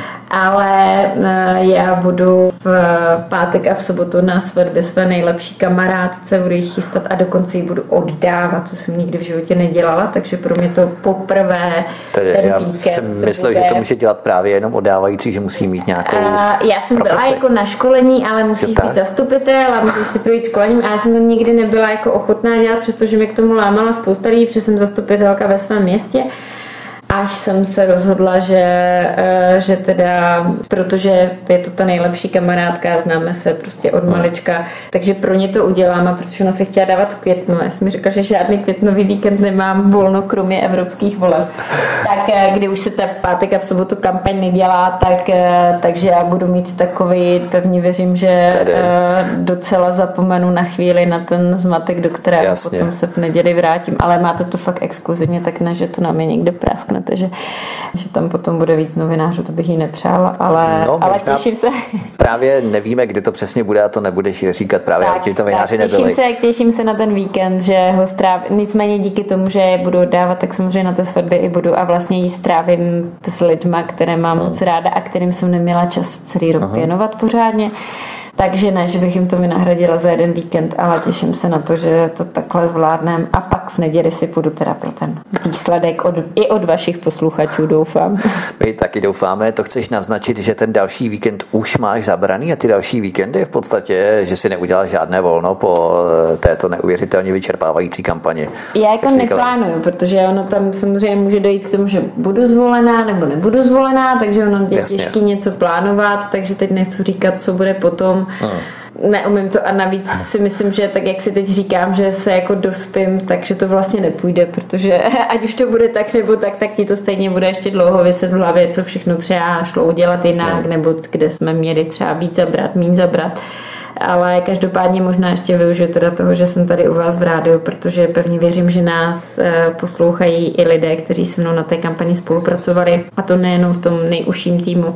Ale já budu v pátek a v sobotu na svatbě své nejlepší kamarádce, budu ji chystat a dokonce ji budu oddávat, co jsem nikdy v životě nedělala, takže pro mě to poprvé já jsem myslel, že to může dělat právě jenom oddávající, že musí mít nějakou já jsem profesi. byla jako na školení, ale musíš být zastupitel a musíš si projít školením a já jsem to nikdy nebyla jako ochotná dělat, přestože mě k tomu lámala spousta lidí, protože jsem zastupitelka ve svém městě. Až jsem se rozhodla, že teda, protože je to ta nejlepší kamarádka, známe se prostě od malička, takže pro ně to udělám, a protože ona se chtěla dávat v květnu. Já jsem mi řekla, že žádný květnový víkend nemám volno, kromě evropských voleb. Tak kdy už se ta pátek a v sobotu kampaň nedělá, takže já budu mít takový, pevně věřím, že docela zapomenu na chvíli na ten zmatek, do kterého potom se v neděli vrátím. Ale máte to fakt exkluzivně, tak ne, že to nám je někde práskne. Že tam potom bude víc novinářů, to bych jí nepřála, ale těším se. Právě nevíme, kdy to přesně bude a to nebudeš říkat právě, aby ti to novináři nebyli. Těším se na ten víkend, že ho strávím. Nicméně díky tomu, že je budu oddávat, tak samozřejmě na té svatbě i budu a vlastně jí strávím s lidma, které mám moc ráda a kterým jsem neměla čas celý rok věnovat pořádně. Takže ne, že bych jim to vynahradila za jeden víkend, ale těším se na to, že to takhle zvládnem a pak v neděli si půjdu teda pro ten výsledek i od vašich posluchačů, doufám. My taky doufáme, to chceš naznačit, že ten další víkend už máš zabraný a ty další víkendy v podstatě, že si neudělal žádné volno po této neuvěřitelně vyčerpávající kampani. Já jako neplánuju, protože ono tam samozřejmě může dojít k tomu, že budu zvolená nebo nebudu zvolená, takže ono je těžké něco plánovat, takže teď nechci říkat, co bude potom. Neumím to a navíc si myslím, že tak jak si teď říkám, že se jako dospím, takže to vlastně nepůjde, protože ať už to bude tak nebo tak ti to stejně bude ještě dlouho viset v hlavě, co všechno třeba šlo udělat jinak, nebo kde jsme měli třeba víc zabrat, míň zabrat. Ale každopádně možná ještě využiju teda toho, že jsem tady u vás v rádiu, protože pevně věřím, že nás poslouchají i lidé, kteří se mnou na té kampani spolupracovali, a to nejenom v tom nejužším týmu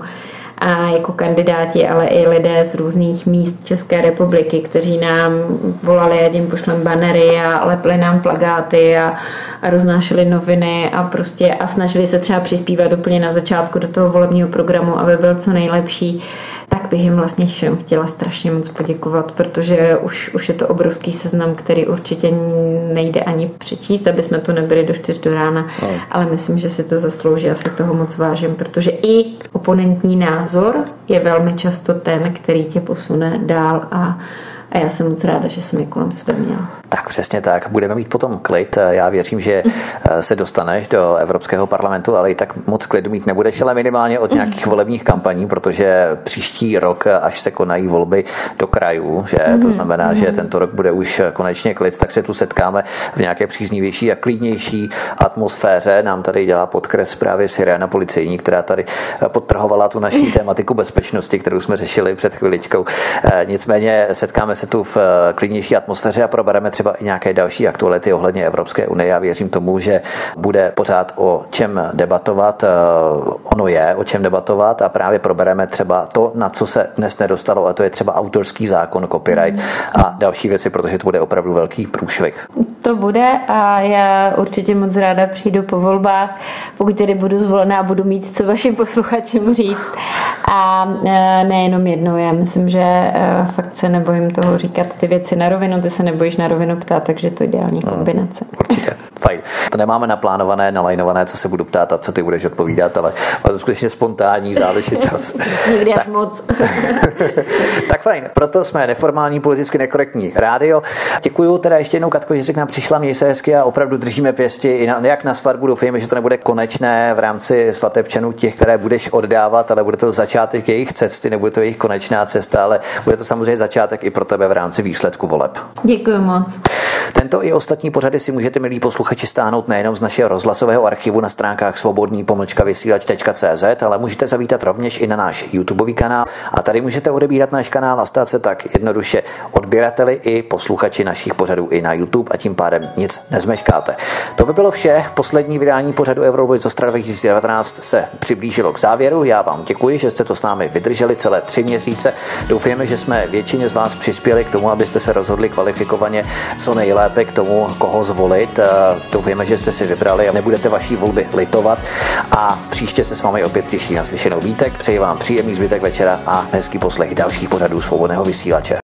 a jako kandidáti, ale i lidé z různých míst České republiky, kteří nám volali, ať jim pošlem banery a lepili nám plakáty a roznášeli noviny a snažili se třeba přispívat úplně na začátku do toho volebního programu, aby byl co nejlepší. Tak bych jim vlastně všem chtěla strašně moc poděkovat, protože už je to obrovský seznam, který určitě nejde ani přečíst, aby jsme tu nebyli do 4 do rána, ale myslím, že si to zaslouží, já si toho moc vážím, protože i oponentní názor je velmi často ten, který tě posune dál a já jsem moc ráda, že jsem je kolem sebe měla. Tak přesně tak. Budeme mít potom klid. Já věřím, že se dostaneš do Evropského parlamentu, ale i tak moc klidu mít nebudeš, ale minimálně od nějakých volebních kampaní, protože příští rok, až se konají volby do krajů, že to znamená, že tento rok bude už konečně klid, tak se tu setkáme v nějaké příznivější a klidnější atmosféře. Nám tady dělá podkres právě Siréna policejní, která tady podtrhovala tu naší tématiku bezpečnosti, kterou jsme řešili před chviličkou. Nicméně setkáme se tu v klidnější atmosféře a probereme třeba i nějaké další aktuality ohledně Evropské unie. Já věřím tomu, že bude pořád o čem debatovat. Ono je o čem debatovat a právě probereme třeba to, na co se dnes nedostalo, a to je třeba autorský zákon, copyright a další věci, protože to bude opravdu velký průšvih. To bude a já určitě moc ráda přijdu po volbách, pokud tedy budu zvolená a budu mít co vašim posluchačům říct. A nejenom jednou, já myslím, že fakt se nebojím toho říkat ty věci na rovinu, ty se nebojíš na rovinu ptát, takže to je ideální kombinace. Určitě. Fajn. To nemáme naplánované, nalajnované, co se budu ptát a co ty budeš odpovídat, ale to skutečně spontánní záležitost. Někdy až moc. Tak fajn, proto jsme neformální, politicky nekorektní rádio. Děkuju teda ještě jednou, Katko, že jsi k nám přišla, měj se hezky a opravdu držíme pěsti jak na svatbu. Doufejme, že to nebude konečné v rámci svatebčanů těch, které budeš oddávat, ale bude to začátek jejich cesty, nebude to jejich konečná cesta, ale bude to samozřejmě začátek i pro tebe v rámci výsledku voleb. Děkuji moc. Tento i ostatní pořady si můžete, milí posluchači, stáhnout nejenom z našeho rozhlasového archivu na stránkách svobodný-vysílač.cz, ale můžete zavítat rovněž i na náš YouTubeový kanál a tady můžete odebírat náš kanál a stát se tak jednoduše odběrateli i posluchači našich pořadů i na YouTube a tím pádem nic nezmeškáte. To by bylo vše. Poslední vydání pořadu Eurovoice z Ostrava 2019 se přiblížilo k závěru. Já vám děkuji, že jste to s námi vydrželi celé 3 měsíce. Doufujeme, že jsme většině z vás přispěli k tomu, abyste se rozhodli kvalifikovaně co nejlépe k tomu, koho zvolit. Doufujeme, že jste si vybrali a nebudete vaší volby litovat. A příště se s vámi opět těší na slyšenou. Vítek, přeji vám příjemný zbytek večera a hezký poslech dalších pořadů Svobodného vysílače.